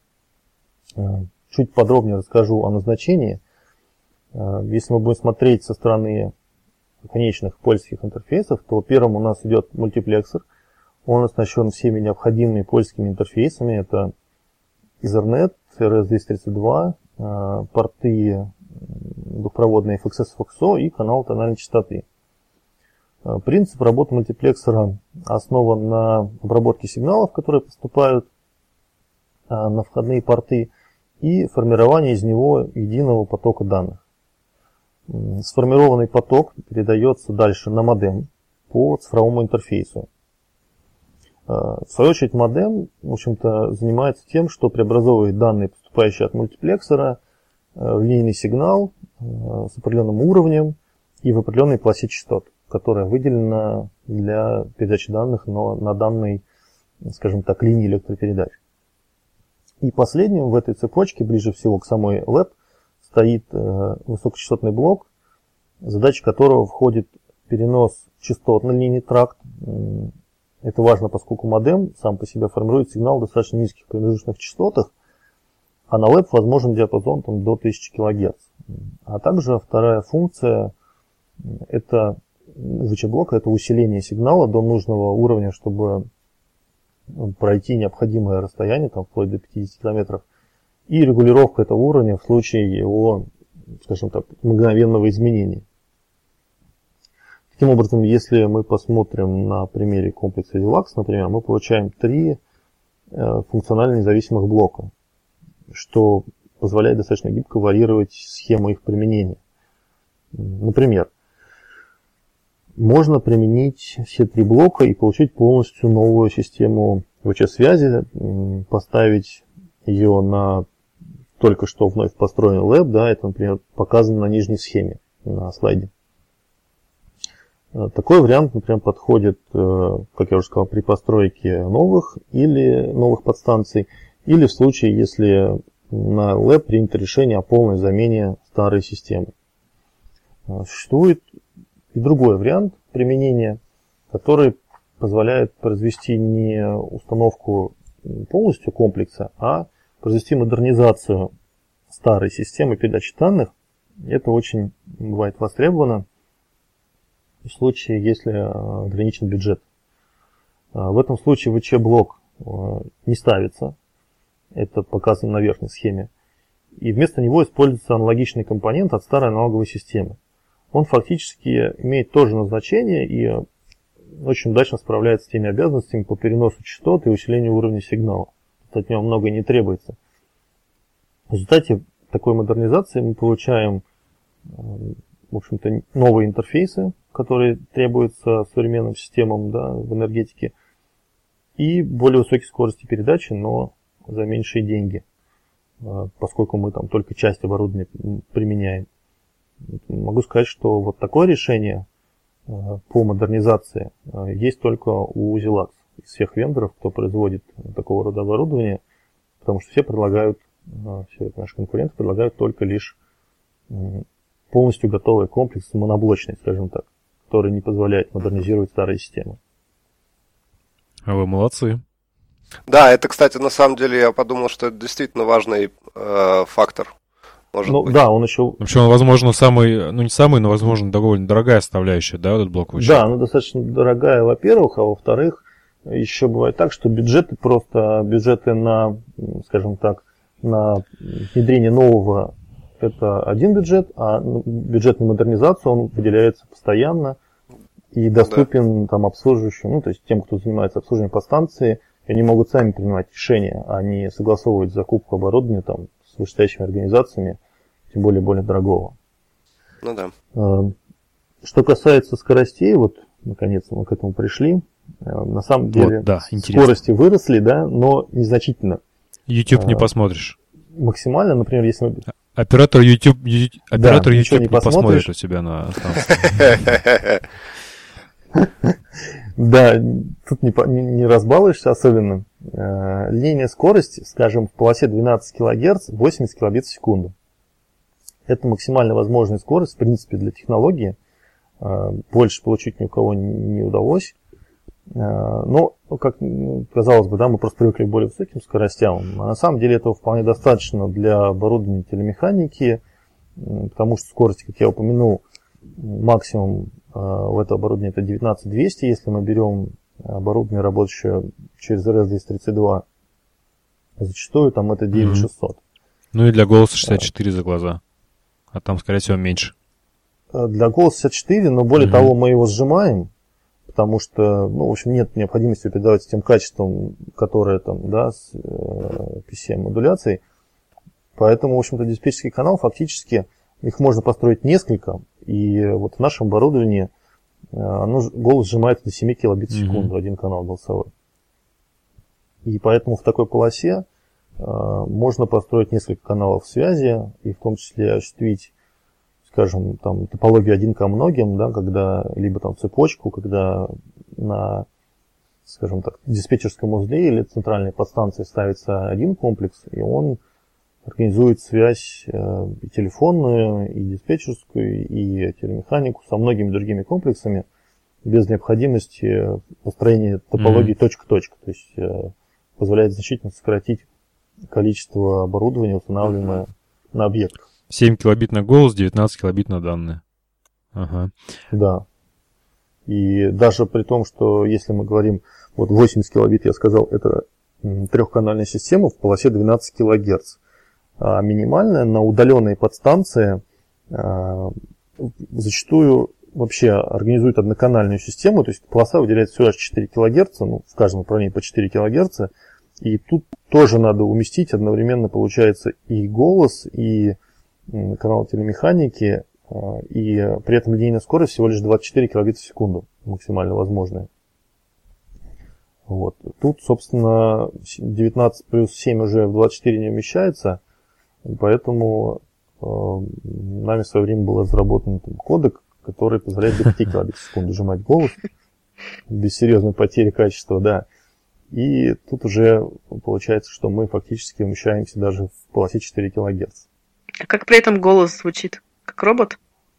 Чуть подробнее расскажу о назначении. Если мы будем смотреть со стороны конечных пользовательских интерфейсов, то первым у нас идет мультиплексор. Он оснащен всеми необходимыми пользовательскими интерфейсами. Это Ethernet, RS-232, порты двухпроводные FXS, FXO и канал тональной частоты. Принцип работы мультиплексора основан на обработке сигналов, которые поступают на входные порты, и формировании из него единого потока данных. Сформированный поток передается дальше на модем по цифровому интерфейсу. В свою очередь модем, в общем-то, занимается тем, что преобразовывает данные, поступающие поступающий от мультиплексора в линейный сигнал с определенным уровнем и в определенной полосе частот, которая выделена для передачи данных на данной, скажем так, линии электропередач. И последним в этой цепочке, ближе всего к самой ЛЭП, стоит высокочастотный блок, задача которого входит перенос частот на линейный тракт. Это важно, поскольку модем сам по себе формирует сигнал в достаточно низких промежуточных частотах, а на ЛЭП возможен диапазон до 1000 кГц. А также вторая функция это ВЧ-блока, это усиление сигнала до нужного уровня, чтобы пройти необходимое расстояние, вплоть до 50 км, и регулировка этого уровня в случае его, скажем так, мгновенного изменения. Таким образом, если мы посмотрим на примере комплекса VLAX, например, мы получаем 3 функционально независимых блока, что позволяет достаточно гибко варьировать схему их применения. Например, можно применить все 3 блока и получить полностью новую систему ВЧ-связи, поставить ее на только что вновь построенный ЛЭП, это, например, показано на нижней схеме на слайде. Такой вариант, например, подходит, как я уже сказал, при постройке новых подстанций, или в случае, если на ЛЭП принято решение о полной замене старой системы. Существует и другой вариант применения, который позволяет произвести не установку полностью комплекса, а произвести модернизацию старой системы передачи данных. Это очень бывает востребовано в случае, если ограничен бюджет. В этом случае ВЧ-блок не ставится, это показано на верхней схеме, и вместо него используется аналогичный компонент от старой аналоговой системы. Он фактически имеет то же назначение и очень удачно справляется с теми обязанностями по переносу частот и усилению уровня сигнала. От него многое не требуется. В результате такой модернизации мы получаем, в общем-то, новые интерфейсы, которые требуются современным системам в энергетике, и более высокие скорости передачи, но за меньшие деньги, поскольку мы там только часть оборудования применяем. Могу сказать, что вот такое решение по модернизации есть только у VLAX из всех вендоров, кто производит такого рода оборудование, потому что все наши конкуренты предлагают только лишь полностью готовый комплекс моноблочный, скажем так, который не позволяет модернизировать старые системы. А вы молодцы. Да, это, кстати, на самом деле я подумал, что это действительно важный фактор. Может быть. Да, он еще... Вообще, он, возможно, не самый, но, возможно, довольно дорогая составляющая, этот блок ВЧ? Да, она достаточно дорогая, во-первых, а во-вторых, еще бывает так, что бюджеты на, скажем так, на внедрение нового, это один бюджет, а бюджет на модернизацию, он выделяется постоянно и доступен обслуживающим, то есть тем, кто занимается обслуживанием подстанции, они могут сами принимать решения, а не согласовывать закупку оборудования с вышестоящими организациями, тем более дорогого. Ну да. Что касается скоростей, наконец мы к этому пришли. На самом деле скорости выросли, но незначительно. YouTube не посмотришь. Максимально, например, если мы... Оператор YouTube не посмотрит у тебя на станции. Да, тут не разбалуешься особенно. Линейная скорость, скажем, в полосе 12 кГц 80 кбит в секунду. Это максимально возможная скорость, в принципе, для технологии. Больше получить ни у кого не удалось. Но, как казалось бы, мы просто привыкли к более высоким скоростям. А на самом деле этого вполне достаточно для оборудования телемеханики, потому что скорость, как я упомянул, максимум в это оборудование это 19200, если мы берем оборудование, работающее через RS-232. Зачастую это 9600. Ну и для голоса 64 за глаза. А там, скорее всего, меньше. Для голоса 64, но более того, мы его сжимаем, потому что, в общем, нет необходимости передавать с тем качеством, которое с PCM-модуляцией. Поэтому, в общем-то, диспетчерский канал, фактически, их можно построить несколько, и в нашем оборудовании голос сжимается до 7 кбит в секунду, один канал голосовой. И поэтому в такой полосе можно построить несколько каналов связи и в том числе осуществить, скажем, там, топологию один ко многим, да, когда либо там цепочку, когда на, скажем так, диспетчерском узле или центральной подстанции ставится один комплекс, и он организует связь и телефонную, и диспетчерскую, и телемеханику со многими другими комплексами без необходимости построения топологии точка-точка. То есть позволяет значительно сократить количество оборудования, устанавливаемое на объектах. 7 килобит на голос, 19 килобит на данные. Ага. Да. И даже при том, что если мы говорим, вот 80 килобит, я сказал, это трехканальная система в полосе 12 килогерц. А минимальная на удаленной подстанции зачастую вообще организует одноканальную систему, то есть полоса выделяет всего лишь 4 кГц, ну, в каждом направлении по 4 кГц, и тут тоже надо уместить одновременно, получается, и голос, и канал телемеханики, и при этом линейная скорость всего лишь 24 кбит в секунду, максимально возможная. Вот. Тут, собственно, 19 плюс 7 уже в 24 не умещается, и поэтому нами в свое время был разработан кодек, который позволяет до 5 кбит в секунду сжимать голос без серьезной потери качества, да. И тут уже получается, что мы фактически умещаемся даже в полосе 4 кГц. А как при этом голос звучит? Как робот?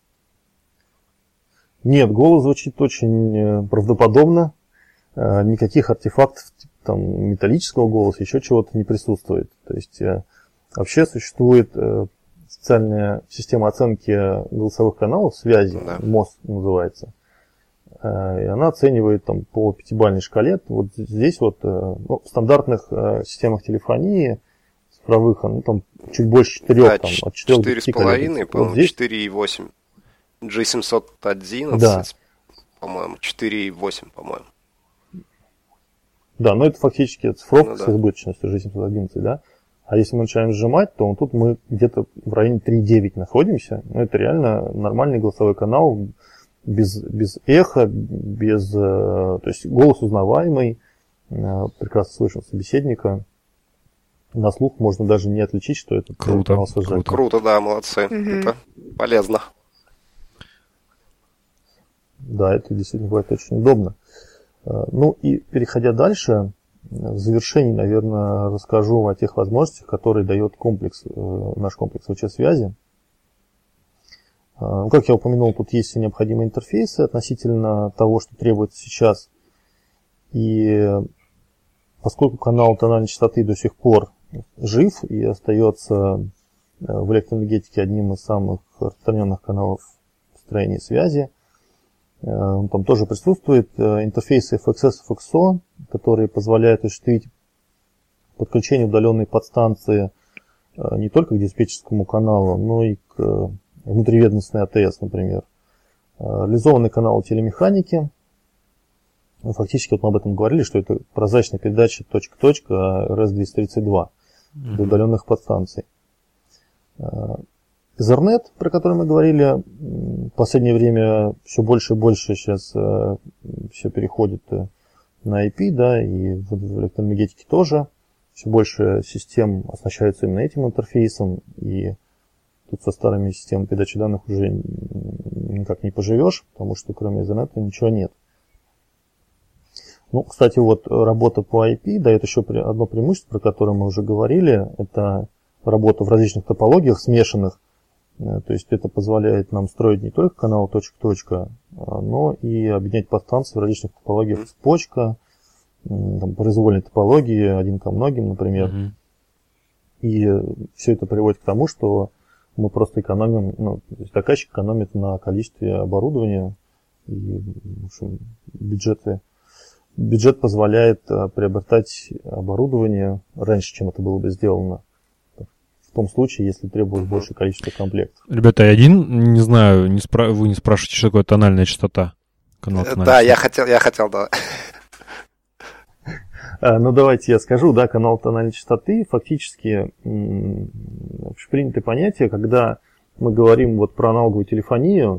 Нет, голос звучит очень правдоподобно. Никаких артефактов там, металлического голоса, еще чего-то не присутствует. То есть вообще существует специальная система оценки голосовых каналов связи, МОС называется. И она оценивает там, по пятибалльной шкале. Вот здесь вот в стандартных системах телефонии цифровых, ну, там чуть больше 4, да, там, от 4 до 5 4,5, по-моему, вот здесь... 4,8. G711, да. По-моему, 4,8, по-моему. Да, но это фактически цифровка с избыточностью G711, да. А если мы начинаем сжимать, то тут мы где-то в районе 3,9 находимся. Ну, это реально нормальный голосовой канал, без эха, то есть голос узнаваемый, прекрасно слышен собеседника. На слух можно даже не отличить, что это канал СЖ. Круто, да, молодцы. Это полезно. Да, это действительно бывает очень удобно. Ну и переходя дальше, в завершении, наверное, расскажу о тех возможностях, которые дает наш комплекс ВЧ-связи. Как я упомянул, тут есть все необходимые интерфейсы относительно того, что требуется сейчас. И поскольку канал тональной частоты до сих пор жив и остается в электроэнергетике одним из самых распространенных каналов построения связи, там тоже присутствуют интерфейсы FXS и FXO, которые позволяют осуществить подключение удаленной подстанции не только к диспетчерскому каналу, но и к внутриведомственной АТС, например. Реализованный канал телемеханики. Фактически вот мы об этом говорили, что это прозрачная передача точка-точка RS-232 до удаленных подстанций. Ethernet, про который мы говорили, в последнее время все больше и больше сейчас все переходит на IP, да, и в электроэнергетике тоже. Все больше систем оснащаются именно этим интерфейсом, и тут со старыми системами передачи данных уже никак не поживешь, потому что кроме Ethernet ничего нет. Ну, кстати, вот работа по IP дает еще одно преимущество, про которое мы уже говорили. Это работа в различных топологиях смешанных. То есть это позволяет нам строить не только канал точка-точка, но и объединять подстанции в различных топологиях цепочка, там, произвольной топологии, один ко многим, например. И все это приводит к тому, что мы просто экономим, то есть заказчик экономит на количестве оборудования, и, в общем, бюджет позволяет приобретать оборудование раньше, чем это было бы сделано. В том случае, если требуется большее количество комплектов. Ребята, я один, не знаю, вы не спрашиваете, что такое тональная частота? Да, я хотел, да. Ну, давайте я скажу, да, канал тональной частоты фактически общепринятое понятие, когда мы говорим вот про аналоговую телефонию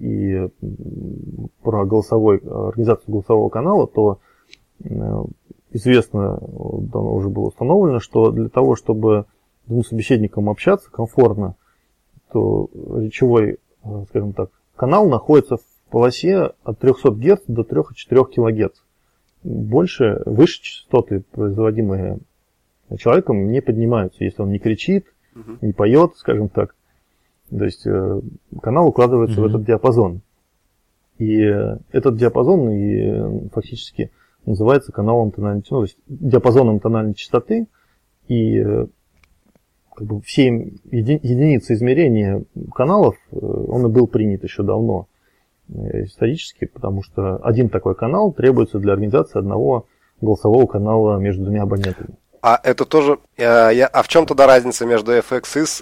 и про организацию голосового канала, то известно, давно уже было установлено, что для того, чтобы двум собеседникам общаться комфортно, то речевой, скажем так, канал находится в полосе от 300 Гц до 3,4 кГц. Выше частоты, производимые человеком, не поднимаются, если он не кричит, не поет, скажем так. То есть канал укладывается в этот диапазон. И этот диапазон и фактически называется каналом тональной частоты, то есть диапазоном тональной частоты, и как бы все единицы измерения каналов, он и был принят еще давно исторически, потому что один такой канал требуется для организации одного голосового канала между двумя абонентами. А это тоже... А в чем тогда разница между FXS,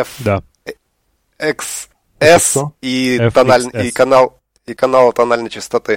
XS и канал тональной частоты?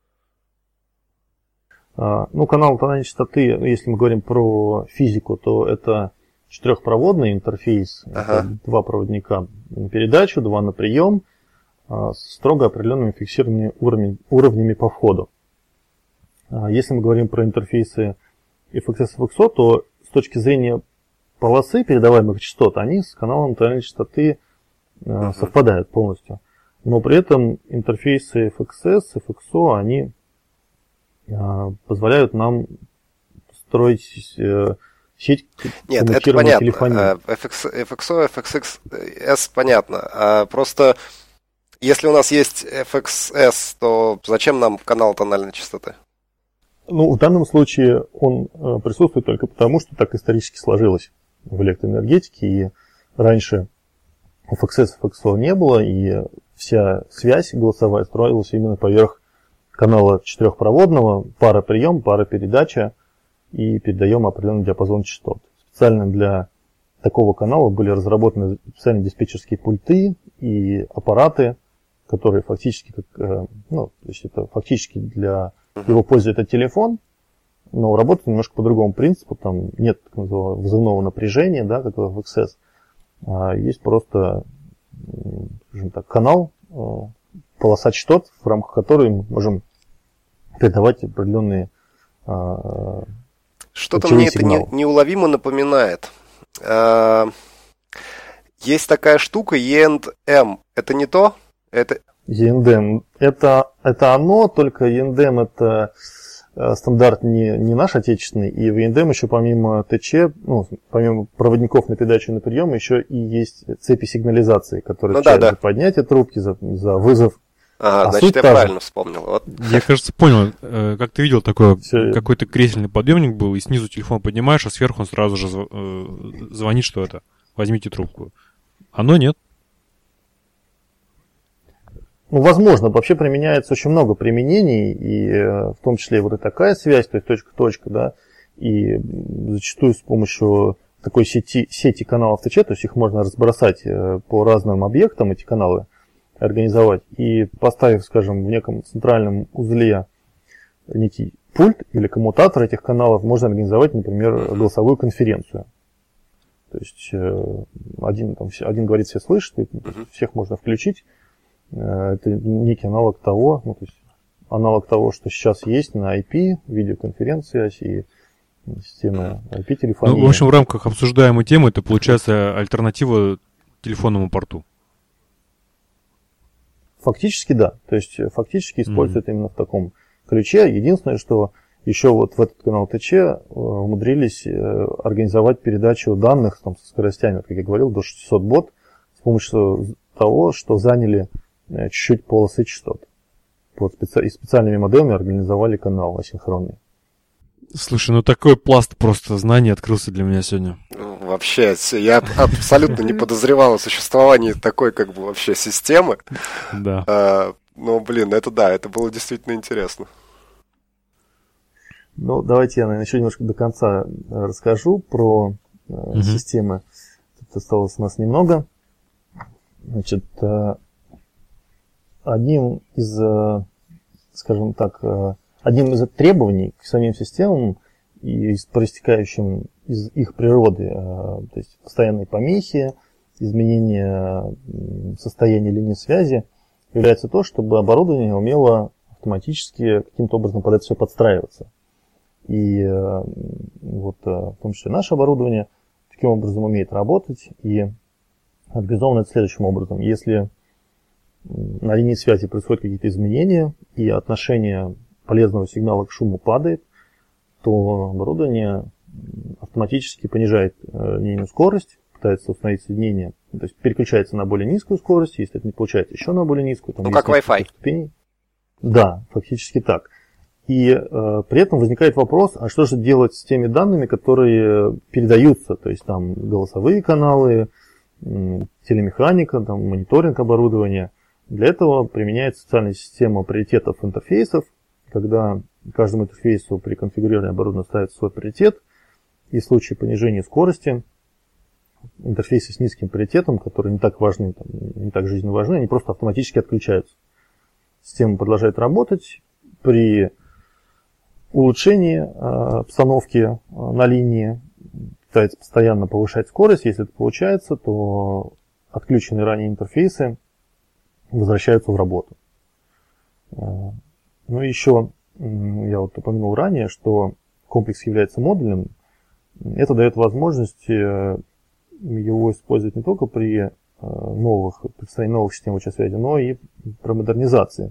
Канал тональной частоты, если мы говорим про физику, то это четырехпроводный интерфейс. Это два проводника на передачу, два на прием, с строго определенными фиксированными уровнями по входу. Если мы говорим про интерфейсы FXS и FXO, то с точки зрения полосы передаваемых частот, они с каналом тональной частоты совпадают полностью. Но при этом интерфейсы FXS и FXO, они позволяют нам строить сеть коммутирования телефонии. Нет, это понятно. FXO, FXS понятно. Просто если у нас есть FXS, то зачем нам канал тональной частоты? В данном случае он присутствует только потому, что так исторически сложилось в электроэнергетике, и раньше FXS и FXO не было, и вся связь голосовая строилась именно поверх канала четырехпроводного, пара прием, пара передача, и передаем определенный диапазон частот. Специально для такого канала были разработаны специальные диспетчерские пульты и аппараты, которые фактически, то есть это фактически для его пользы это телефон, но работает немножко по другому принципу, там нет так называемого взрывного напряжения, да, как в FXS, а есть просто, скажем так, канал, полоса частот, в рамках которой мы можем передавать определенные что-то мне сигналы. Это неуловимо напоминает. Есть такая штука E&M. Это не то? E&M. Это оно, только E&M это стандарт не наш отечественный. И в E&M еще помимо ТЧ, помимо проводников на передачу и на прием, еще и есть цепи сигнализации, которые отвечают за поднятие трубки, за вызов. Значит, я правильно вспомнил. Вот. Я, кажется, понял, как ты видел, такой какой-то кресельный подъемник был, и снизу телефон поднимаешь, а сверху он сразу же звонит, что это. Возьмите трубку. Оно нет. Возможно, вообще применяется очень много применений, и в том числе вот и такая связь, то есть точка-точка, да, и зачастую с помощью такой сети каналов ТЧ, то есть их можно разбросать по разным объектам, эти каналы, организовать, и поставив, скажем, в неком центральном узле некий пульт или коммутатор этих каналов, можно организовать, например, голосовую конференцию. То есть один говорит, все слышат, и всех можно включить. Это некий аналог того, что сейчас есть на IP, видеоконференц-связь и система IP-телефонии. В общем, в рамках обсуждаемой темы это получается альтернатива телефонному порту. Фактически да. То есть фактически используют именно в таком ключе. Единственное, что еще вот в этот канал ТЧ умудрились организовать передачу данных со скоростями, как я говорил, до 600 бот с помощью того, что заняли чуть-чуть полосы частот. И специальными модемами организовали канал асинхронный. Слушай, такой пласт просто знаний открылся для меня сегодня. Вообще, я абсолютно не подозревал о существовании такой вообще системы. Да. Это было действительно интересно. Давайте я, наверное, еще немножко до конца расскажу про системы. Тут осталось у нас немного. Значит, одним из, скажем так, одним из требований к самим системам и проистекающим из их природы, то есть постоянные помехи, изменение состояния линии связи, является то, чтобы оборудование умело автоматически каким-то образом под это все подстраиваться. И вот в том числе наше оборудование таким образом умеет работать. И организовано это следующим образом. Если на линии связи происходят какие-то изменения, и отношение полезного сигнала к шуму падает, то оборудование автоматически понижает линейную скорость, пытается установить соединение, то есть переключается на более низкую скорость, если это не получается, еще на более низкую. Там, как Wi-Fi. Ступеней. Да, фактически так. И при этом возникает вопрос, а что же делать с теми данными, которые передаются, то есть там голосовые каналы, телемеханика, там, мониторинг оборудования. Для этого применяется специальная система приоритетов интерфейсов, когда каждому интерфейсу при конфигурировании оборудования ставится свой приоритет, и в случае понижения скорости интерфейсы с низким приоритетом, которые не так важны, там, не так жизненно важны, они просто автоматически отключаются. Система продолжает работать. При улучшении обстановки на линии пытается постоянно повышать скорость. Если это получается, то отключенные ранее интерфейсы возвращаются в работу. Ну и еще, я вот упомянул ранее, что комплекс является модульным. Это дает возможность его использовать не только при представлении новых систем связи, но и при модернизации.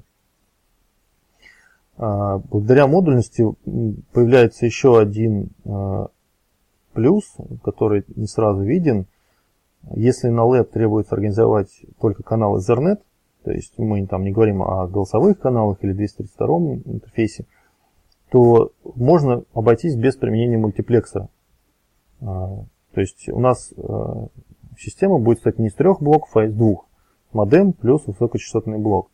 Благодаря модульности появляется еще один плюс, который не сразу виден. Если на LAP требуется организовать только канал Ethernet, то есть мы там не говорим о голосовых каналах или 232 интерфейсе, то можно обойтись без применения мультиплексора. То есть у нас система будет, кстати, не из 3 блоков, а из 2. Модем плюс высокочастотный блок.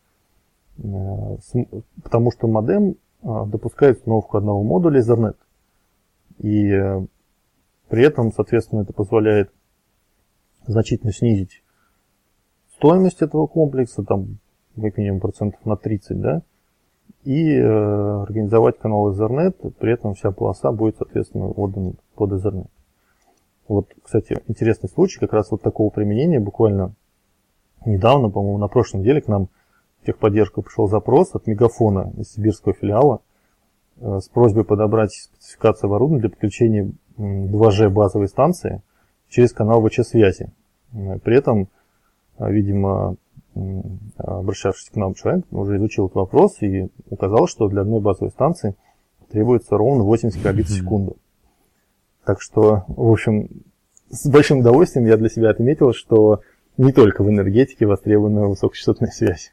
Потому что модем допускает установку одного модуля Ethernet. И при этом, соответственно, это позволяет значительно снизить стоимость этого комплекса, там, как минимум процентов на 30, да, и организовать канал Ethernet, при этом вся полоса будет, соответственно, отдана под Ethernet. Вот, кстати, интересный случай, как раз вот такого применения, буквально недавно, по-моему, на прошлой неделе к нам в техподдержку пришел запрос от Мегафона из сибирского филиала с просьбой подобрать спецификацию оборудования для подключения 2G базовой станции через канал ВЧ-связи. При этом, видимо, обращавшийся к нам человек уже изучил этот вопрос и указал, что для одной базовой станции требуется ровно 80 кбит в секунду. Так что, в общем, с большим удовольствием я для себя отметил, что не только в энергетике востребована высокочастотная связь.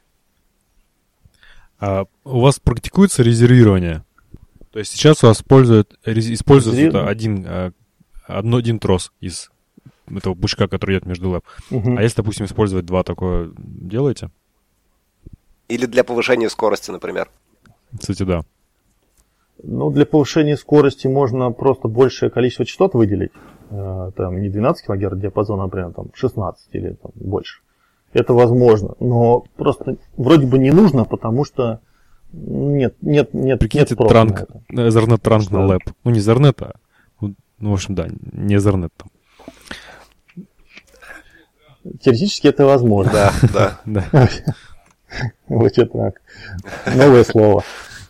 А у вас практикуется резервирование? То есть сейчас у вас используется один трос из этого пучка, который идет между LAP. А если, допустим, использовать два, такое делаете? Или для повышения скорости, например. Кстати, да. Ну, для повышения скорости можно просто большее количество частот выделить. Там не 12 кГц диапазона, например, там 16 или там, больше. Это возможно, но просто вроде бы не нужно, потому что нет. Прикиньте, Ethernet транк на LAP. Ну, не Ethernet, а... Ну, в общем, да, не Ethernet там. Теоретически это возможно. Да. Вот так. Новое слово.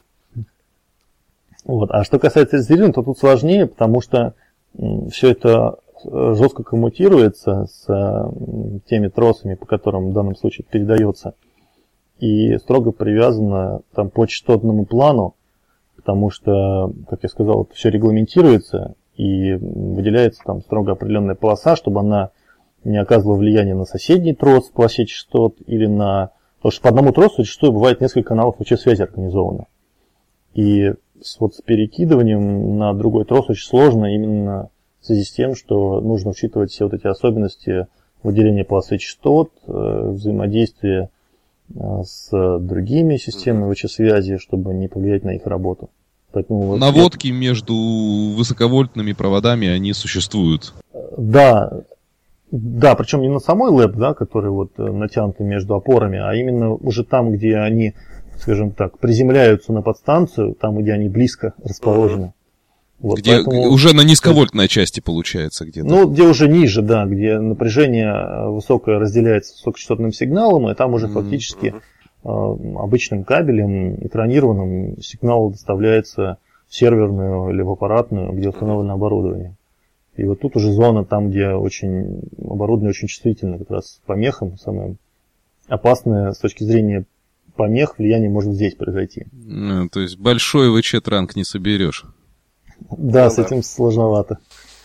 Вот. А что касается резервирования, то тут сложнее, потому что все это жестко коммутируется с теми тросами, по которым в данном случае передается, и строго привязано там, по частотному плану, потому что, как я сказал, это все регламентируется и выделяется там строго определенная полоса, чтобы она не оказывала влияния на соседний трос в полосе частот или на... Потому что по одному тросу зачастую бывает несколько каналов ВЧ-связи организовано. И вот с перекидыванием на другой трос очень сложно именно в связи с тем, что нужно учитывать все вот эти особенности выделения полосы частот, взаимодействия с другими системами ВЧ-связи, чтобы не повлиять на их работу. Поэтому наводки между высоковольтными проводами, они существуют. Да, причем не на самой LAP, да, который вот натянуты между опорами, а именно уже там, где они, скажем так, приземляются на подстанцию, там, где они близко расположены. Вот, где поэтому, уже на низковольтной части получается где-то. Ну, где уже ниже, да, где напряжение высокое разделяется с высокочастотным сигналом, и там уже фактически обычным кабелем экранированным сигнал доставляется серверную или в аппаратную, где установлено оборудование. И вот тут уже зона, там, где оборудование очень чувствительно как раз к помехам, самое опасное с точки зрения помех, влияние может здесь произойти. То есть большой ВЧ-транк не соберешь. Да, с этим сложновато.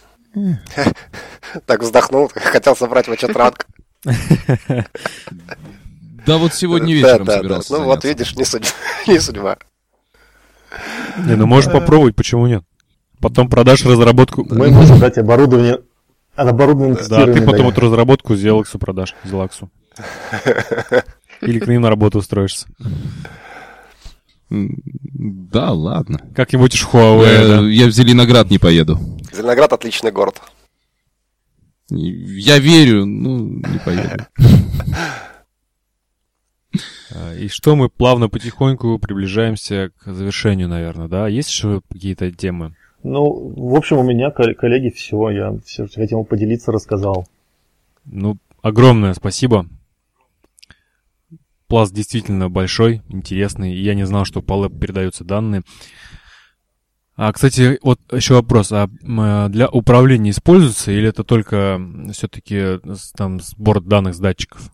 Так вздохнул, хотел собрать ВЧ-транк. Да вот сегодня вечером собирался. Ну вот видишь, не судьба. Не, ну можешь попробовать, почему нет? Потом продашь разработку. Мы можем дать оборудование тестирование. Да, ты потом эту разработку Зелаксу продашь. Зелаксу. Или к ним на работу устроишься. Да, ладно. Как-нибудь уж Huawei, Я в Зеленоград не поеду. Зеленоград отличный город. Я верю, не поеду. И что, мы плавно потихоньку приближаемся к завершению, наверное, да? Есть еще какие-то темы? Ну, в общем, у меня, коллеги, все. Я все, что хотел поделиться, рассказал. Ну, огромное спасибо. Пласт действительно большой, интересный. И я не знал, что по LAP передаются данные. Кстати, вот еще вопрос. Для управления используется или это только все-таки там сбор данных с датчиков?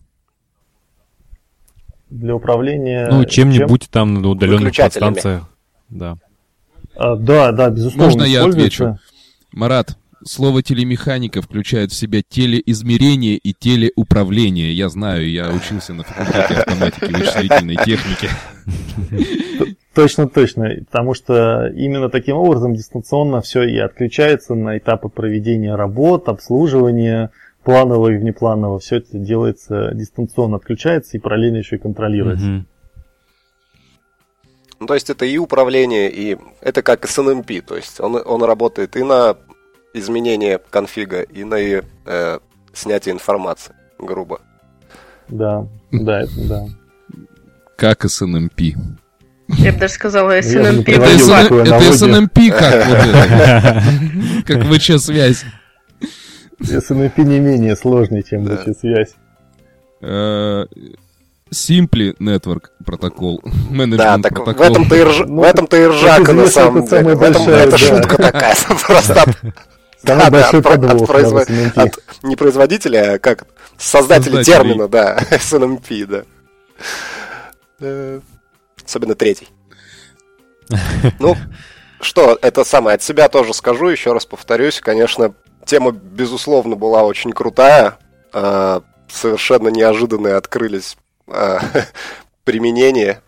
Для управления... Ну, чем-нибудь там на удаленных подстанциях. Да. Да, безусловно. Можно я отвечу? Марат, слово телемеханика включает в себя телеизмерение и телеуправление. Я знаю, я учился на факультете автоматики и вычислительной техники. Точно. Потому что именно таким образом дистанционно все и отключается на этапы проведения работ, обслуживания, планового и внепланового. Все это делается дистанционно, отключается и параллельно еще и контролируется. Угу. Ну, то есть это и управление, и это как SNMP, то есть он работает и на изменение конфига, и на снятие информации, грубо. Да. Как SNMP? Я бы даже сказала SNMP. Это SNMP как вот это? Как ВЧ-связь. SNMP не менее сложный, чем ВЧ-связь. Simply Network протокол. Да, так в этом-то и ржака, на самом деле. Это шутка такая. Просто самый большой подвох от не производителя, а как создателя термина, да, SNMP, да. Особенно третий. Ну, что, это самое, от себя тоже скажу, еще раз повторюсь, конечно, тема, безусловно, была очень крутая, совершенно неожиданные открылись применение,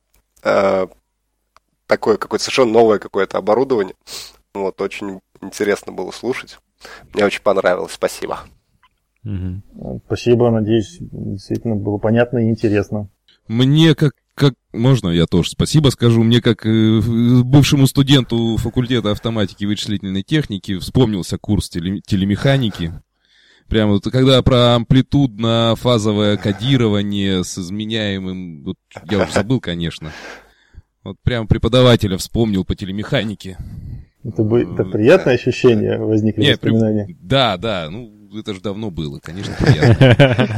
такое какое-то совершенно новое какое-то оборудование. Вот, очень интересно было слушать. Мне очень понравилось, спасибо. Спасибо, надеюсь, действительно было понятно и интересно. Мне как можно я тоже спасибо скажу, мне как бывшему студенту факультета автоматики и вычислительной техники вспомнился курс телемеханики. Прямо вот когда про амплитудно-фазовое кодирование с изменяемым... Вот, я уже забыл, конечно. Вот прямо преподавателя вспомнил по телемеханике. Это приятное ощущение, возникли воспоминания? Да, ну это же давно было, конечно, приятно.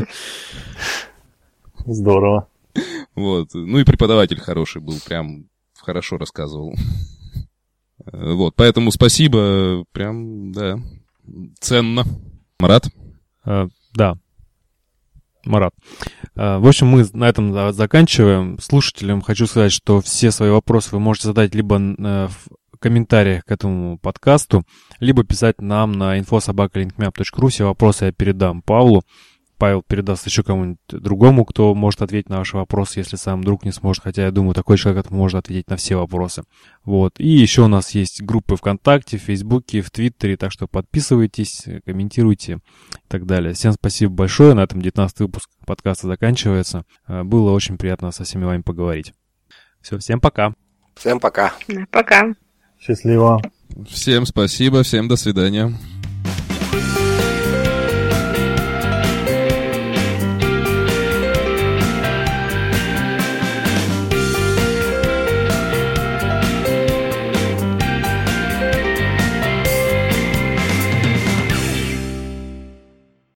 Здорово. Вот, ну и преподаватель хороший был, прям хорошо рассказывал. Вот, поэтому спасибо, прям, да, ценно. Марат? Да, Марат. В общем, мы на этом заканчиваем. Слушателям хочу сказать, что все свои вопросы вы можете задать либо в комментариях к этому подкасту, либо писать нам на info@linkmap.ru. Все вопросы я передам Павлу. Павел передаст еще кому-нибудь другому, кто может ответить на ваши вопросы, если сам друг не сможет. Хотя я думаю, такой человек может ответить на все вопросы. Вот. И еще у нас есть группы ВКонтакте, в Фейсбуке, в Твиттере. Так что подписывайтесь, комментируйте и так далее. Всем спасибо большое. На этом 19-й выпуск подкаста заканчивается. Было очень приятно со всеми вами поговорить. Все, всем пока. Всем пока. Пока. Счастливо. Всем спасибо, всем до свидания.